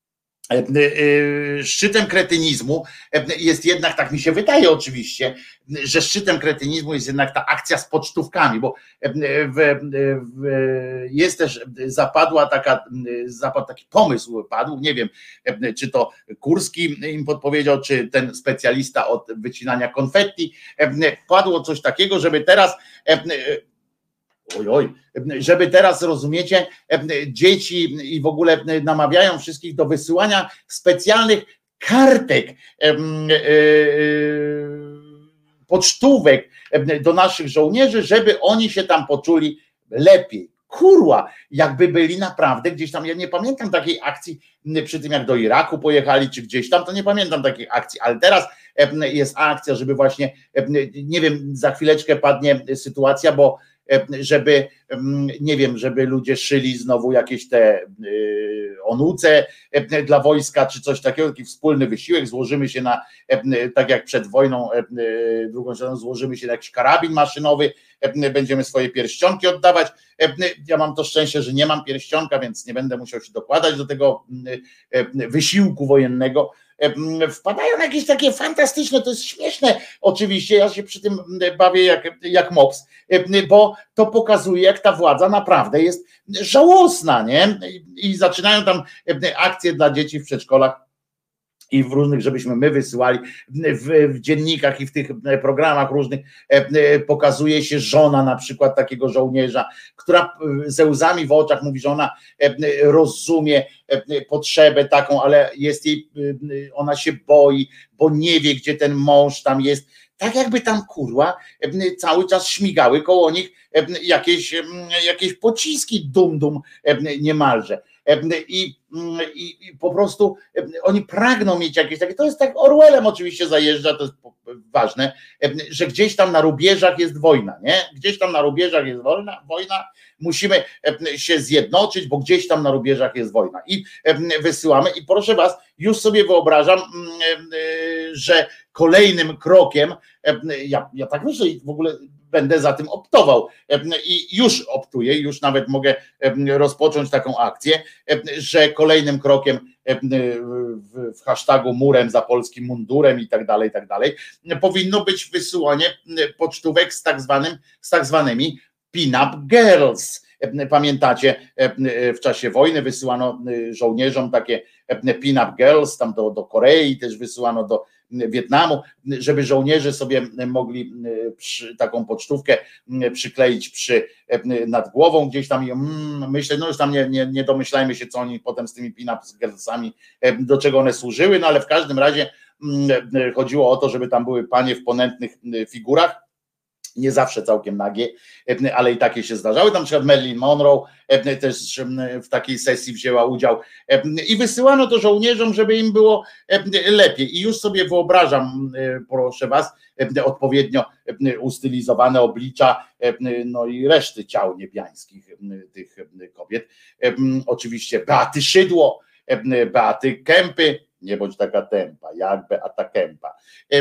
szczytem kretynizmu jest jednak, tak mi się wydaje oczywiście, że szczytem kretynizmu jest jednak ta akcja z pocztówkami, bo w, w, jest też, zapadła taka, zapadł taki pomysł, padł, nie wiem, czy to Kurski im podpowiedział, czy ten specjalista od wycinania konfetti, padło coś takiego, żeby teraz Oj, oj, żeby teraz, rozumiecie, dzieci i w ogóle namawiają wszystkich do wysyłania specjalnych kartek, pocztówek do naszych żołnierzy, żeby oni się tam poczuli lepiej. Kurwa, jakby byli naprawdę gdzieś tam, ja nie pamiętam takiej akcji przy tym, jak do Iraku pojechali, czy gdzieś tam, to nie pamiętam takiej akcji, ale teraz jest akcja, żeby właśnie, nie wiem, za chwileczkę padnie sytuacja, bo żeby, nie wiem, żeby ludzie szyli znowu jakieś te onuce dla wojska, czy coś takiego, taki wspólny wysiłek, złożymy się na, tak jak przed wojną drugą stroną, złożymy się na jakiś karabin maszynowy, będziemy swoje pierścionki oddawać. Ja mam to szczęście, że nie mam pierścionka, więc nie będę musiał się dokładać do tego wysiłku wojennego, wpadają na jakieś takie fantastyczne, to jest śmieszne oczywiście, ja się przy tym bawię jak, jak mops, bo to pokazuje, jak ta władza naprawdę jest żałosna, nie? I zaczynają tam akcje dla dzieci w przedszkolach i w różnych, żebyśmy my wysyłali, w, w dziennikach i w tych programach różnych pokazuje się żona na przykład takiego żołnierza, która ze łzami w oczach mówi, że ona rozumie potrzebę taką, ale jest jej, ona się boi, bo nie wie, gdzie ten mąż tam jest. Tak jakby tam kurwa cały czas śmigały koło nich jakieś, jakieś pociski dum-dum niemalże. I, i, I po prostu oni pragną mieć jakieś takie, to jest tak Orwellem oczywiście zajeżdża, to jest ważne, że gdzieś tam na rubieżach jest wojna, nie? Gdzieś tam na rubieżach jest wojna, wojna, musimy się zjednoczyć, bo gdzieś tam na rubieżach jest wojna i wysyłamy i proszę was, już sobie wyobrażam, że kolejnym krokiem, ja, ja tak myślę i w ogóle będę za tym optował i już optuję, już nawet mogę rozpocząć taką akcję, że kolejnym krokiem w hashtagu murem za polskim mundurem i tak dalej, i tak dalej, powinno być wysyłanie pocztówek z tak zwanym, z tak zwanymi pin-up girls. Pamiętacie, w czasie wojny wysyłano żołnierzom takie pin-up girls, tam do, do Korei też wysyłano, do Wietnamu, żeby żołnierze sobie mogli przy, taką pocztówkę przykleić przy, nad głową gdzieś tam i mm, myślę, no już tam nie, nie, nie domyślajmy się, co oni potem z tymi pin-up girlsami, do czego one służyły, no ale w każdym razie mm, chodziło o to, żeby tam były panie w ponętnych figurach, nie zawsze całkiem nagie, ale i takie się zdarzały. Tam na przykład Marilyn Monroe też w takiej sesji wzięła udział i wysyłano to żołnierzom, żeby im było lepiej. I już sobie wyobrażam, proszę was, odpowiednio ustylizowane oblicza, no i reszty ciał niebiańskich tych kobiet. Oczywiście Beaty Szydło, Beaty Kępy, nie bądź taka tempa, jak Beata Kępa,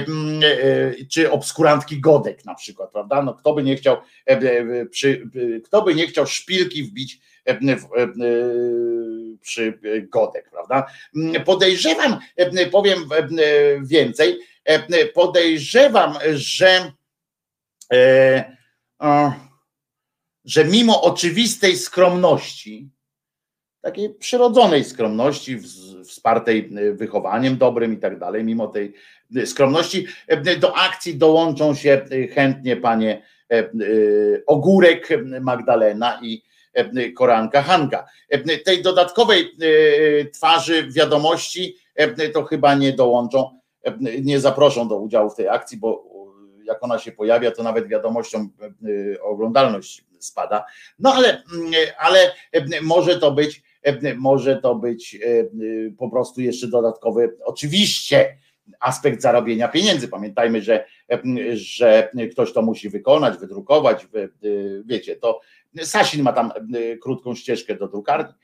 czy obskurantki Godek na przykład, prawda? No kto by nie chciał, przy, kto by nie chciał szpilki wbić przy Godek, prawda? Podejrzewam, powiem więcej, podejrzewam, że że mimo oczywistej skromności, takiej przyrodzonej skromności, wspartej wychowaniem dobrym i tak dalej, mimo tej skromności, do akcji dołączą się chętnie panie Ogórek Magdalena i Koranka Hanka. Tej dodatkowej twarzy wiadomości to chyba nie dołączą, nie zaproszą do udziału w tej akcji, bo jak ona się pojawia, to nawet wiadomością oglądalność spada. No ale, ale może to być może to być po prostu jeszcze dodatkowy, oczywiście, aspekt zarobienia pieniędzy. Pamiętajmy, że, że ktoś to musi wykonać, wydrukować, wiecie, to Sasin ma tam krótką ścieżkę do drukarni,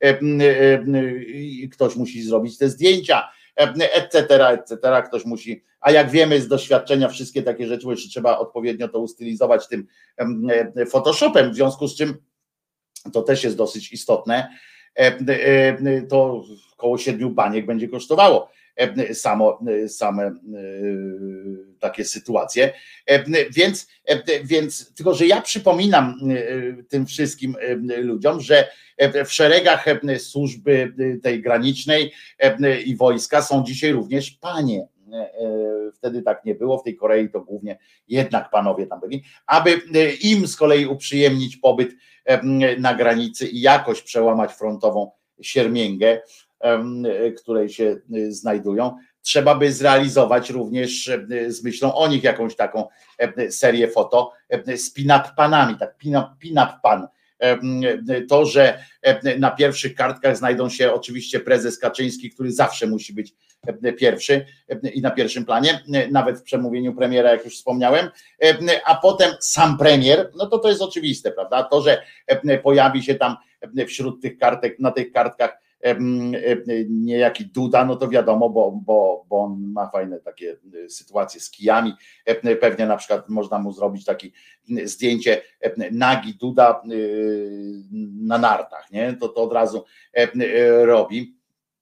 ktoś musi zrobić te zdjęcia, et cetera, et cetera, ktoś musi, a jak wiemy z doświadczenia wszystkie takie rzeczy, jeszcze trzeba odpowiednio to ustylizować tym Photoshopem, w związku z czym to też jest dosyć istotne, to około siedmiu baniek będzie kosztowało samo, same takie sytuacje, więc, więc tylko, że ja przypominam tym wszystkim ludziom, że w szeregach służby tej granicznej i wojska są dzisiaj również panie. Wtedy tak nie było, w tej Korei to głównie jednak panowie tam byli, aby im z kolei uprzyjemnić pobyt na granicy i jakoś przełamać frontową siermięgę, której się znajdują, trzeba by zrealizować również z myślą o nich jakąś taką serię foto z pin-up panami, tak pin-up, pin-up pan. To, że na pierwszych kartkach znajdą się oczywiście prezes Kaczyński, który zawsze musi być pierwszy i na pierwszym planie, nawet w przemówieniu premiera, jak już wspomniałem, a potem sam premier, no to to jest oczywiste, prawda? To, że pojawi się tam wśród tych kartek, na tych kartkach niejaki Duda, no to wiadomo, bo, bo, bo on ma fajne takie sytuacje z kijami, pewnie na przykład można mu zrobić takie zdjęcie nagi Duda na nartach, nie? To to od razu robi.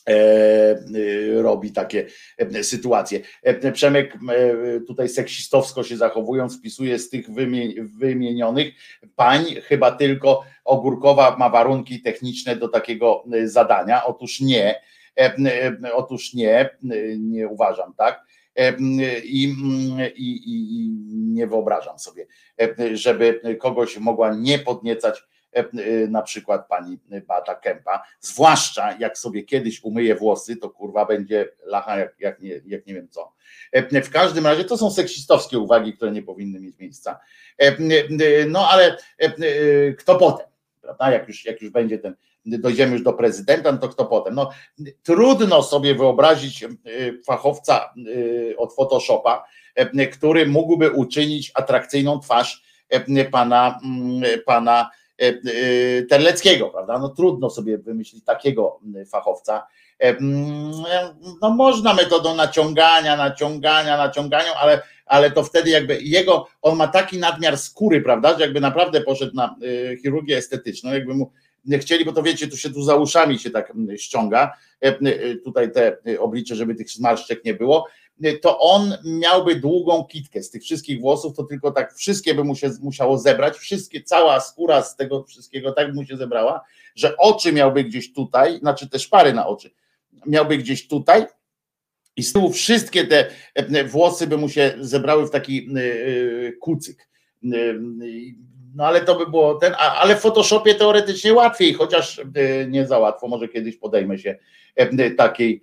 robi takie sytuacje. Przemek tutaj seksistowsko się zachowując wpisuje z tych wymienionych pań, chyba tylko Ogórkowa ma warunki techniczne do takiego zadania. Otóż nie, otóż nie, nie uważam tak. I, i, i nie wyobrażam sobie, żeby kogoś mogła nie podniecać na przykład pani Beata Kempa, zwłaszcza jak sobie kiedyś umyje włosy, to kurwa będzie lacha jak, jak, nie, jak nie wiem co. W każdym razie to są seksistowskie uwagi, które nie powinny mieć miejsca. No ale kto potem, prawda? Jak już, jak już będzie ten, dojdziemy już do prezydenta, no to kto potem? No, trudno sobie wyobrazić fachowca od Photoshopa, który mógłby uczynić atrakcyjną twarz pana, pana Terleckiego, prawda? No trudno sobie wymyślić takiego fachowca. No można metodą naciągania, naciągania, naciągania, ale, ale to wtedy jakby jego, on ma taki nadmiar skóry, prawda, że jakby naprawdę poszedł na chirurgię estetyczną, jakby mu nie chcieli, bo to wiecie, tu się tu za uszami się tak ściąga, tutaj te oblicze, żeby tych zmarszczek nie było, to on miałby długą kitkę z tych wszystkich włosów, to tylko tak wszystkie by mu się musiało zebrać, wszystkie, cała skóra z tego wszystkiego tak by mu się zebrała, że oczy miałby gdzieś tutaj, znaczy te szpary na oczy, miałby gdzieś tutaj i z tyłu wszystkie te włosy by mu się zebrały w taki kucyk. No ale to by było ten, ale w Photoshopie teoretycznie łatwiej, chociaż nie za łatwo, może kiedyś podejmę się takiej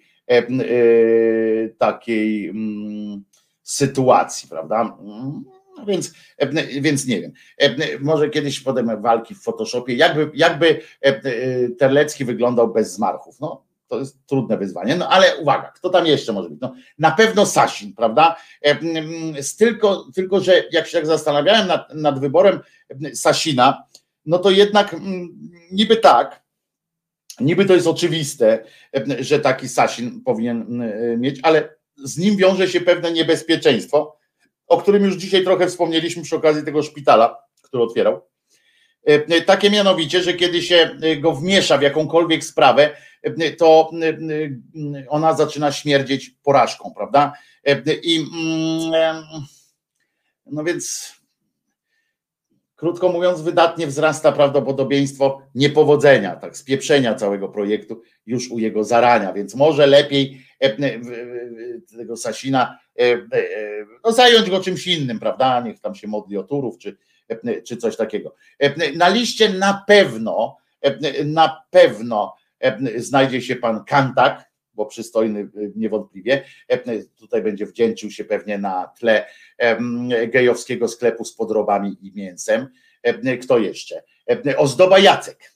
takiej sytuacji, prawda? Więc, więc nie wiem, może kiedyś podejmę walki w Photoshopie, jakby, jakby Terlecki wyglądał bez zmarchów, no to jest trudne wyzwanie, no ale uwaga, kto tam jeszcze może być? No, na pewno Sasin, prawda? Tylko, tylko, że jak się tak zastanawiałem nad, nad wyborem Sasina, no to jednak niby tak, niby to jest oczywiste, że taki Sasin powinien mieć, ale z nim wiąże się pewne niebezpieczeństwo, o którym już dzisiaj trochę wspomnieliśmy przy okazji tego szpitala, który otwierał. Takie mianowicie, że kiedy się go wmiesza w jakąkolwiek sprawę, to ona zaczyna śmierdzieć porażką, prawda? I no więc krótko mówiąc, wydatnie wzrasta prawdopodobieństwo niepowodzenia, tak, spieprzenia całego projektu już u jego zarania, więc może lepiej tego Sasina no, zająć go czymś innym, prawda? Niech tam się modli o Turów, czy, czy coś takiego. Na liście na pewno, na pewno znajdzie się pan Kantak, bo przystojny niewątpliwie, tutaj będzie wdzięczył się pewnie na tle gejowskiego sklepu z podrobami i mięsem. Kto jeszcze? Ozdoba Jacek.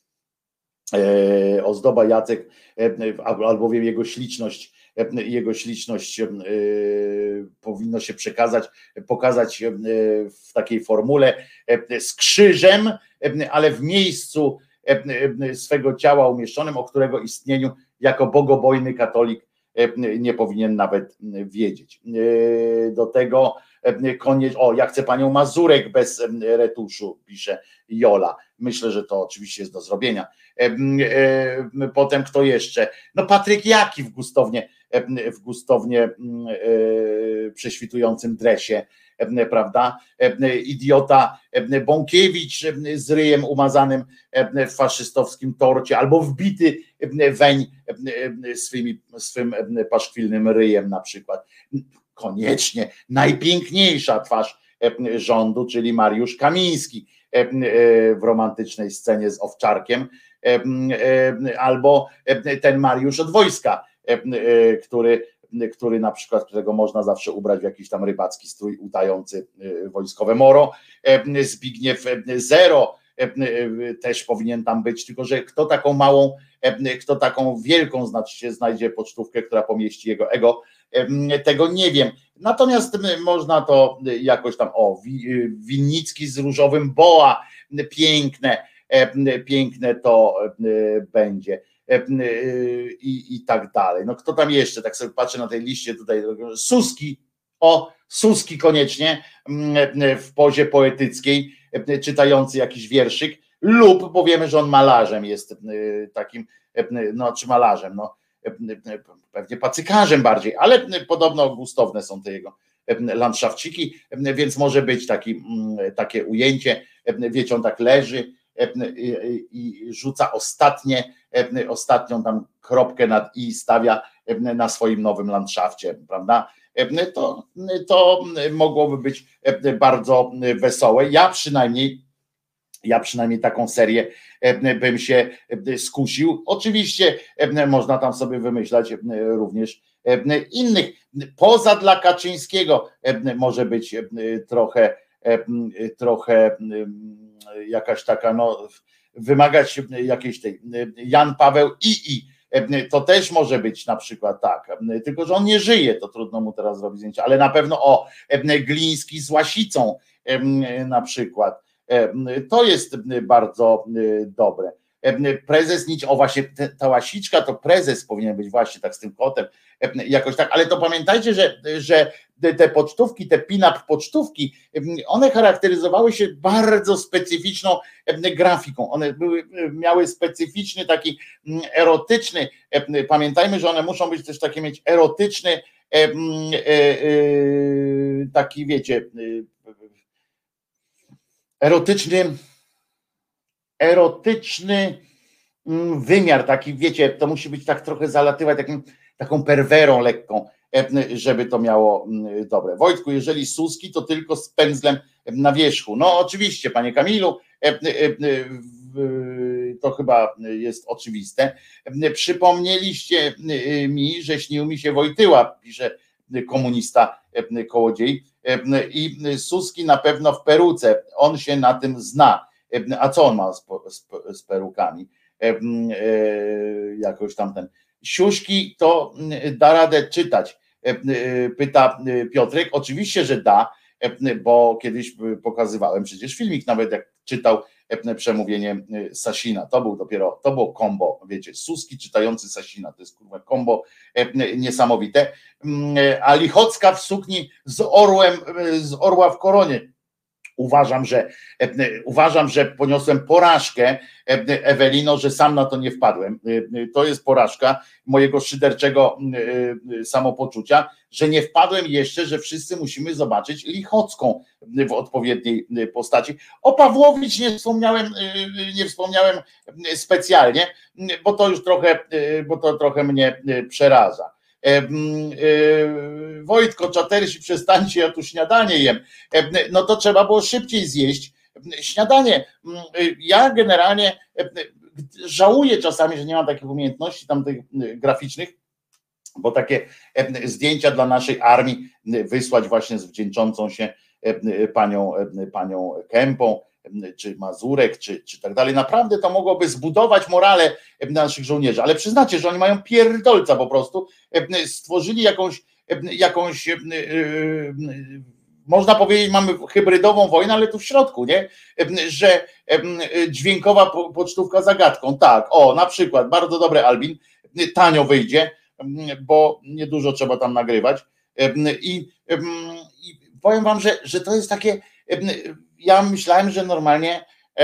Ozdoba Jacek, albowiem jego śliczność, jego śliczność powinno się przekazać, pokazać w takiej formule z krzyżem, ale w miejscu swego ciała umieszczonym, o którego istnieniu jako bogobojny katolik nie powinien nawet wiedzieć. Do tego koniec, o, ja chcę panią Mazurek bez retuszu, pisze Jola. Myślę, że to oczywiście jest do zrobienia. Potem kto jeszcze? No Patryk Jaki w gustownie, w gustownie prześwitującym dresie, prawda? Idiota Bąkiewicz z ryjem umazanym w faszystowskim torcie, albo wbity weń swymi, swym paszkwilnym ryjem na przykład. Koniecznie najpiękniejsza twarz rządu, czyli Mariusz Kamiński w romantycznej scenie z Owczarkiem, albo ten Mariusz od wojska, który, który na przykład, którego można zawsze ubrać w jakiś tam rybacki strój udający wojskowe moro. Zbigniew Zero też powinien tam być, tylko że kto taką małą, kto taką wielką znaczy się znajdzie pocztówkę, która pomieści jego ego, tego nie wiem. Natomiast można to jakoś tam, o, Winnicki z różowym boa, piękne, piękne to będzie. I, i tak dalej. No kto tam jeszcze, tak sobie patrzę na tej liście tutaj, Suski, o, Suski koniecznie w pozie poetyckiej, czytający jakiś wierszyk, lub powiemy, że on malarzem jest takim, no czy malarzem, no pewnie pacykarzem bardziej, ale podobno gustowne są te jego landszafciki, więc może być taki, takie ujęcie, wiecie, on tak leży i rzuca ostatnie, ostatnią tam kropkę nad i stawia na swoim nowym landszafcie, prawda? To, to mogłoby być bardzo wesołe. Ja przynajmniej, ja przynajmniej taką serię bym się skusił. Oczywiście można tam sobie wymyślać również innych. Poza dla Kaczyńskiego może być trochę, trochę jakaś taka, no, wymagać jakiejś tej Jan Paweł I. To też może być na przykład tak, tylko że on nie żyje, to trudno mu teraz zrobić zdjęcia, ale na pewno o Gliński z Łasicą na przykład. To jest bardzo dobre. Prezes nic, o właśnie ta Łasiczka to prezes powinien być właśnie tak z tym kotem, jakoś tak, ale to pamiętajcie, że, że te pocztówki, te pin-up pocztówki, one charakteryzowały się bardzo specyficzną grafiką, one były, miały specyficzny taki erotyczny, pamiętajmy, że one muszą być też takie mieć erotyczny taki, wiecie, erotyczny erotyczny wymiar, taki, wiecie, to musi być tak trochę zalatywać takim, taką perwerą lekką, żeby to miało dobre. Wojtku, jeżeli Suski, to tylko z pędzlem na wierzchu. No oczywiście, panie Kamilu, to chyba jest oczywiste. Przypomnieliście mi, że śnił mi się Wojtyła, pisze komunista kołodziej, i Suski na pewno w peruce, on się na tym zna. A co on ma z, z, z perukami? Jakoś tamten. Siuśki to da radę czytać, pyta Piotrek. Oczywiście, że da, bo kiedyś pokazywałem przecież filmik, nawet jak czytał przemówienie Sasina. To był dopiero, to było kombo, wiecie, Suski czytający Sasina, to jest kurwa kombo niesamowite. A Lichocka w sukni z orłem, z orła w koronie. Uważam, że uważam, że poniosłem porażkę, Ewelino, że sam na to nie wpadłem. To jest porażka mojego szyderczego samopoczucia, że nie wpadłem jeszcze, że wszyscy musimy zobaczyć Lichocką w odpowiedniej postaci. O Pawłowicz nie wspomniałem, nie wspomniałem specjalnie, bo to już trochę, bo to trochę mnie przeraża. Wojtko, czatersi, przestańcie, ja tu śniadanie jem. No to trzeba było szybciej zjeść śniadanie. Ja generalnie żałuję czasami, że nie mam takich umiejętności tam tych graficznych, bo takie zdjęcia dla naszej armii wysłać właśnie z wdzięczącą się panią, panią Kępą, czy Mazurek, czy, czy tak dalej. Naprawdę to mogłoby zbudować morale naszych żołnierzy, ale przyznacie, że oni mają pierdolca po prostu, stworzyli jakąś, jakąś można powiedzieć, mamy hybrydową wojnę, ale tu w środku, nie? Że dźwiękowa pocztówka zagadką, tak, o, na przykład, bardzo dobre, Albin, tanio wyjdzie, bo niedużo trzeba tam nagrywać i, i powiem wam, że, że to jest takie, ja myślałem, że normalnie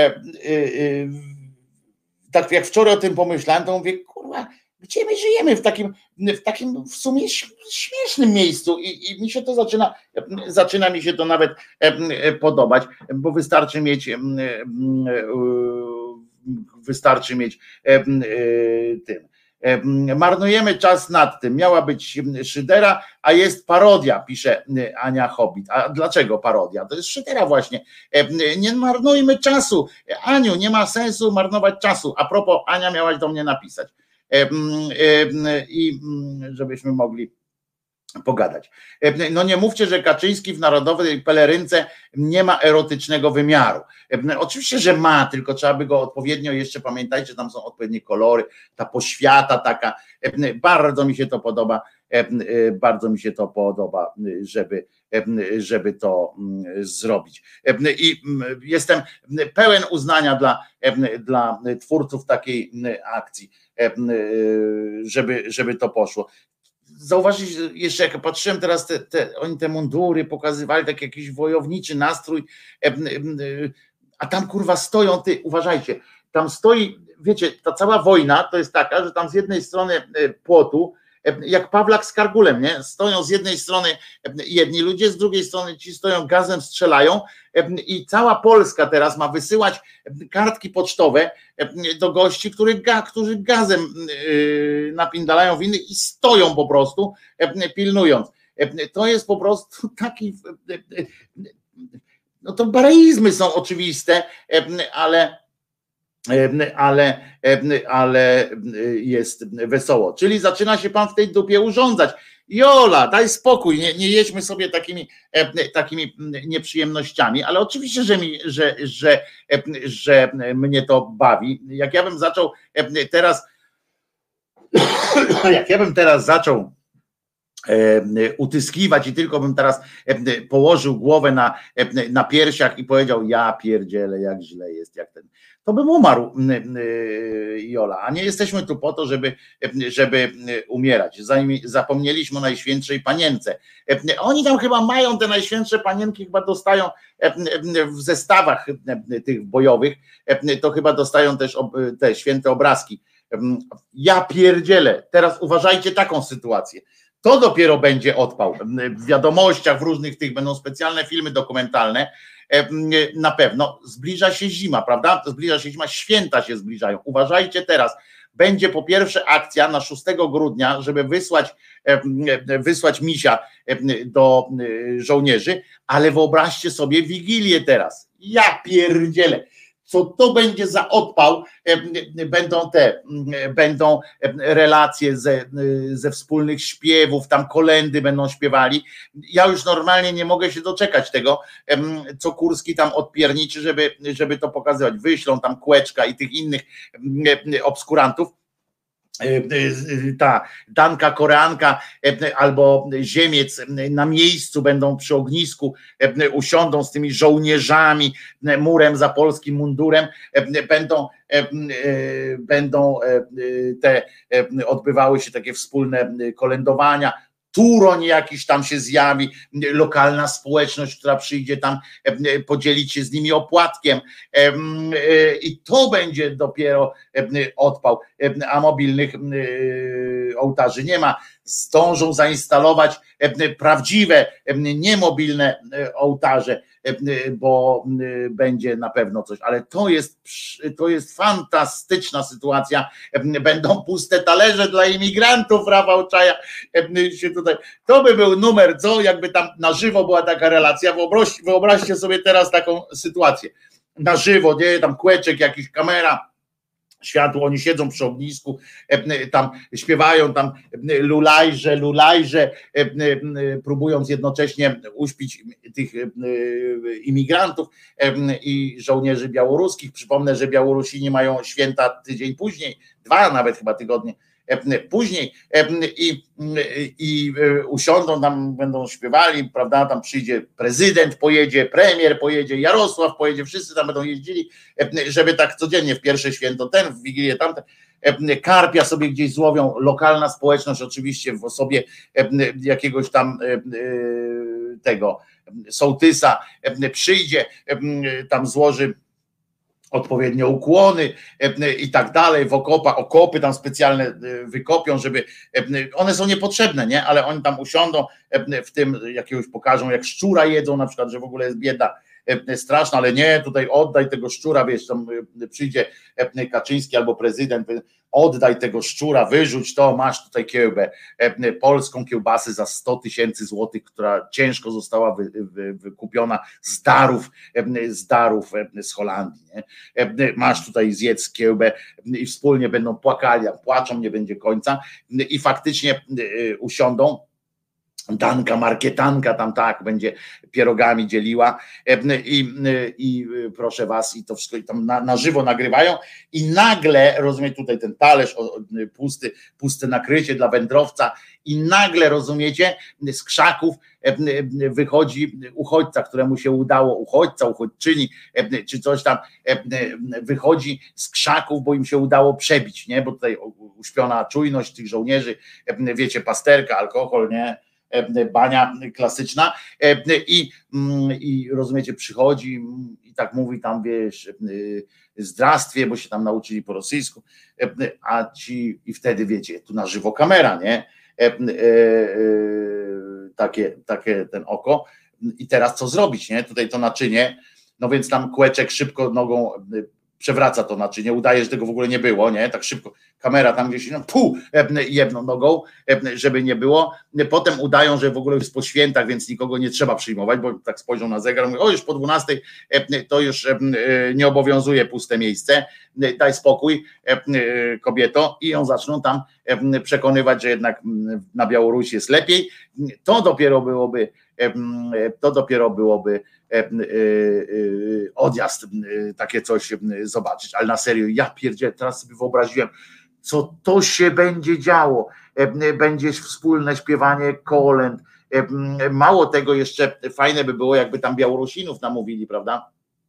tak jak wczoraj o tym pomyślałem, to mówię, kurwa, gdzie my żyjemy w takim, w takim w sumie śmiesznym miejscu i, i mi się to zaczyna, zaczyna mi się to nawet podobać, bo wystarczy mieć wystarczy mieć tym. Marnujemy czas nad tym. Miała być szydera, a jest parodia, pisze Ania Hobbit. A dlaczego parodia? To jest szydera właśnie. Nie marnujmy czasu. Aniu, nie ma sensu marnować czasu. A propos, Ania miałaś do mnie napisać. I żebyśmy mogli pogadać. No nie mówcie, że Kaczyński w narodowej pelerynce nie ma erotycznego wymiaru. Oczywiście, że ma, tylko trzeba by go odpowiednio, jeszcze pamiętajcie, tam są odpowiednie kolory, ta poświata taka, bardzo mi się to podoba, bardzo mi się to podoba, żeby, żeby to zrobić. I jestem pełen uznania dla, dla twórców takiej akcji, żeby, żeby to poszło. Zauważyć jeszcze, jak patrzyłem teraz, te, te, oni te mundury pokazywali, tak jakiś wojowniczy nastrój. a tam kurwa stoją, ty, uważajcie, tam stoi, wiecie, ta cała wojna to jest taka, że tam z jednej strony płotu, jak Pawlak z Kargulem, nie? Stoją z jednej strony jedni ludzie, z drugiej strony ci stoją, gazem strzelają i cała Polska teraz ma wysyłać kartki pocztowe do gości, którzy, którzy gazem napindalają winy i stoją po prostu pilnując. To jest po prostu taki, no to bareizmy są oczywiste, ale ale, ale jest wesoło. Czyli zaczyna się pan w tej dupie urządzać. Jola, daj spokój, nie, nie jedźmy sobie takimi, takimi nieprzyjemnościami, ale oczywiście, że, mi, że, że, że mnie to bawi. Jak ja bym zaczął teraz, jak ja bym teraz zaczął utyskiwać i tylko bym teraz położył głowę na, na piersiach i powiedział, ja pierdzielę, jak źle jest, jak ten, to bym umarł, Jola, a nie jesteśmy tu po to, żeby, żeby umierać. Zapomnieliśmy o Najświętszej Panience. Oni tam chyba mają te Najświętsze Panienki, chyba dostają w zestawach tych bojowych, to chyba dostają też te święte obrazki. Ja pierdzielę, teraz uważajcie taką sytuację. To dopiero będzie odpał. W wiadomościach, w różnych tych będą specjalne filmy dokumentalne. Na pewno zbliża się zima, prawda? Zbliża się zima, święta się zbliżają. Uważajcie teraz. Będzie po pierwsze akcja na szóstego grudnia, żeby wysłać, wysłać misia do żołnierzy, ale wyobraźcie sobie Wigilię teraz. Ja pierdzielę. Co to będzie za odpał, będą te, będą relacje ze, ze wspólnych śpiewów, tam kolędy będą śpiewali. Ja już normalnie nie mogę się doczekać tego, co Kurski tam odpierniczy, żeby, żeby to pokazywać. Wyślą tam Kłeczka i tych innych obskurantów. Ta Danka Koreanka albo Ziemiec na miejscu będą przy ognisku, usiądą z tymi żołnierzami, murem za polskim mundurem, będą, będą te odbywały się takie wspólne kolędowania. Turoń jakiś tam się zjawi, lokalna społeczność, która przyjdzie tam podzielić się z nimi opłatkiem i to będzie dopiero odpał, a mobilnych ołtarzy nie ma. Zdążą zainstalować prawdziwe, niemobilne ołtarze, bo będzie na pewno coś, ale to jest, to jest fantastyczna sytuacja. Będą puste talerze dla imigrantów, Rafał Czaja się tutaj, to by był numer, co jakby tam na żywo była taka relacja. Wyobraź, wyobraźcie sobie teraz taką sytuację na żywo, nie, tam Kłeczek, jakiś kamera, światło, oni siedzą przy ognisku, tam śpiewają tam lulajże, lulajże, próbując jednocześnie uśpić tych imigrantów i żołnierzy białoruskich. Przypomnę, że Białorusini mają święta tydzień później, dwa nawet chyba tygodnie później i, i usiądą tam, będą śpiewali, prawda, tam przyjdzie prezydent, pojedzie, premier pojedzie, Jarosław pojedzie, wszyscy tam będą jeździli, żeby tak codziennie w pierwsze święto ten, w Wigilię tamten, karpia sobie gdzieś złowią, lokalna społeczność oczywiście w osobie jakiegoś tam tego sołtysa przyjdzie, tam złoży odpowiednio ukłony i tak dalej, w okopa, okopy tam specjalne wykopią, żeby, one są niepotrzebne, nie, ale oni tam usiądą, w tym jakiegoś pokażą, jak szczura jedzą na przykład, że w ogóle jest bieda straszna, ale nie, tutaj oddaj tego szczura, wiesz, tam przyjdzie Kaczyński albo prezydent, oddaj tego szczura, wyrzuć to, masz tutaj kiełbę, polską kiełbasę za sto tysięcy złotych, która ciężko została wy, wy, wykupiona z darów, z darów z Holandii, nie? Masz tutaj zjedz kiełbę i wspólnie będą płakali, płaczą, nie będzie końca i faktycznie usiądą. Danka, markietanka tam tak będzie pierogami dzieliła i, i proszę was, i to wszystko i tam na, na żywo nagrywają i nagle, rozumiem, tutaj ten talerz pusty, puste nakrycie dla wędrowca i nagle, rozumiecie, z krzaków wychodzi uchodźca, któremu się udało, uchodźca, uchodźczyni, czy coś tam, wychodzi z krzaków, bo im się udało przebić, nie, bo tutaj uśpiona czujność tych żołnierzy, wiecie, pasterka, alkohol, nie, bania klasyczna i, i rozumiecie, przychodzi i tak mówi tam, wiesz, zdrastwie, bo się tam nauczyli po rosyjsku, a ci i wtedy wiecie, tu na żywo kamera, nie? Takie, takie ten oko i teraz co zrobić, nie? Tutaj to naczynie, no więc tam Kłeczek szybko nogą przewraca to naczynie, udaje, że tego w ogóle nie było, nie? Tak szybko, kamera tam gdzieś, no pół, jedną nogą, żeby nie było. Potem udają, że w ogóle już jest po świętach, więc nikogo nie trzeba przyjmować, bo tak spojrzą na zegar, mówią, o już po dwunastej to już nie obowiązuje puste miejsce, daj spokój, kobieto, i ją zaczną tam przekonywać, że jednak na Białorusi jest lepiej. To dopiero byłoby to dopiero byłoby odjazd, takie coś zobaczyć, ale na serio, ja pierdzielę, teraz sobie wyobraziłem, co to się będzie działo, będzie wspólne śpiewanie kolęd, mało tego, jeszcze fajne by było, jakby tam Białorusinów namówili, prawda,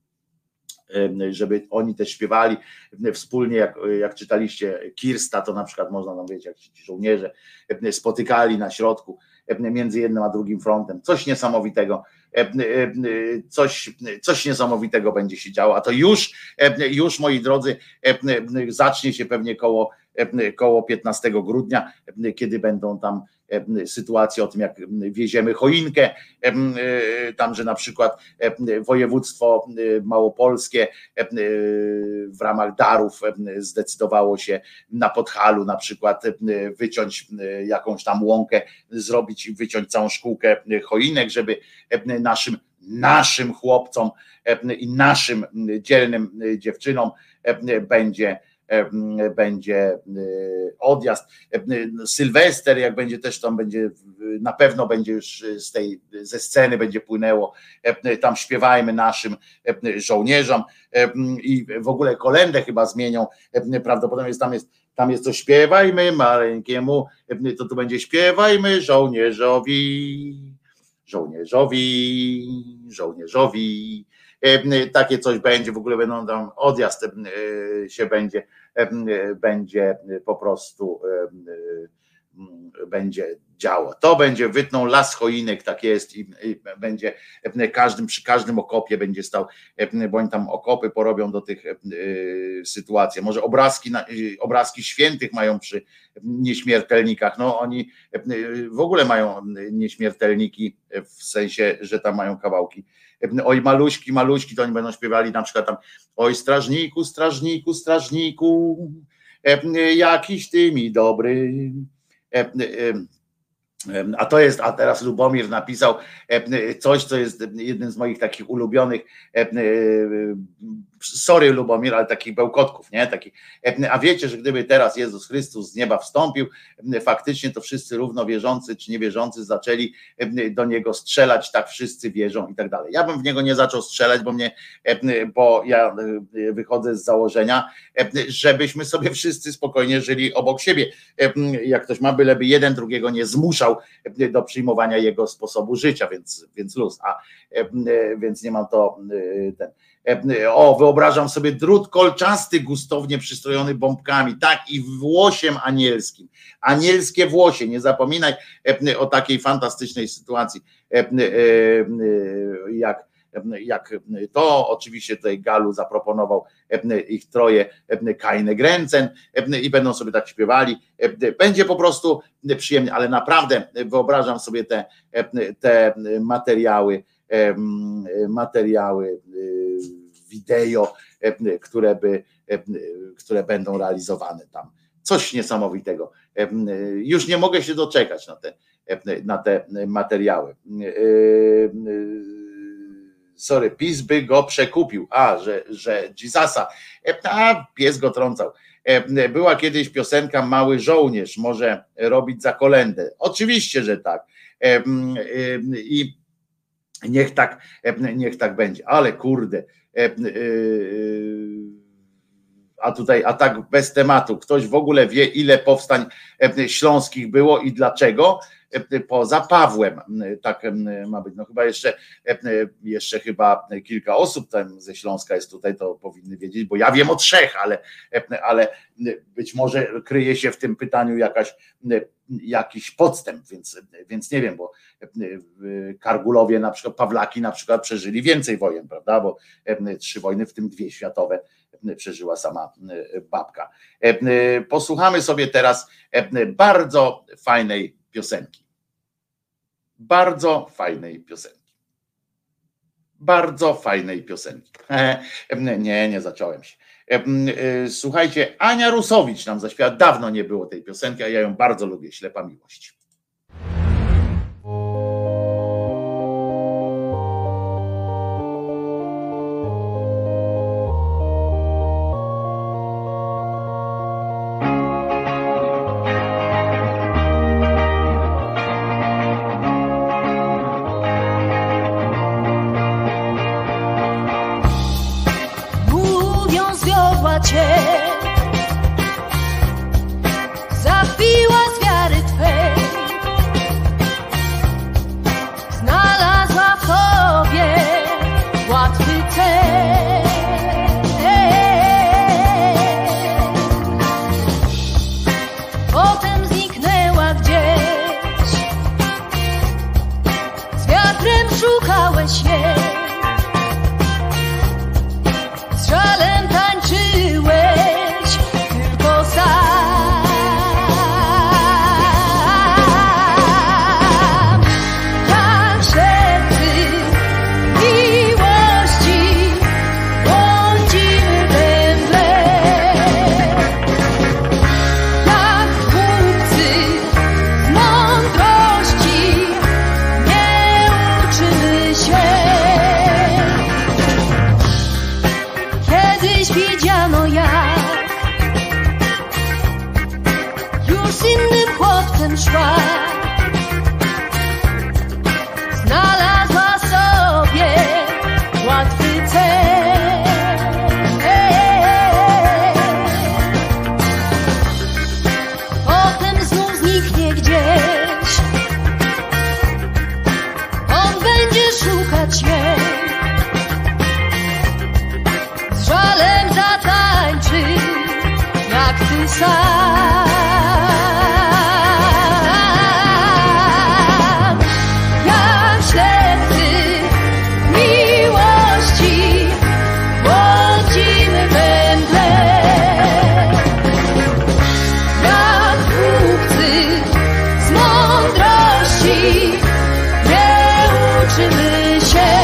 żeby oni też śpiewali wspólnie, jak, jak czytaliście Kirsta, to na przykład można tam, wiecie, jak ci żołnierze spotykali na środku między jednym a drugim frontem, coś niesamowitego, coś, coś niesamowitego będzie się działo, a to już, już moi drodzy, zacznie się pewnie koło, koło piętnastego grudnia, kiedy będą tam sytuacje o tym, jak wieziemy choinkę, tam, że na przykład województwo małopolskie w ramach darów zdecydowało się na Podhalu na przykład wyciąć jakąś tam łąkę, zrobić i wyciąć całą szkółkę choinek, żeby naszym naszym chłopcom i naszym dzielnym dziewczynom będzie będzie odjazd. Sylwester, jak będzie też tam będzie, na pewno będzie już z tej, ze sceny będzie płynęło, tam śpiewajmy naszym żołnierzom i w ogóle kolędę chyba zmienią, prawdopodobnie jest, tam jest tam jest to śpiewajmy maleńkiemu, to tu będzie śpiewajmy żołnierzowi, żołnierzowi, żołnierzowi. Takie coś będzie, w ogóle będą tam odjazd się będzie, będzie po prostu będzie działo. To będzie, wytną las choinek, tak jest, i, i będzie każdym, przy każdym okopie będzie stał, bo oni tam okopy porobią do tych y, sytuacji. Może obrazki, y, obrazki świętych mają przy nieśmiertelnikach, no oni y, w ogóle mają nieśmiertelniki, w sensie, że tam mają kawałki. Oj maluśki, maluśki, to oni będą śpiewali na przykład tam, oj strażniku, strażniku, strażniku, jakiś ty mi dobry. A to jest, a teraz Lubomir napisał coś, co jest jednym z moich takich ulubionych, sorry Lubomir, ale takich bełkotków, nie? Takich, a wiecie, że gdyby teraz Jezus Chrystus z nieba wstąpił, faktycznie to wszyscy równo wierzący czy niewierzący zaczęli do Niego strzelać, tak wszyscy wierzą i tak dalej. Ja bym w Niego nie zaczął strzelać, bo mnie, bo ja wychodzę z założenia, żebyśmy sobie wszyscy spokojnie żyli obok siebie. Jak ktoś ma, byleby jeden drugiego nie zmuszał do przyjmowania jego sposobu życia, więc, więc luz, a więc nie mam to ten. O, wyobrażam sobie drut kolczasty gustownie przystrojony bombkami, tak, i włosiem anielskim, anielskie włosie, nie zapominaj o takiej fantastycznej sytuacji, jak, jak to oczywiście tutaj Galu zaproponował ich troje Keine Grenzen i będą sobie tak śpiewali, będzie po prostu przyjemnie, ale naprawdę wyobrażam sobie te, te materiały, materiały wideo, które by, które będą realizowane tam. Coś niesamowitego. Już nie mogę się doczekać na te, na te materiały. Sorry, PiS by go przekupił. A, że, że Jezusa. A, pies go trącał. Była kiedyś piosenka Mały Żołnierz, może robić za kolędę. Oczywiście, że tak. I niech tak, niech tak będzie. Ale kurde, a tutaj, a tak bez tematu, ktoś w ogóle wie, ile powstań śląskich było i dlaczego, poza Pawłem, tak ma być. No chyba jeszcze, jeszcze chyba kilka osób tam ze Śląska jest tutaj, to powinny wiedzieć, bo ja wiem o trzech, ale, ale być może kryje się w tym pytaniu jakaś, jakiś podstęp, więc, więc nie wiem, bo Kargulowie na przykład, Pawlaki na przykład przeżyli więcej wojen, prawda, bo trzy wojny, w tym dwie światowe przeżyła sama babka. Posłuchamy sobie teraz bardzo fajnej piosenki. Bardzo fajnej piosenki. Bardzo fajnej piosenki. Nie, nie zacząłem się. Słuchajcie, Ania Rusowicz nam zaśpiewa. Dawno nie było tej piosenki, a ja ją bardzo lubię. Ślepa miłość. Zabiła z wiary twej, znalazła w tobie łatwy cel. Potem zniknęła gdzieś, z wiatrem szukałeś jej, z żalem tańczyłeś tylko sam. Widziano jak już z innym chłopcem szła, znalazła sobie łatwy cel. Potem znów zniknie gdzieś, on będzie szukać jej, z żalem zatańczy jak ty sam. Jak ślepy miłości błądzimy we mgle, jak głupcy z mądrości nie uczymy się.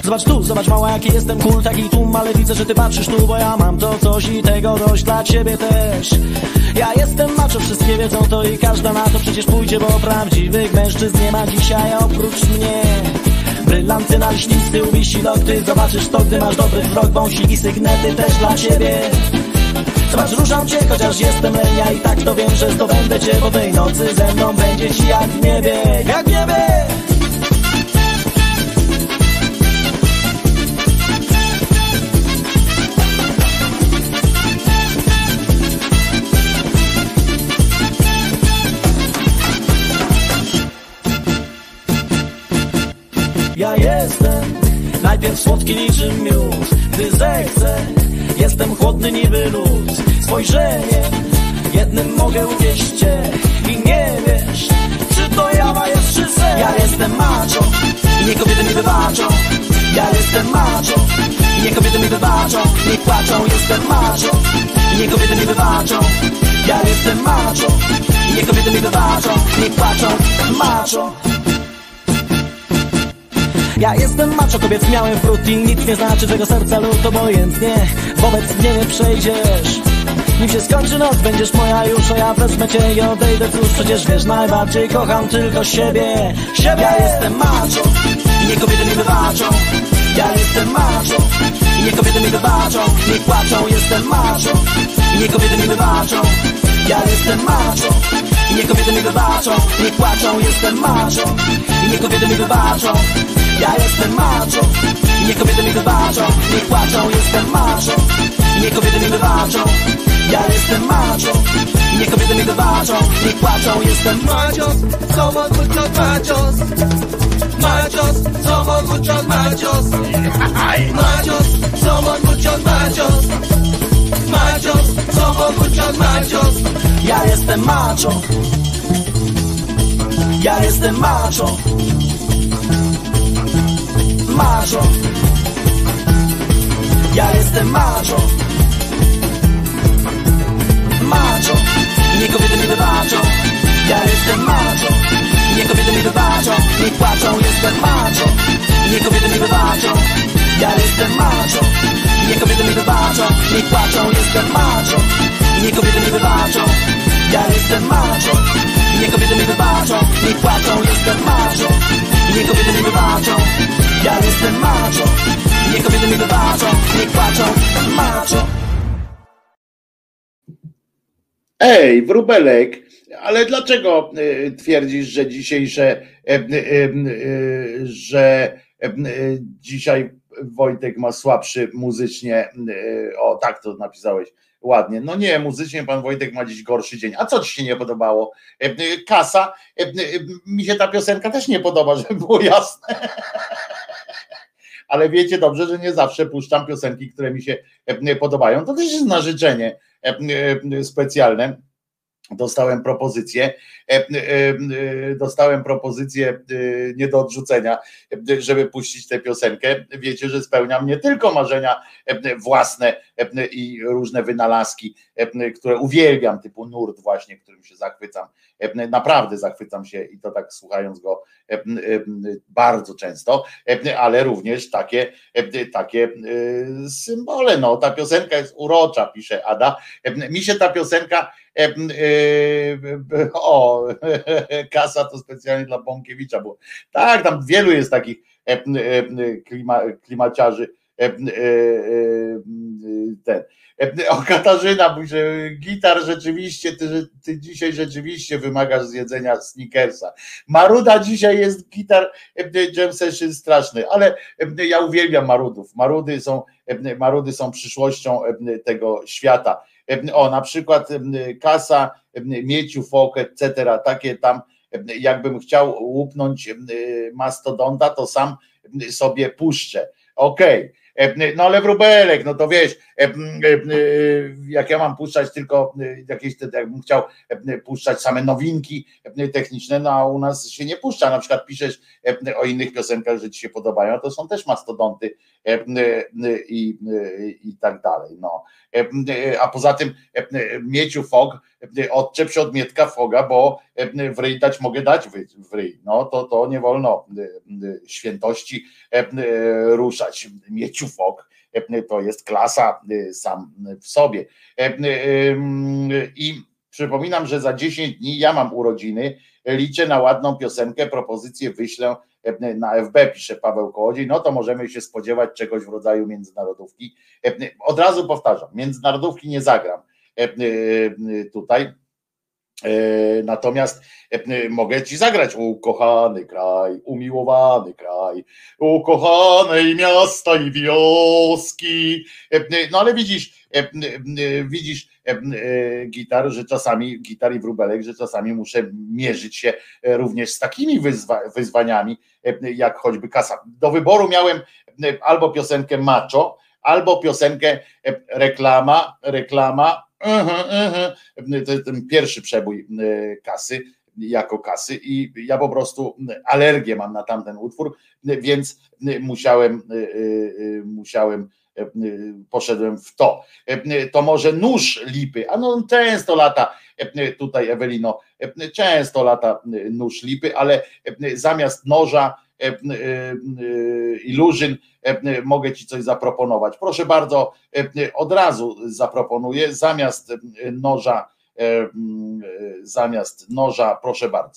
Zobacz tu, zobacz mała, jaki jestem cool, taki tłum, ale widzę, że ty patrzysz tu, bo ja mam to coś i tego dość dla ciebie też. Ja jestem macho, wszystkie wiedzą to i każda na to przecież pójdzie, bo prawdziwych mężczyzn nie ma dzisiaj oprócz mnie. Brylanty na liśnisty, uwisi lokty, zobaczysz to, gdy masz dobry wzrok, wąsiki, sygnety też dla ciebie. Zobacz, ruszam cię, chociaż jestem lenia i tak to wiem, że zdobędę cię, bo tej nocy ze mną będzie ci jak w niebie, jak w niebie. Ja jestem najpierw słodki niczym miód, gdy zechcę, jestem chłodny niby lód. Spojrzeniem jednym mogę uwieść cię i nie wiesz, czy to jawa jest czy sen. Ja jestem macho i nie kobiety mi wybaczą. Ja jestem macho i nie kobiety mi wybaczą. Nie płaczą, jestem macho i nie kobiety mi wybaczą. Ja jestem macho i nie kobiety mi wybaczą. Nie płaczą, macho. Ja jestem macho, kobiet miałem wrót i nic nie znaczy, czego serca lud obojętnie wobec mnie nie przejdziesz. Nim się skończy noc, będziesz moja już, a ja wezmę cię i odejdę, cóż, przecież wiesz, najbardziej kocham tylko siebie, siebie. Ja jestem macho i nie kobiety mi wybaczą. Ja jestem macho i nie kobiety mi wybaczą. Nie płaczą, jestem macho i nie kobiety mi wybaczą. Ja jestem macho i nie kobiety mi wybaczą. Nie płaczą, jestem macho i nie kobiety mi wybaczą. Ja jestem macho i nie kobiety mi wybaczą. Nie płaczą, jestem macho i nie kobiety mi wybaczą. Ja jestem macho i nie kobiety mi wybaczą. Nie płaczą, jestem Machos, somos muchos machos. Machos, somos muchos machos. Machos, somos muchos machos. Machos, somos muchos machos. Ja jestem macho. Ja jestem macho. Macho. Ja jestem macho. Macho. I nie kobiety mi wybaczą. Ja jestem macho. I nie kobiety mi wybaczą. Nie płaczą, jestem macho. I nie kobiety mi wybaczą. Ja jestem macho. I nie kobiety mi wybaczą. Nie płaczą, jestem macho. I nie kobiety mi wybaczą. Ja jestem macho. I nie kobiety mi wybaczą. Nie płaczą, jestem macho. I nie kobiety mi wybaczą. Ja jestem macho. I nie kobiety mi wybaczą. Nie płaczą, macho. Ej, wróbelek, ale dlaczego y, twierdzisz, że dzisiejsze, y, y, y, że y, y, dzisiaj Wojtek ma słabszy muzycznie, y, o tak to napisałeś ładnie, no nie, muzycznie pan Wojtek ma dziś gorszy dzień, a co ci się nie podobało? Y, y, Kasa, y, y, mi się ta piosenka też nie podoba, żeby było jasne. Ale wiecie dobrze, że nie zawsze puszczam piosenki, które mi się podobają, to też jest na życzenie specjalne. Dostałem propozycję, dostałem propozycję nie do odrzucenia, żeby puścić tę piosenkę. Wiecie, że spełniam nie tylko marzenia własne i różne wynalazki, które uwielbiam, typu nurt właśnie, którym się zachwycam. Naprawdę zachwycam się i to tak słuchając go bardzo często, ale również takie, takie symbole. No, ta piosenka jest urocza, pisze Ada. Mi się ta piosenka o, Kasa to specjalnie dla Bąkiewicza, bo tak, tam wielu jest takich klima, klimaciarzy. Ten. O, Katarzyna, że gitar rzeczywiście, ty, ty dzisiaj rzeczywiście wymagasz zjedzenia Snickersa. Maruda dzisiaj jest gitar jam session straszny, ale ja uwielbiam marudów. Marudy są, marudy są przyszłością tego świata. O, na przykład Kasa, Mieciu, Fok, et cetera. Takie tam, jakbym chciał łupnąć mastodonta, to sam sobie puszczę. Okej, no ale wróbelek, no to wiesz, jak ja mam puszczać tylko jakieś, jakbym chciał puszczać same nowinki techniczne, no a u nas się nie puszcza, na przykład piszesz o innych piosenkach, że ci się podobają, to są też mastodonty i, i tak dalej, no. A poza tym Mieciu Fog, odczep się od Mietka Foga, bo w ryj dać mogę dać w ryj, no to, to nie wolno świętości ruszać. Mieciu Fog to jest klasa sam w sobie. I przypominam, że za dziesięć dni ja mam urodziny, liczę na ładną piosenkę, propozycję wyślę na F B, pisze Paweł Kołodziej, no to możemy się spodziewać czegoś w rodzaju międzynarodówki. Od razu powtarzam, międzynarodówki nie zagram tutaj, natomiast mogę ci zagrać ukochany kraj, umiłowany kraj, ukochanej miasta i wioski, no ale widzisz, widzisz gitar, że czasami, gitar i wróbelek, że czasami muszę mierzyć się również z takimi wyzwa, wyzwaniami, jak choćby kasa. Do wyboru miałem albo piosenkę Macho, albo piosenkę reklama, reklama, uh-huh, uh-huh. To jest ten pierwszy przebój kasy, jako kasy i ja po prostu alergię mam na tamten utwór, więc musiałem, musiałem poszedłem w to. To może nóż lipy, a no często lata tutaj Ewelino, często lata nóż lipy, ale zamiast noża i lużyn mogę ci coś zaproponować. Proszę bardzo, od razu zaproponuję, zamiast noża, zamiast noża, proszę bardzo.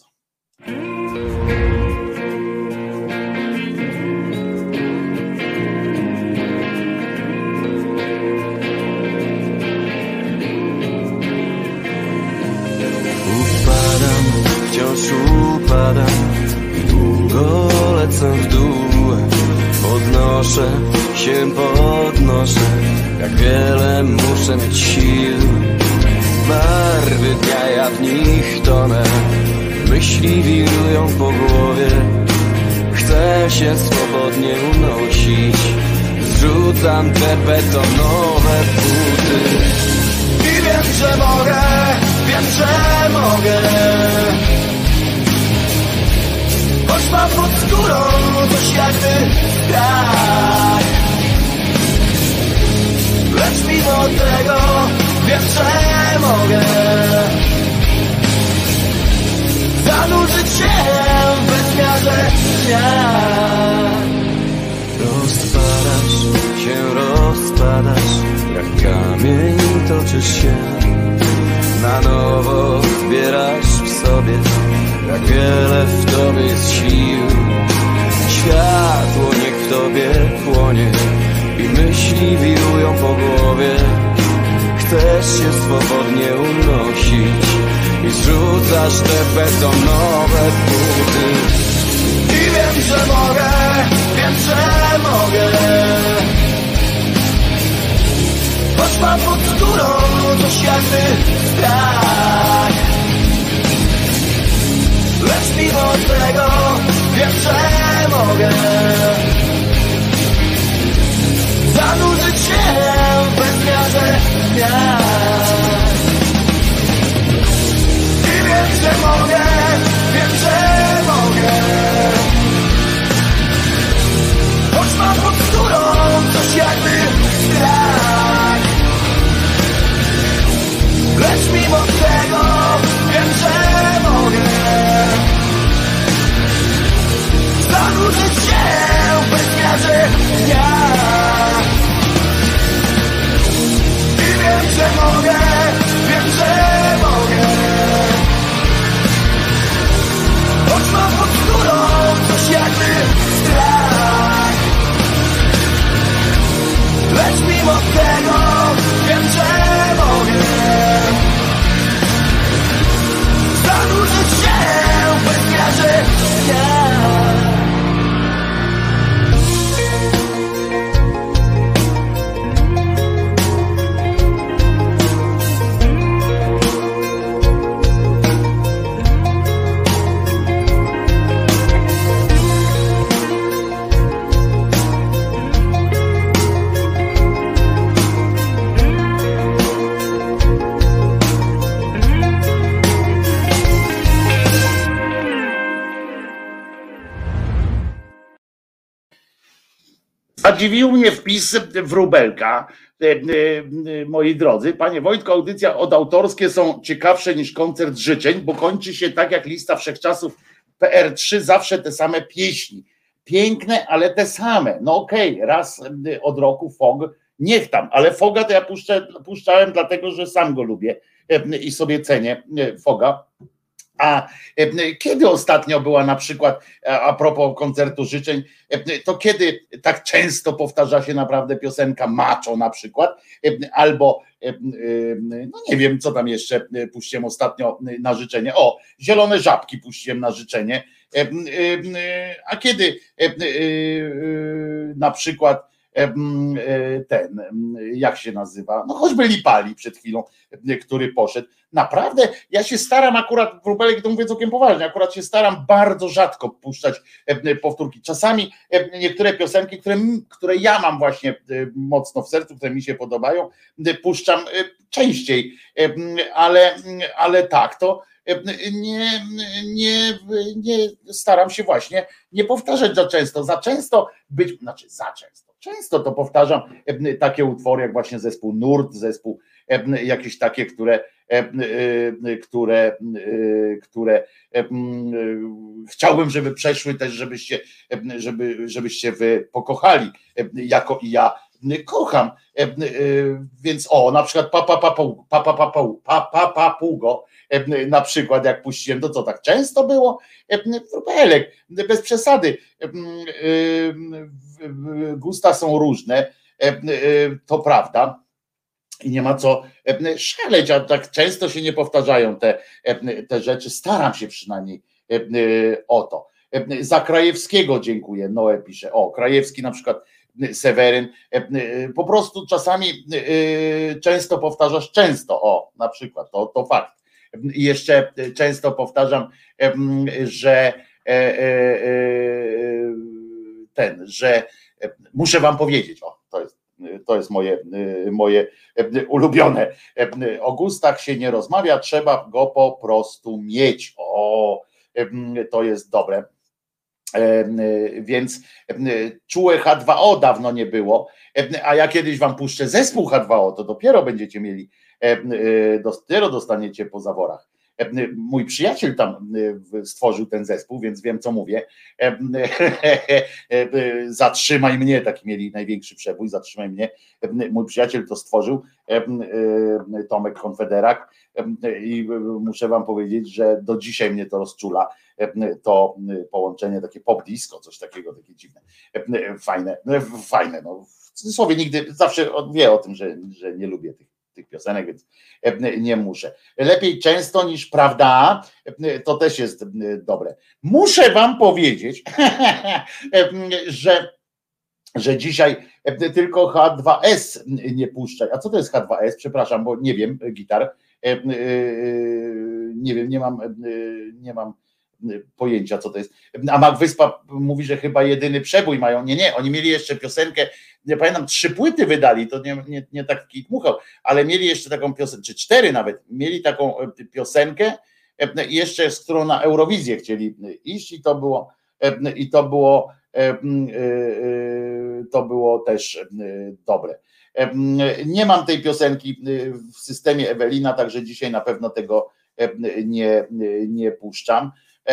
Wciąż upadam, długo lecę w dół, podnoszę się, podnoszę, jak wiele muszę mieć sił. Barwy dnia, ja w nich tonę, myśli wirują po głowie. Chcę się swobodnie unosić, zrzucam te betonowe buty. I wiem, że mogę, wiem, że mogę. Choć mam pod skórą coś jakby strach, lecz mimo tego wiem, że mogę zanurzyć się w bezmiarze dnia. Rozpadasz się, rozpadasz, jak kamień toczysz się, na nowo zbierasz w sobie, jak wiele w tobie jest sił. Światło niech w tobie płonie i myśli wirują po głowie. Chcesz się swobodnie unosić i zrzucasz te betonowe buty. I wiem, że mogę, wiem, że mogę. Choć mam pod skórą coś jakby strach, lecz mimo tego wiem, że mogę zanurzyć się w bezmiarze dnia. I wiem, że mogę, wiem, że mogę. Choć mam pod skórą coś jakby strach, lecz mimo tego wiem, że mogę zanurzyć się w bezmiarze dnia. I wiem, że mogę, wiem, że mogę. Zadziwił mnie wpis Wróbelka. Moi drodzy, panie Wojtku, audycja odautorskie są ciekawsze niż koncert życzeń, bo kończy się tak jak lista wszechczasów P R trzy, zawsze te same pieśni. Piękne, ale te same. No okej, okay, raz od roku Fog, niech tam, ale Foga to ja puszczę, puszczałem dlatego, że sam go lubię i sobie cenię Foga. A kiedy ostatnio była na przykład, a propos koncertu życzeń, to kiedy tak często powtarza się naprawdę piosenka Macho na przykład, albo no nie wiem, co tam jeszcze puściłem ostatnio na życzenie. O, Zielone Żabki puściłem na życzenie. A kiedy na przykład ten, jak się nazywa, no choćby Lipali przed chwilą, który poszedł. Naprawdę, ja się staram akurat, Wróbelek to mówię całkiem poważnie, akurat się staram bardzo rzadko puszczać powtórki. Czasami niektóre piosenki, które, które ja mam właśnie mocno w sercu, które mi się podobają, puszczam częściej, ale, ale tak, to nie, nie, nie staram się właśnie nie powtarzać za często, za często być, znaczy za często, często to powtarzam takie utwory jak właśnie zespół Nurt, zespół jakieś takie, które które, które chciałbym, żeby przeszły też, żebyście, żeby, żebyście wy pokochali, jako i ja kocham, więc o, na przykład Papa Papu, Papa Papu, Papa Papugo, na przykład jak puściłem, to co tak często było? Wróbelek, bez przesady, gusta są różne, to prawda, i nie ma co szaleć, a tak często się nie powtarzają te, te rzeczy, staram się przynajmniej o to. Za Krajewskiego dziękuję, Noe pisze, o, Krajewski na przykład, Seweryn, po prostu czasami często powtarzasz często, o, na przykład, to, to fakt. I jeszcze często powtarzam, że ten, że muszę wam powiedzieć, o, to jest To jest moje, moje ulubione. O gustach się nie rozmawia, trzeba go po prostu mieć. O, to jest dobre. Więc czułe H dwa O dawno nie było, a ja kiedyś wam puszczę zespół H dwa O, to dopiero będziecie mieli, dopiero dostaniecie po zaworach. Mój przyjaciel tam stworzył ten zespół, więc wiem, co mówię. Zatrzymaj mnie, taki mieli największy przebój, zatrzymaj mnie. Mój przyjaciel to stworzył, Tomek Konfederak, i muszę wam powiedzieć, że do dzisiaj mnie to rozczula, to połączenie takie pop disco, coś takiego, takie dziwne, fajne, fajne, no w cudzysłowie nigdy, zawsze wie o tym, że, że nie lubię tych tych piosenek, więc nie muszę. Lepiej często niż prawda, to też jest dobre. Muszę wam powiedzieć, że, że dzisiaj tylko H dwa S nie puszczaj. A co to jest H dwa S? Przepraszam, bo nie wiem, gitar. Nie wiem, nie mam, nie mam pojęcia, co to jest. A Mac Wyspa mówi, że chyba jedyny przebój mają. Nie, nie, oni mieli jeszcze piosenkę, nie pamiętam, trzy płyty wydali, to nie, nie, nie taki dmuchał, ale mieli jeszcze taką piosenkę, czy cztery nawet, mieli taką piosenkę, jeszcze z którą na Eurowizję chcieli iść i to było, i to było, to było też dobre. Nie mam tej piosenki w systemie Ewelina, także dzisiaj na pewno tego nie, nie puszczam.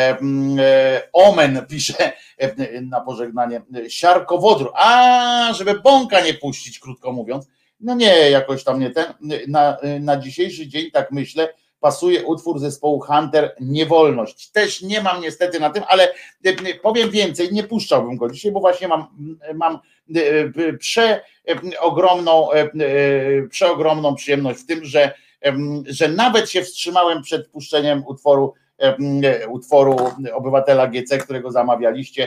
Omen pisze na pożegnanie, siarkowodór, a żeby bąka nie puścić, krótko mówiąc, no nie, jakoś tam nie ten, na, na dzisiejszy dzień, tak myślę, pasuje utwór zespołu Hunter, Niewolność. Też nie mam niestety na tym, ale powiem więcej, nie puszczałbym go dzisiaj, bo właśnie mam, mam przeogromną, przeogromną przyjemność w tym, że, że nawet się wstrzymałem przed puszczeniem utworu utworu Obywatela G C, którego zamawialiście,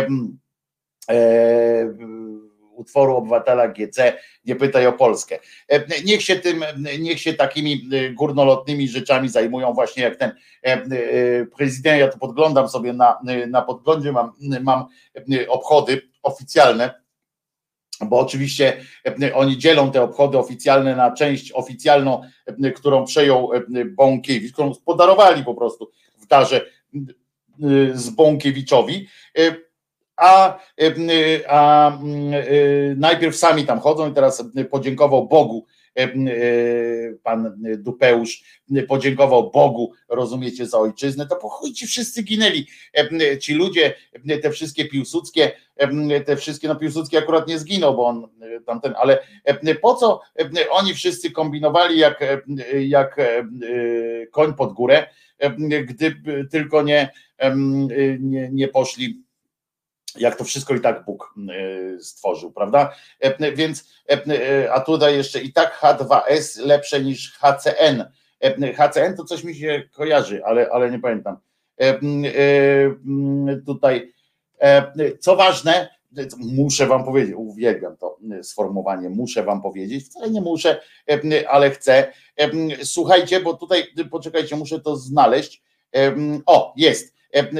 utworu Obywatela G C, nie pytaj o Polskę. Niech się tym, niech się takimi górnolotnymi rzeczami zajmują właśnie jak ten prezydent. Ja to podglądam sobie na, na podglądzie, mam, mam obchody oficjalne, bo oczywiście oni dzielą te obchody oficjalne na część oficjalną, którą przejął Bąkiewicz, którą podarowali po prostu w darze z Bąkiewiczowi, a, a najpierw sami tam chodzą i teraz podziękował Bogu. Pan Dupeusz podziękował Bogu, rozumiecie, za ojczyznę, to po chuj ci wszyscy ginęli, ci ludzie, te wszystkie piłsudskie, te wszystkie, no Piłsudski akurat nie zginął, bo on tamten, ale po co oni wszyscy kombinowali jak, jak koń pod górę, gdyby tylko nie, nie, nie poszli, jak to wszystko i tak Bóg stworzył, prawda? Więc, a tutaj jeszcze i tak H dwa S lepsze niż H C N. H C N to coś mi się kojarzy, ale, ale nie pamiętam. Tutaj, co ważne, muszę wam powiedzieć, uwielbiam to sformułowanie, muszę wam powiedzieć, wcale nie muszę, ale chcę. Słuchajcie, bo tutaj, poczekajcie, muszę to znaleźć. O, jest.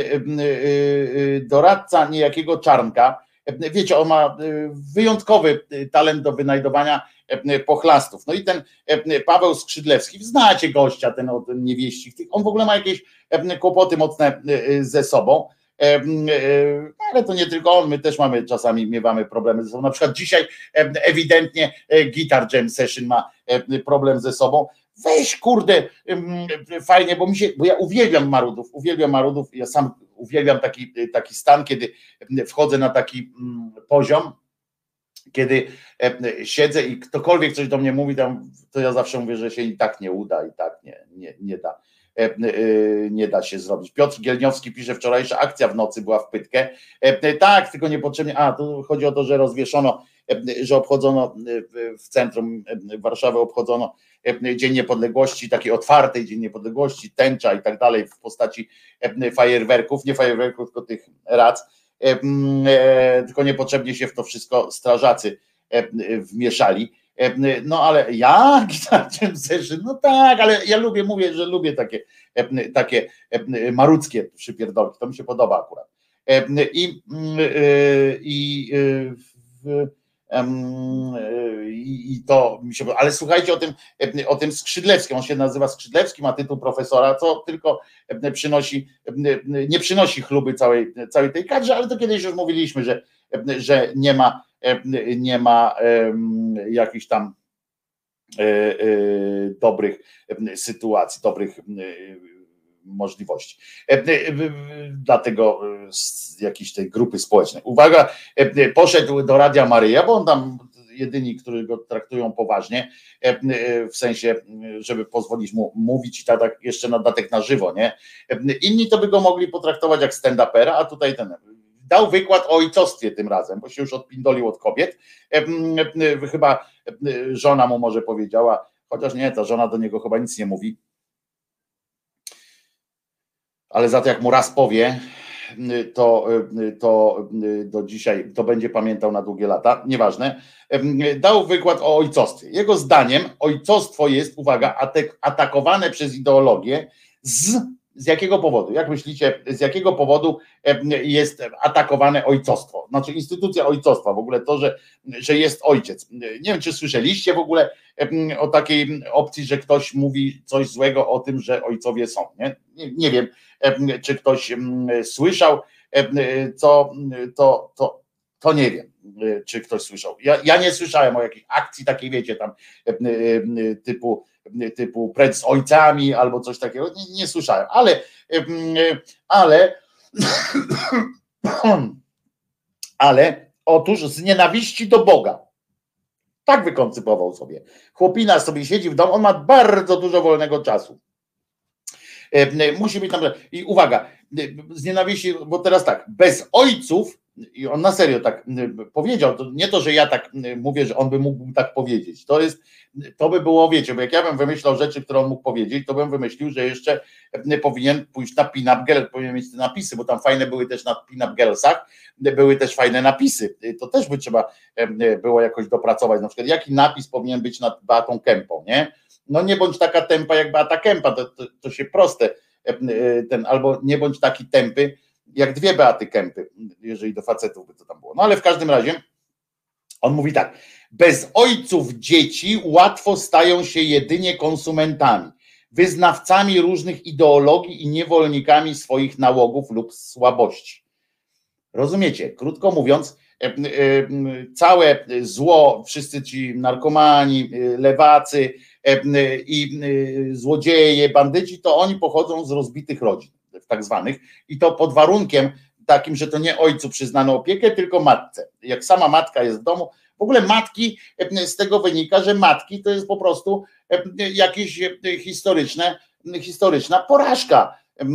Doradca niejakiego Czarnka, wiecie, on ma wyjątkowy talent do wynajdowania pochlastów. No i ten Paweł Skrzydlewski, znacie gościa, ten od niewieścich, on w ogóle ma jakieś kłopoty mocne ze sobą, ale to nie tylko on, my też mamy czasami, miewamy problemy ze sobą. Na przykład dzisiaj ewidentnie Guitar Jam Session ma problem ze sobą. Weź kurde, fajnie, bo mi się, bo ja uwielbiam Marudów, uwielbiam Marudów, ja sam uwielbiam taki, taki stan, kiedy wchodzę na taki poziom, kiedy siedzę i ktokolwiek coś do mnie mówi, tam, to ja zawsze mówię, że się i tak nie uda, i tak nie, nie, nie da. Nie da się zrobić. Piotr Gielniowski pisze, wczorajsza akcja w nocy była w Pytkę. Tak, tylko niepotrzebnie. A, tu chodzi o to, że rozwieszono, że obchodzono w centrum Warszawy, obchodzono Dzień Niepodległości, takiej otwartej Dzień Niepodległości, tęcza i tak dalej w postaci fajerwerków, nie fajerwerków, tylko tych rac. Tylko niepotrzebnie się w to wszystko strażacy wmieszali. No ale ja, Guitar Jam Session, no tak, ale ja lubię, mówię, że lubię takie, takie marudzkie przypierdolki, to mi się podoba akurat. I, i, i, i to mi się podoba. Ale słuchajcie o tym, o tym Skrzydlewskim, on się nazywa Skrzydlewski, ma tytuł profesora, co tylko przynosi, nie przynosi chluby całej, całej tej kadrze, ale to kiedyś już mówiliśmy, że, że nie ma nie ma jakichś tam dobrych sytuacji, dobrych możliwości dla tego jakiejś tej grupy społecznej. Uwaga, poszedł do Radia Maryja, bo on tam jedyni, którzy go traktują poważnie, w sensie, żeby pozwolić mu mówić i tak jeszcze na dodatek na żywo, nie? Inni to by go mogli potraktować jak stand-upera, a tutaj ten dał wykład o ojcostwie tym razem, bo się już odpindolił od kobiet. Chyba żona mu może powiedziała, chociaż nie, ta żona do niego chyba nic nie mówi. Ale za to jak mu raz powie, to, to do dzisiaj, to będzie pamiętał na długie lata, nieważne. Dał wykład o ojcostwie. Jego zdaniem ojcostwo jest, uwaga, atakowane przez ideologię z Z jakiego powodu? Jak myślicie, z jakiego powodu jest atakowane ojcostwo? Znaczy instytucja ojcostwa, w ogóle to, że, że jest ojciec. Nie wiem, czy słyszeliście w ogóle o takiej opcji, że ktoś mówi coś złego o tym, że ojcowie są. Nie, nie, nie wiem, czy ktoś słyszał, co to, to, to nie wiem, czy ktoś słyszał. Ja, ja nie słyszałem o jakiejś akcji takiej, wiecie, tam typu typu precz z ojcami albo coś takiego, nie, nie słyszałem, ale ale ale otóż z nienawiści do Boga tak wykoncypował sobie. Chłopina sobie siedzi w domu, on ma bardzo dużo wolnego czasu. Musi być tam, i uwaga, z nienawiści, bo teraz tak, bez ojców, i on na serio tak powiedział, to nie to, że ja tak mówię, że on by mógł tak powiedzieć, to jest, to by było, wiecie, bo jak ja bym wymyślał rzeczy, które on mógł powiedzieć, to bym wymyślił, że jeszcze powinien pójść na Pin-Up Girl, powinien mieć te napisy, bo tam fajne były też na Pin-Up Girlsach, były też fajne napisy, to też by trzeba było jakoś dopracować, na przykład jaki napis powinien być nad Beatą Kempą, nie? No nie bądź taka tempa jak Beata Kempa, to, to, to się proste, ten, albo nie bądź taki tępy, jak dwie Beaty Kępy, jeżeli do facetów by to tam było. No ale w każdym razie on mówi tak, bez ojców dzieci łatwo stają się jedynie konsumentami, wyznawcami różnych ideologii i niewolnikami swoich nałogów lub słabości. Rozumiecie? Krótko mówiąc, całe zło, wszyscy ci narkomani, lewacy i złodzieje, bandyci, to oni pochodzą z rozbitych rodzin, tak zwanych, i to pod warunkiem takim, że to nie ojcu przyznano opiekę, tylko matce. Jak sama matka jest w domu, w ogóle matki, z tego wynika, że matki to jest po prostu jakieś historyczne, historyczna porażka,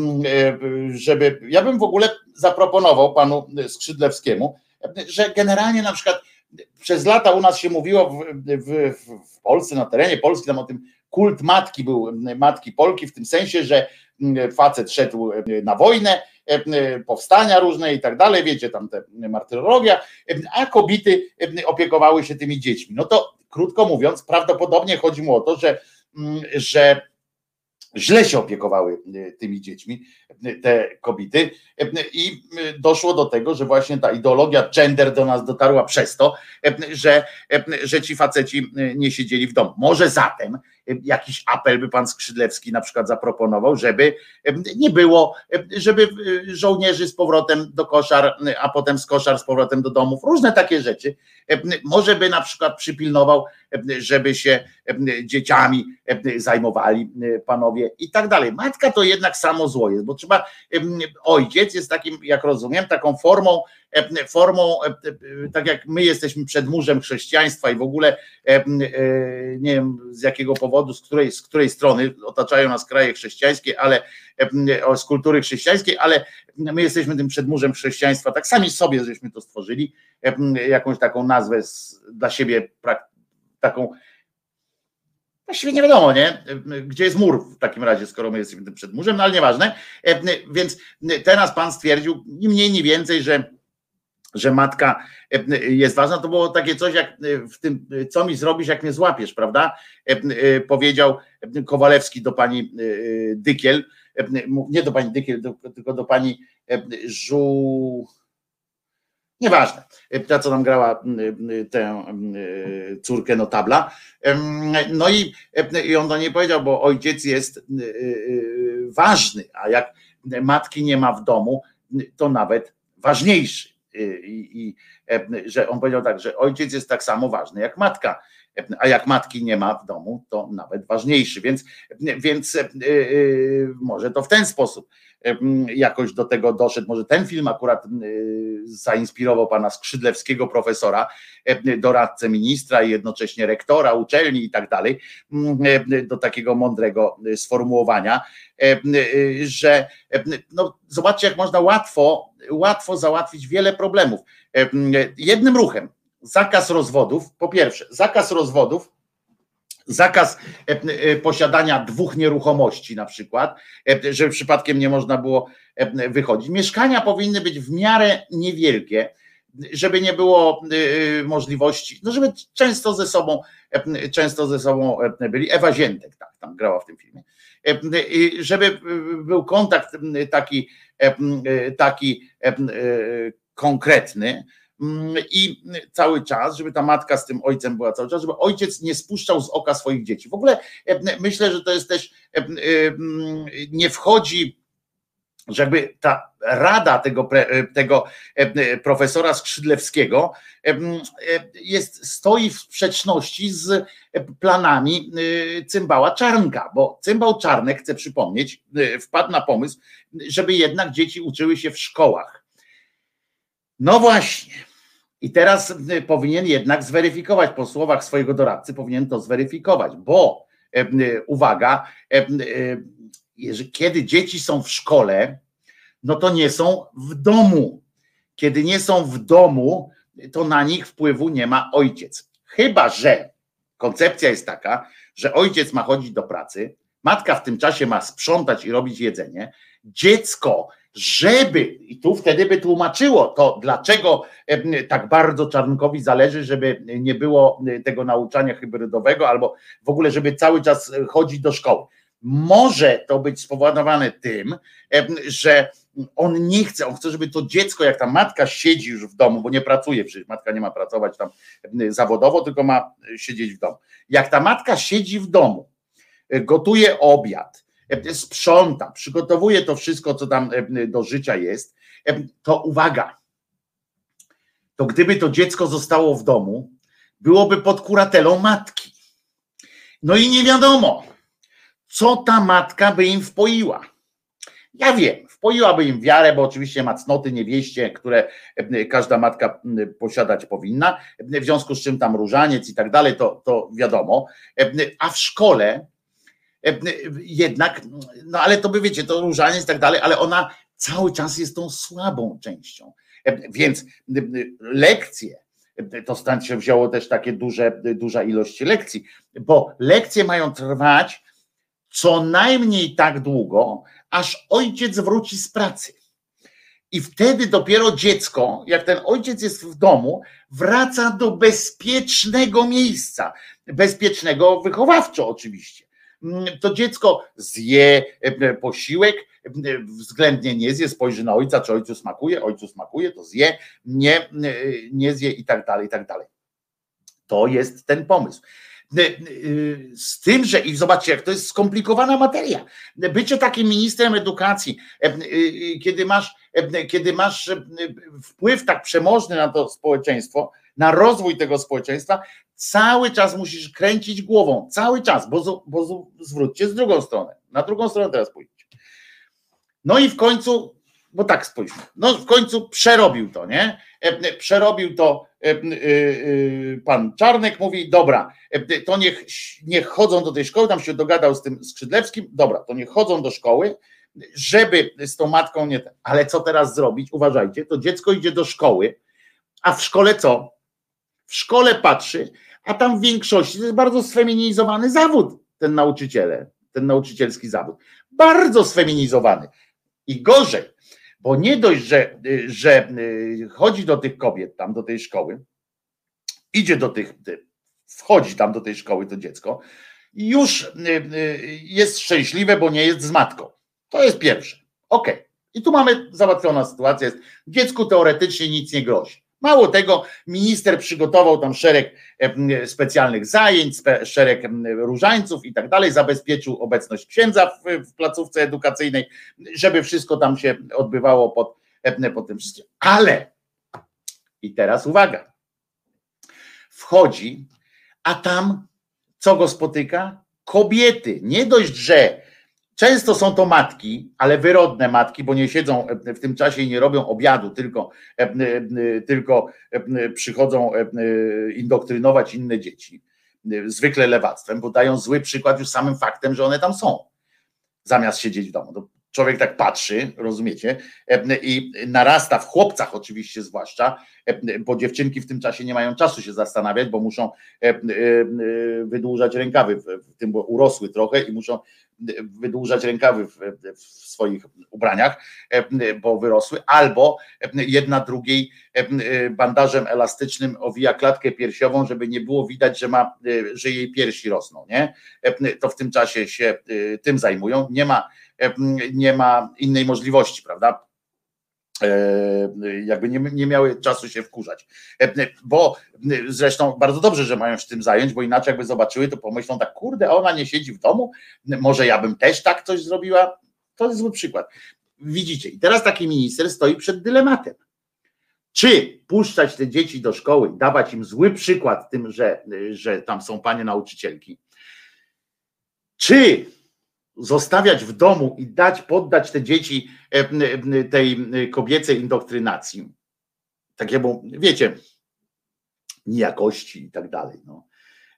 żeby, ja bym w ogóle zaproponował panu Skrzydlewskiemu, że generalnie na przykład przez lata u nas się mówiło w, w, w Polsce, na terenie Polski, tam o tym kult matki był, matki Polki, w tym sensie, że facet szedł na wojnę, powstania różne i tak dalej, wiecie, tam te martyrologia, a kobiety opiekowały się tymi dziećmi. No to krótko mówiąc, prawdopodobnie chodzi mu o to, że, że źle się opiekowały tymi dziećmi, te kobiety, i doszło do tego, że właśnie ta ideologia gender do nas dotarła przez to, że, że ci faceci nie siedzieli w domu. Może zatem jakiś apel by pan Skrzydlewski na przykład zaproponował, żeby nie było, żeby żołnierzy z powrotem do koszar, a potem z koszar z powrotem do domów, różne takie rzeczy. Może by na przykład przypilnował, żeby się dzieciami zajmowali panowie i tak dalej. Matka to jednak samo zło jest, bo trzeba, ojciec jest takim, jak rozumiem, taką formą, formą, tak jak my jesteśmy przedmurzem chrześcijaństwa i w ogóle nie wiem z jakiego powodu, z której, z której strony otaczają nas kraje chrześcijańskie, ale z kultury chrześcijańskiej, ale my jesteśmy tym przedmurzem chrześcijaństwa, tak sami sobie żeśmy to stworzyli, jakąś taką nazwę dla siebie, taką, właściwie nie wiadomo, nie? Gdzie jest mur w takim razie, skoro my jesteśmy tym przedmurzem, no ale nieważne. Więc teraz pan stwierdził, ni mniej, ni więcej, że, że matka jest ważna. To było takie coś jak w tym, co mi zrobisz, jak mnie złapiesz, prawda? Powiedział Kowalewski do pani Dykiel, nie do pani Dykiel, tylko do pani Żu... Nieważne, ta co nam grała tę córkę Notabla. No i, i on do niej powiedział, bo ojciec jest ważny, a jak matki nie ma w domu, to nawet ważniejszy. I, i że on powiedział tak, że ojciec jest tak samo ważny jak matka, a jak matki nie ma w domu, to nawet ważniejszy. Więc, więc może to w ten sposób jakoś do tego doszedł. Może ten film akurat zainspirował pana Skrzydlewskiego, profesora, doradcę ministra i jednocześnie rektora uczelni i tak dalej, do takiego mądrego sformułowania, że no, zobaczcie, jak można łatwo, łatwo załatwić wiele problemów. Jednym ruchem. Zakaz rozwodów, po pierwsze, zakaz rozwodów, zakaz posiadania dwóch nieruchomości na przykład, żeby przypadkiem nie można było wychodzić. Mieszkania powinny być w miarę niewielkie, żeby nie było możliwości, no żeby często ze sobą, często ze sobą byli. Ewa Ziętek, tak, tam grała w tym filmie. Żeby był kontakt taki, taki konkretny, i cały czas, żeby ta matka z tym ojcem była cały czas, żeby ojciec nie spuszczał z oka swoich dzieci. W ogóle myślę, że to jest też, nie wchodzi, żeby ta rada tego, tego profesora Skrzydlewskiego jest, stoi w sprzeczności z planami Cymbała Czarnka, bo Cymbał Czarnek, chcę przypomnieć, wpadł na pomysł, żeby jednak dzieci uczyły się w szkołach. No właśnie. I teraz powinien jednak zweryfikować, po słowach swojego doradcy, powinien to zweryfikować, bo uwaga, kiedy dzieci są w szkole, no to nie są w domu. Kiedy nie są w domu, to na nich wpływu nie ma ojciec. Chyba że koncepcja jest taka, że ojciec ma chodzić do pracy, matka w tym czasie ma sprzątać i robić jedzenie, dziecko, żeby, i tu wtedy by tłumaczyło to, dlaczego tak bardzo Czarnkowi zależy, żeby nie było tego nauczania hybrydowego, albo w ogóle, żeby cały czas chodzić do szkoły. Może to być spowodowane tym, że on nie chce, on chce, żeby to dziecko, jak ta matka siedzi już w domu, bo nie pracuje, przecież matka nie ma pracować tam zawodowo, tylko ma siedzieć w domu. Jak ta matka siedzi w domu, gotuje obiad, sprząta, przygotowuje to wszystko, co tam do życia jest, to uwaga, to gdyby to dziecko zostało w domu, byłoby pod kuratelą matki. No i nie wiadomo, co ta matka by im wpoiła. Ja wiem, wpoiłaby im wiarę, bo oczywiście ma cnoty niewieście, które każda matka posiadać powinna, w związku z czym tam różaniec i tak dalej, to, to wiadomo. A w szkole jednak, no ale to by wiecie, to różaniec i tak dalej, ale ona cały czas jest tą słabą częścią. Więc lekcje, to stąd się wzięło też takie duże, duża ilość lekcji, bo lekcje mają trwać co najmniej tak długo, aż ojciec wróci z pracy. I wtedy dopiero dziecko, jak ten ojciec jest w domu, wraca do bezpiecznego miejsca, bezpiecznego wychowawczo oczywiście. To dziecko zje posiłek, względnie nie zje, spojrzy na ojca, czy ojcu smakuje, ojcu smakuje, to zje, nie, nie zje i tak dalej, i tak dalej. To jest ten pomysł. Z tym, że i zobaczcie, jak to jest skomplikowana materia. Bycie takim ministrem edukacji, kiedy masz, kiedy masz wpływ tak przemożny na to społeczeństwo, na rozwój tego społeczeństwa, cały czas musisz kręcić głową, cały czas, bo, bo zwróćcie z drugą stronę, na drugą stronę teraz pójdźcie. No i w końcu, bo tak spójrzmy, no w końcu przerobił to, nie? Przerobił to pan Czarnek, mówi, dobra, to niech, niech chodzą do tej szkoły, tam się dogadał z tym Skrzydlewskim, dobra, to niech chodzą do szkoły, żeby z tą matką nie... Ale co teraz zrobić? Uważajcie, to dziecko idzie do szkoły, a w szkole co? W szkole patrzy, a tam w większości to jest bardzo sfeminizowany zawód, ten nauczyciele, ten nauczycielski zawód. Bardzo sfeminizowany. I gorzej, bo nie dość, że, że chodzi do tych kobiet tam, do tej szkoły, idzie do tych, wchodzi tam do tej szkoły to dziecko i już jest szczęśliwe, bo nie jest z matką. To jest pierwsze. Okej. Okay. I tu mamy załatwiona sytuacja. Jest, dziecku teoretycznie nic nie grozi. Mało tego, minister przygotował tam szereg specjalnych zajęć, szereg różańców i tak dalej, zabezpieczył obecność księdza w, w placówce edukacyjnej, żeby wszystko tam się odbywało pod, pod tym wszystkim. Ale, i teraz uwaga, wchodzi, a tam co go spotyka? Kobiety. Nie dość, że często są to matki, ale wyrodne matki, bo nie siedzą w tym czasie i nie robią obiadu, tylko, tylko przychodzą indoktrynować inne dzieci, zwykle lewactwem, bo dają zły przykład już samym faktem, że one tam są, zamiast siedzieć w domu. To człowiek tak patrzy, rozumiecie, i narasta w chłopcach oczywiście zwłaszcza, bo dziewczynki w tym czasie nie mają czasu się zastanawiać, bo muszą wydłużać rękawy, w tym bo urosły trochę i muszą wydłużać rękawy w, w swoich ubraniach, bo wyrosły, albo jedna drugiej bandażem elastycznym owija klatkę piersiową, żeby nie było widać, że ma, że jej piersi rosną, nie? To w tym czasie się tym zajmują, nie ma, nie ma innej możliwości, prawda? Jakby nie, nie miały czasu się wkurzać, bo zresztą bardzo dobrze, że mają się tym zająć, bo inaczej jakby zobaczyły, to pomyślą tak, kurde, ona nie siedzi w domu, może ja bym też tak coś zrobiła. To jest zły przykład. Widzicie, i teraz taki minister stoi przed dylematem, czy puszczać te dzieci do szkoły, dawać im zły przykład tym, że, że tam są panie nauczycielki, czy zostawiać w domu i dać, poddać te dzieci tej kobiecej indoktrynacji, takiemu, wiecie, niejakości i tak dalej. No.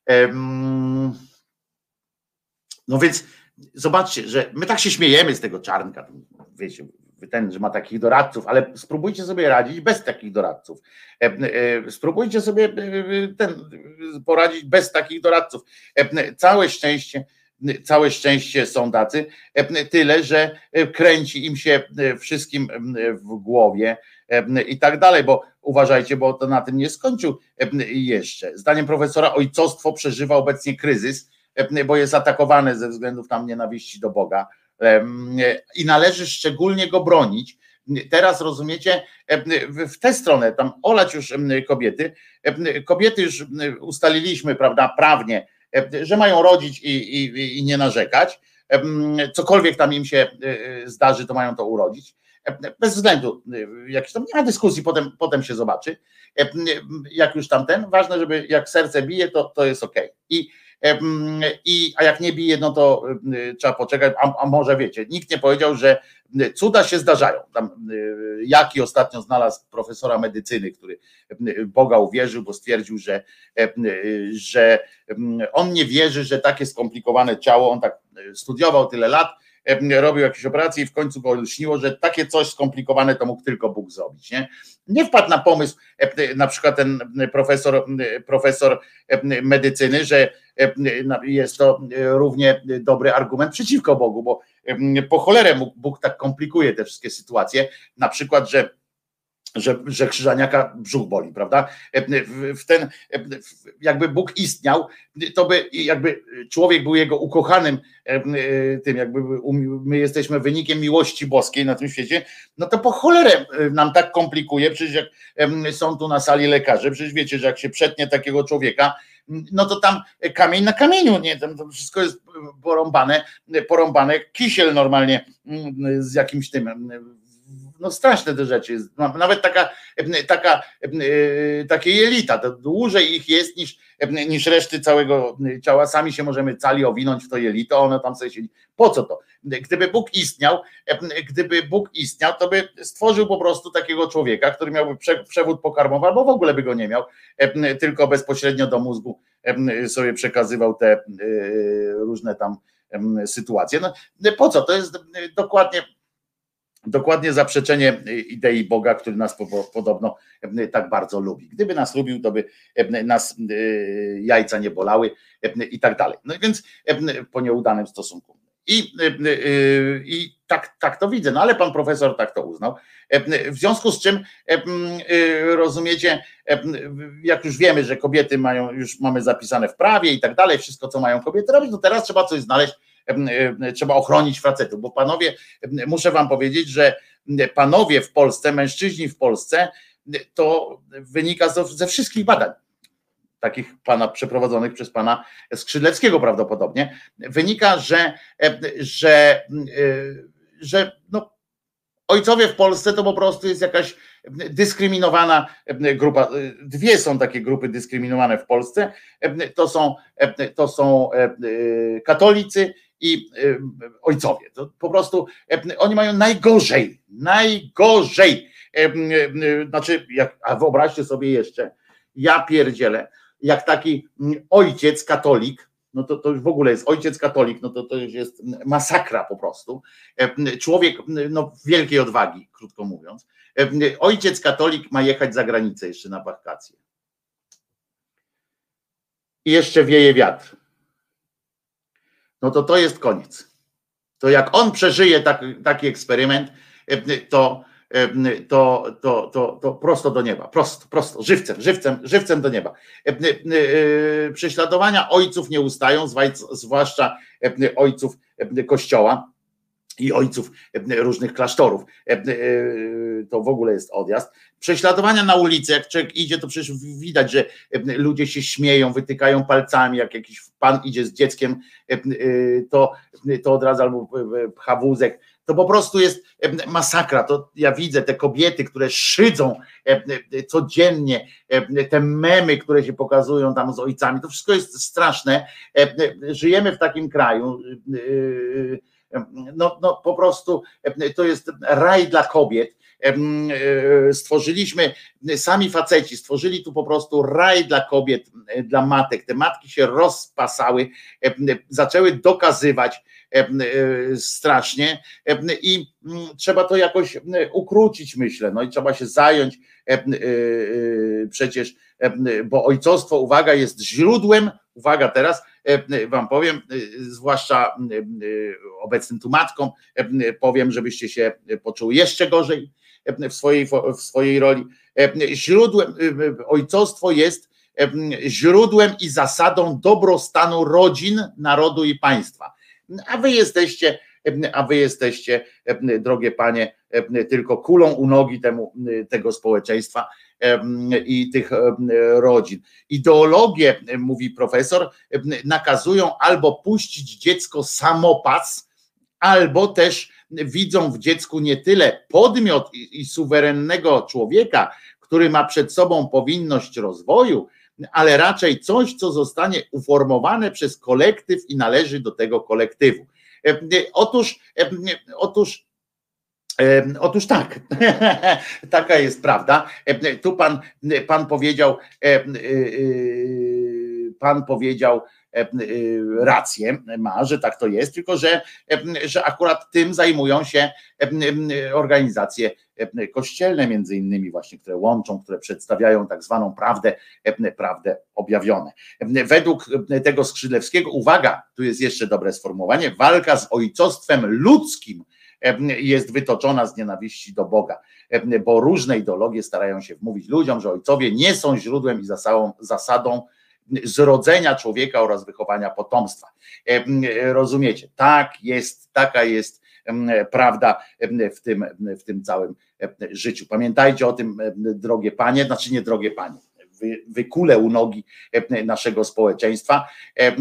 no więc zobaczcie, że my tak się śmiejemy z tego Czarnka, wiecie, ten, że ma takich doradców, ale spróbujcie sobie radzić bez takich doradców. Spróbujcie sobie ten, poradzić bez takich doradców. Całe szczęście Całe szczęście są tacy, tyle, że kręci im się wszystkim w głowie i tak dalej, bo uważajcie, bo to na tym nie skończył jeszcze. Zdaniem profesora ojcostwo przeżywa obecnie kryzys, bo jest atakowane ze względów tam nienawiści do Boga i należy szczególnie go bronić. Teraz rozumiecie, w tę stronę, tam olać już kobiety, kobiety już ustaliliśmy, prawda, prawnie, że mają rodzić i, i, i nie narzekać, cokolwiek tam im się zdarzy, to mają to urodzić, bez względu, jakiś tam nie ma dyskusji, potem, potem się zobaczy, jak już tamten, ważne, żeby jak serce bije, to, to jest okej. I I, a jak nie bije, no to trzeba poczekać, a, a może wiecie, nikt nie powiedział, że cuda się zdarzają. Tam Jaki ostatnio znalazł profesora medycyny, który Boga uwierzył, bo stwierdził, że, że on nie wierzy, że takie skomplikowane ciało, on tak studiował tyle lat, robił jakieś operacje i w końcu go lśniło, że takie coś skomplikowane to mógł tylko Bóg zrobić. Nie, nie wpadł na pomysł na przykład ten profesor, profesor medycyny, że jest to równie dobry argument przeciwko Bogu, bo po cholerę Bóg tak komplikuje te wszystkie sytuacje, na przykład, że Że, że Krzyżaniaka brzuch boli, prawda? W ten, jakby Bóg istniał, to by jakby człowiek był jego ukochanym tym, jakby my jesteśmy wynikiem miłości boskiej na tym świecie, no to po cholerę nam tak komplikuje, przecież jak są tu na sali lekarze, przecież wiecie, że jak się przetnie takiego człowieka, no to tam kamień na kamieniu, nie, tam to wszystko jest porąbane, porąbane, kisiel normalnie z jakimś tym, no straszne te rzeczy, nawet taka, taka, takie jelita, to dłużej ich jest niż, niż reszty całego ciała, sami się możemy cali owinąć w to jelito, ono tam sobie siedzi. Po co to? Gdyby Bóg istniał, gdyby Bóg istniał, to by stworzył po prostu takiego człowieka, który miałby przewód pokarmowy, albo w ogóle by go nie miał, tylko bezpośrednio do mózgu sobie przekazywał te różne tam sytuacje. No, po co? To jest dokładnie Dokładnie zaprzeczenie idei Boga, który nas podobno tak bardzo lubi. Gdyby nas lubił, to by nas jajca nie bolały i tak dalej. No więc po nieudanym stosunku. I, i tak, tak to widzę, no ale pan profesor tak to uznał. W związku z czym rozumiecie, jak już wiemy, że kobiety mają, już mamy zapisane w prawie i tak dalej, wszystko co mają kobiety robić, to teraz trzeba coś znaleźć, trzeba ochronić facetów, bo panowie, muszę wam powiedzieć, że panowie w Polsce, mężczyźni w Polsce, to wynika ze wszystkich badań, takich pana przeprowadzonych przez pana Skrzydlewskiego prawdopodobnie, wynika, że, że, że no, ojcowie w Polsce to po prostu jest jakaś dyskryminowana grupa. Dwie są takie grupy dyskryminowane w Polsce. To są, to są katolicy i ojcowie. To po prostu oni mają najgorzej, najgorzej. Znaczy, jak, a wyobraźcie sobie jeszcze, ja pierdzielę, jak taki ojciec katolik, no to, to już w ogóle jest ojciec katolik, no to, to już jest masakra po prostu. Człowiek no, wielkiej odwagi, krótko mówiąc. Ojciec katolik ma jechać za granicę jeszcze na wakacje. I jeszcze wieje wiatr. No to to jest koniec. To jak on przeżyje tak, taki eksperyment, to To, to, to, to prosto do nieba, prosto, prosto, żywcem, żywcem, żywcem do nieba. Prześladowania ojców nie ustają, zwłaszcza ojców Kościoła i ojców różnych klasztorów. To w ogóle jest odjazd. Prześladowania na ulicy, jak człowiek idzie, to przecież widać, że ludzie się śmieją, wytykają palcami, jak jakiś pan idzie z dzieckiem, to, to od razu albo pcha wózek. To po prostu jest masakra. To ja widzę te kobiety, które szydzą codziennie, te memy, które się pokazują tam z ojcami. To wszystko jest straszne. Żyjemy w takim kraju. No, no po prostu to jest raj dla kobiet. Stworzyliśmy, sami faceci stworzyli tu po prostu raj dla kobiet, dla matek. Te matki się rozpasały, zaczęły dokazywać strasznie i trzeba to jakoś ukrócić, myślę, no i trzeba się zająć przecież, bo ojcostwo, uwaga, jest źródłem, uwaga teraz wam powiem, zwłaszcza obecnym tu matkom powiem, żebyście się poczuły jeszcze gorzej w swojej, w swojej roli. Źródłem, ojcostwo jest źródłem i zasadą dobrostanu rodzin, narodu i państwa. A wy jesteście, a wy jesteście, drogie panie, tylko kulą u nogi temu, tego społeczeństwa i tych rodzin. Ideologie, mówi profesor, nakazują albo puścić dziecko samopas, albo też widzą w dziecku nie tyle podmiot i, i suwerennego człowieka, który ma przed sobą powinność rozwoju, ale raczej coś, co zostanie uformowane przez kolektyw i należy do tego kolektywu. Otóż, otóż, otóż tak, taka jest prawda. Tu pan, pan powiedział, pan powiedział rację ma, że tak to jest, tylko że, że akurat tym zajmują się organizacje kościelne między innymi właśnie, które łączą, które przedstawiają tak zwaną prawdę, prawdę objawioną. Według tego Skrzydlewskiego, uwaga, tu jest jeszcze dobre sformułowanie, walka z ojcostwem ludzkim jest wytoczona z nienawiści do Boga, bo różne ideologie starają się wmówić ludziom, że ojcowie nie są źródłem i zasadą, zasadą zrodzenia człowieka oraz wychowania potomstwa. Rozumiecie? Tak jest, taka jest prawda w tym, w tym całym życiu. Pamiętajcie o tym, drogie panie, znaczy nie drogie panie, wy, wykule u nogi naszego społeczeństwa.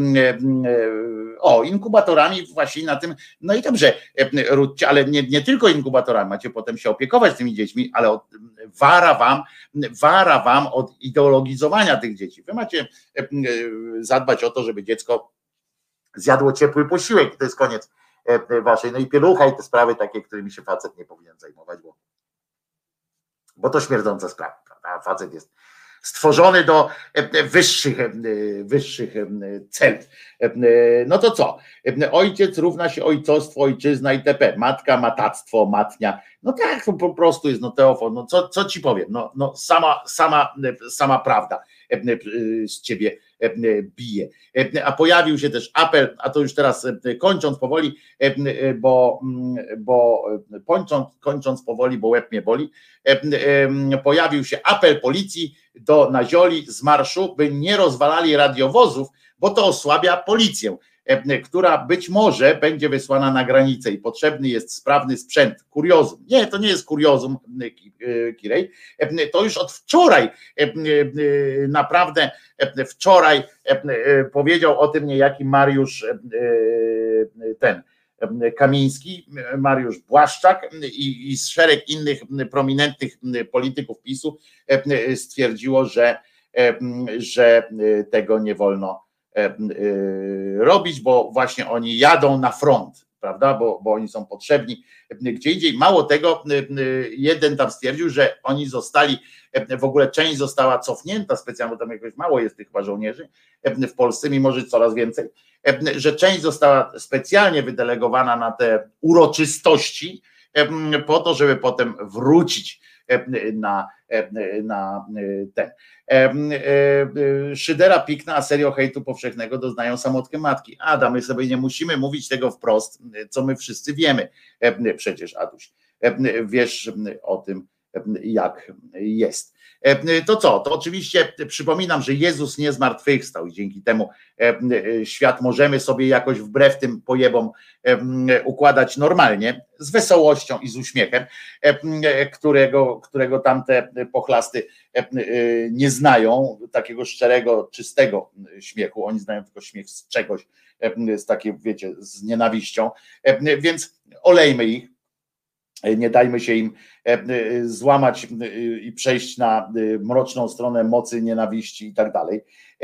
O, inkubatorami właśnie na tym, no i dobrze, róbcie, ale nie, nie tylko inkubatorami, macie potem się opiekować tymi dziećmi, ale od, wara wam, wara wam od ideologizowania tych dzieci. Wy macie zadbać o to, żeby dziecko zjadło ciepły posiłek, to jest koniec waszej, no i pielucha i te sprawy takie, którymi się facet nie powinien zajmować, bo, bo to śmierdząca sprawa, prawda? Facet jest stworzony do wyższych, wyższych celów. No to co? Ojciec równa się ojcostwo, ojczyzna itp. Matka, matactwo, matnia. No tak, po prostu jest, no Teofon, no co, co ci powiem? No, no sama, sama, sama prawda z ciebie bije. A pojawił się też apel, a to już teraz kończąc powoli, bo, bo kończąc, kończąc powoli, bo łeb mnie boli, pojawił się apel policji do Nazioli z marszu, by nie rozwalali radiowozów, bo to osłabia policję, która być może będzie wysłana na granicę i potrzebny jest sprawny sprzęt. Kuriozum. Nie, to nie jest kuriozum, Kirej. To już od wczoraj, naprawdę wczoraj powiedział o tym niejaki Mariusz ten Kamiński, Mariusz Błaszczak i, i szereg innych prominentnych polityków PiSu stwierdziło, że, że tego nie wolno robić, bo właśnie oni jadą na front, prawda, bo, bo oni są potrzebni gdzie indziej. Mało tego, jeden tam stwierdził, że oni zostali, w ogóle część została cofnięta specjalnie, bo tam jakoś mało jest tych chyba żołnierzy w Polsce, mimo że coraz więcej, że część została specjalnie wydelegowana na te uroczystości po to, żeby potem wrócić na, na ten. Szydera pikna, a serio hejtu powszechnego doznają samotne matki. Ada, my sobie nie musimy mówić tego wprost, co my wszyscy wiemy. Przecież, Aduś, wiesz o tym, jak jest. To co? To oczywiście przypominam, że Jezus nie zmartwychwstał i dzięki temu świat możemy sobie jakoś wbrew tym pojebom układać normalnie, z wesołością i z uśmiechem, którego, którego tamte pochlasty nie znają, takiego szczerego, czystego śmiechu. Oni znają tylko śmiech z czegoś, z takiej, wiecie, z nienawiścią, więc olejmy ich. Nie dajmy się im złamać i przejść na mroczną stronę mocy, nienawiści i tak dalej.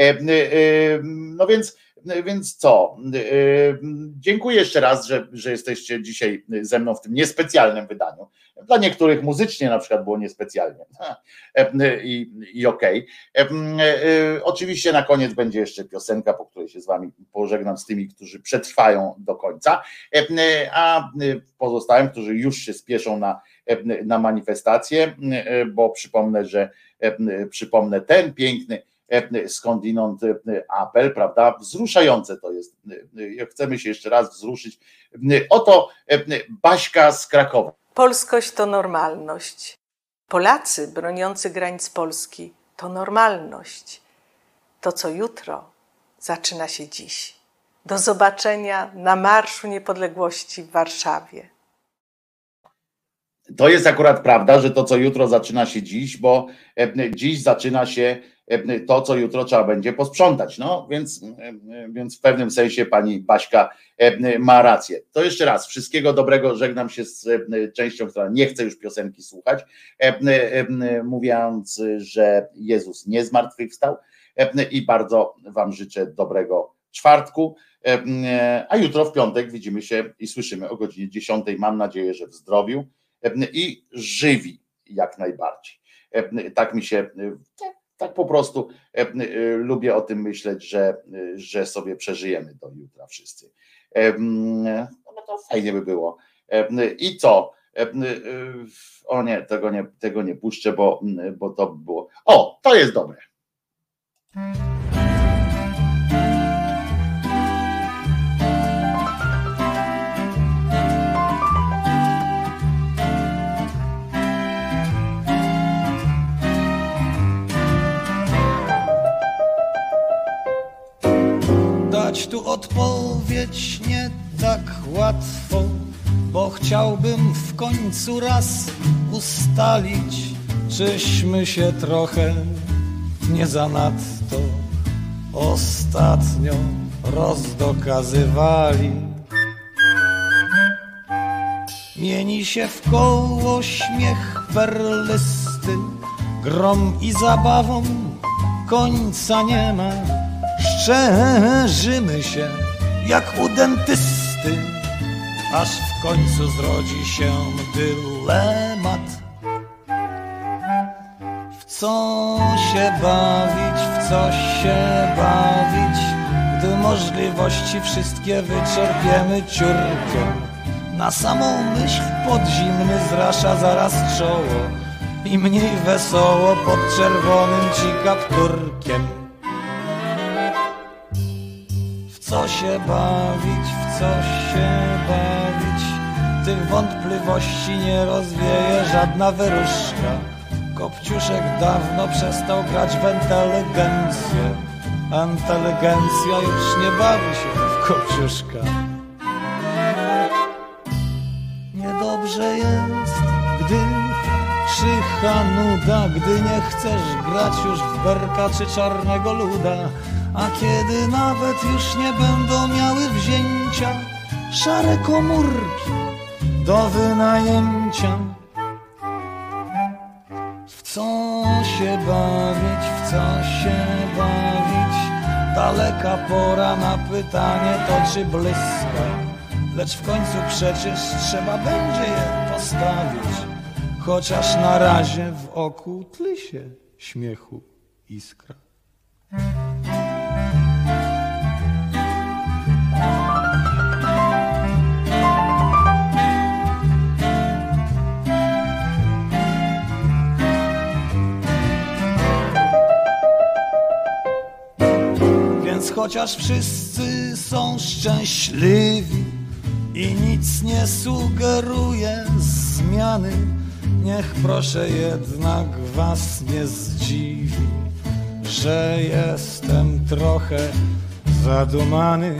No więc, więc co? Dziękuję jeszcze raz, że, że jesteście dzisiaj ze mną w tym niespecjalnym wydaniu. Dla niektórych muzycznie na przykład było niespecjalnie. I, i okej. Okay. Oczywiście na koniec będzie jeszcze piosenka, po której się z wami pożegnam z tymi, którzy przetrwają do końca, a pozostałym, którzy już się spieszą na, na manifestację, bo przypomnę, że przypomnę ten piękny skądinąd apel, prawda? Wzruszające to jest. Chcemy się jeszcze raz wzruszyć. Oto Baśka z Krakowa. Polskość to normalność. Polacy broniący granic Polski to normalność. To, co jutro, zaczyna się dziś. Do zobaczenia na Marszu Niepodległości w Warszawie. to jest akurat prawda, że to, co jutro zaczyna się dziś, bo dziś zaczyna się to, co jutro trzeba będzie posprzątać. No więc, więc w pewnym sensie pani Baśka ma rację. To jeszcze raz, wszystkiego dobrego, żegnam się z częścią, która nie chce już piosenki słuchać, mówiąc, że Jezus nie zmartwychwstał i bardzo wam życzę dobrego czwartku, a jutro w piątek widzimy się i słyszymy o godzinie dziesiątej. Mam nadzieję, że w zdrowiu i żywi jak najbardziej. Tak mi się, tak po prostu lubię o tym myśleć, że, że sobie przeżyjemy do jutra wszyscy. No to fajnie by było. I co? O nie, tego nie, tego nie puszczę, bo, bo to by było. O, to jest dobre. Dać tu odpowiedź nie tak łatwo, bo chciałbym w końcu raz ustalić, czyśmy się trochę nie zanadto ostatnio rozdokazywali. Mieni się w koło śmiech perlysty, grom i zabawą końca nie ma. Szczerzymy się jak u dentysty, aż w końcu zrodzi się dylemat. W co się bawić, w co się bawić, gdy możliwości wszystkie wyczerpiemy ciurkiem. Na samą myśl podzimny zrasza zaraz czoło i mniej wesoło pod czerwonym ci kapturkiem. W co się bawić, w co się bawić, tych wątpliwości nie rozwieje żadna wyruszka. Kopciuszek dawno przestał grać w inteligencję, a inteligencja już nie bawi się w Kopciuszka. Niedobrze jest, gdy czyha nuda, gdy nie chcesz grać już w berka czy czarnego luda, a kiedy nawet już nie będą miały wzięcia szare komórki do wynajęcia. W co się bawić, w co się bawić, daleka pora na pytanie to czy blyska, lecz w końcu przecież trzeba będzie je postawić, chociaż na razie w oku tli się śmiechu iskra. Więc chociaż wszyscy są szczęśliwi i nic nie sugeruje zmiany, niech proszę jednak was nie zdziwi, że jestem trochę zadumany.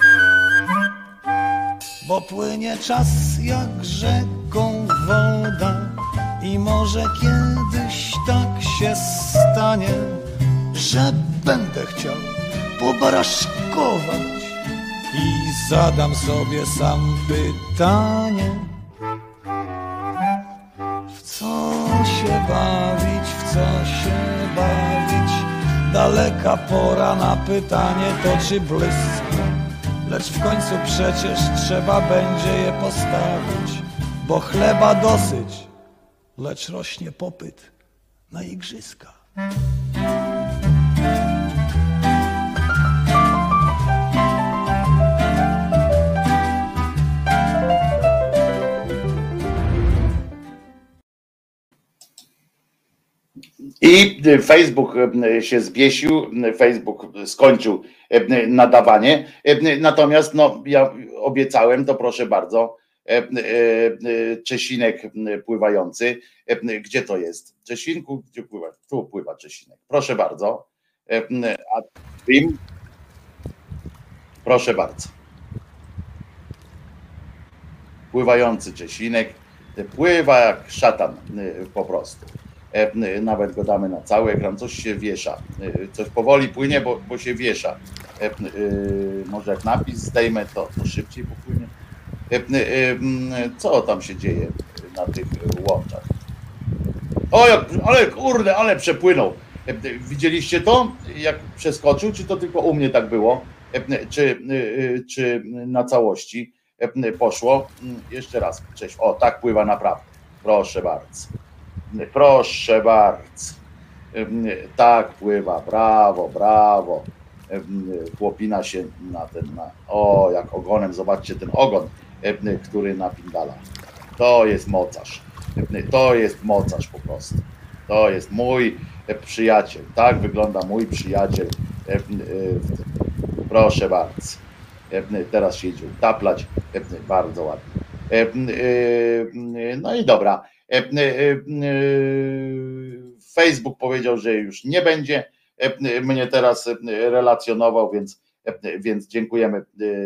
Bo płynie czas jak rzeką woda i może kiedyś tak się stanie, że będę chciał pobaraszkować i zadam sobie sam pytanie. W co się bawić, w co się bawić, daleka pora na pytanie to czy blyska, lecz w końcu przecież trzeba będzie je postawić, bo chleba dosyć, lecz rośnie popyt na igrzyska. I Facebook się zbiesił, Facebook skończył nadawanie, natomiast no, ja obiecałem, to proszę bardzo, Czesinek pływający, gdzie to jest? Czesinku, gdzie pływa? Tu pływa Czesinek, proszę bardzo, a film, proszę bardzo, pływający Czesinek, Pływa jak szatan po prostu. Nawet go damy na cały ekran, coś się wiesza, coś powoli płynie, bo, bo się wiesza. Może jak napis zdejmę, to, to szybciej popłynie. Co tam się dzieje na tych łączach? O, ale kurde, ale przepłynął. Widzieliście to, jak przeskoczył, czy to tylko u mnie tak było, czy, czy na całości poszło? Jeszcze raz, cześć. O, tak pływa naprawdę. Proszę bardzo. Proszę bardzo. Tak pływa, brawo, brawo. Chłopina się na ten, na, o, jak ogonem, zobaczcie ten ogon, który napindala. To jest mocarz. To jest mocarz po prostu. To jest mój przyjaciel. Tak wygląda mój przyjaciel. Proszę bardzo. Teraz się idzie utaplać. Bardzo ładnie. No i dobra. Facebook powiedział, że już nie będzie mnie teraz relacjonował, więc, więc dziękujemy.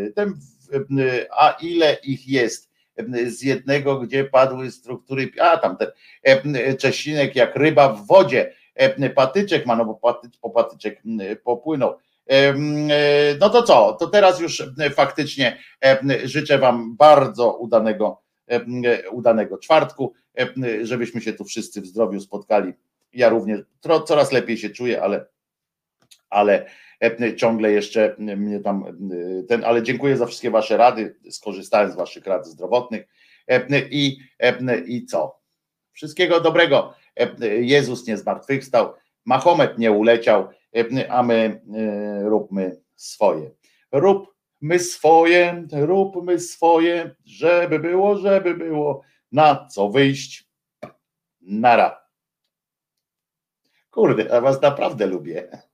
A ile ich jest? Z jednego, gdzie padły struktury, a tam ten Czesinek jak ryba w wodzie, patyczek ma, no bo patycz, po patyczek popłynął. No to co, to teraz już faktycznie życzę wam bardzo udanego, udanego czwartku, żebyśmy się tu wszyscy w zdrowiu spotkali. Ja również coraz lepiej się czuję, ale, ale ciągle jeszcze mnie tam ten, ale dziękuję za wszystkie wasze rady, skorzystałem z waszych rad zdrowotnych i, i co? Wszystkiego dobrego. Jezus nie zmartwychwstał, Mahomet nie uleciał, a my róbmy swoje. Róbmy swoje, róbmy swoje, żeby było, żeby było, na co wyjść. Nara. Kurde, ja was naprawdę lubię.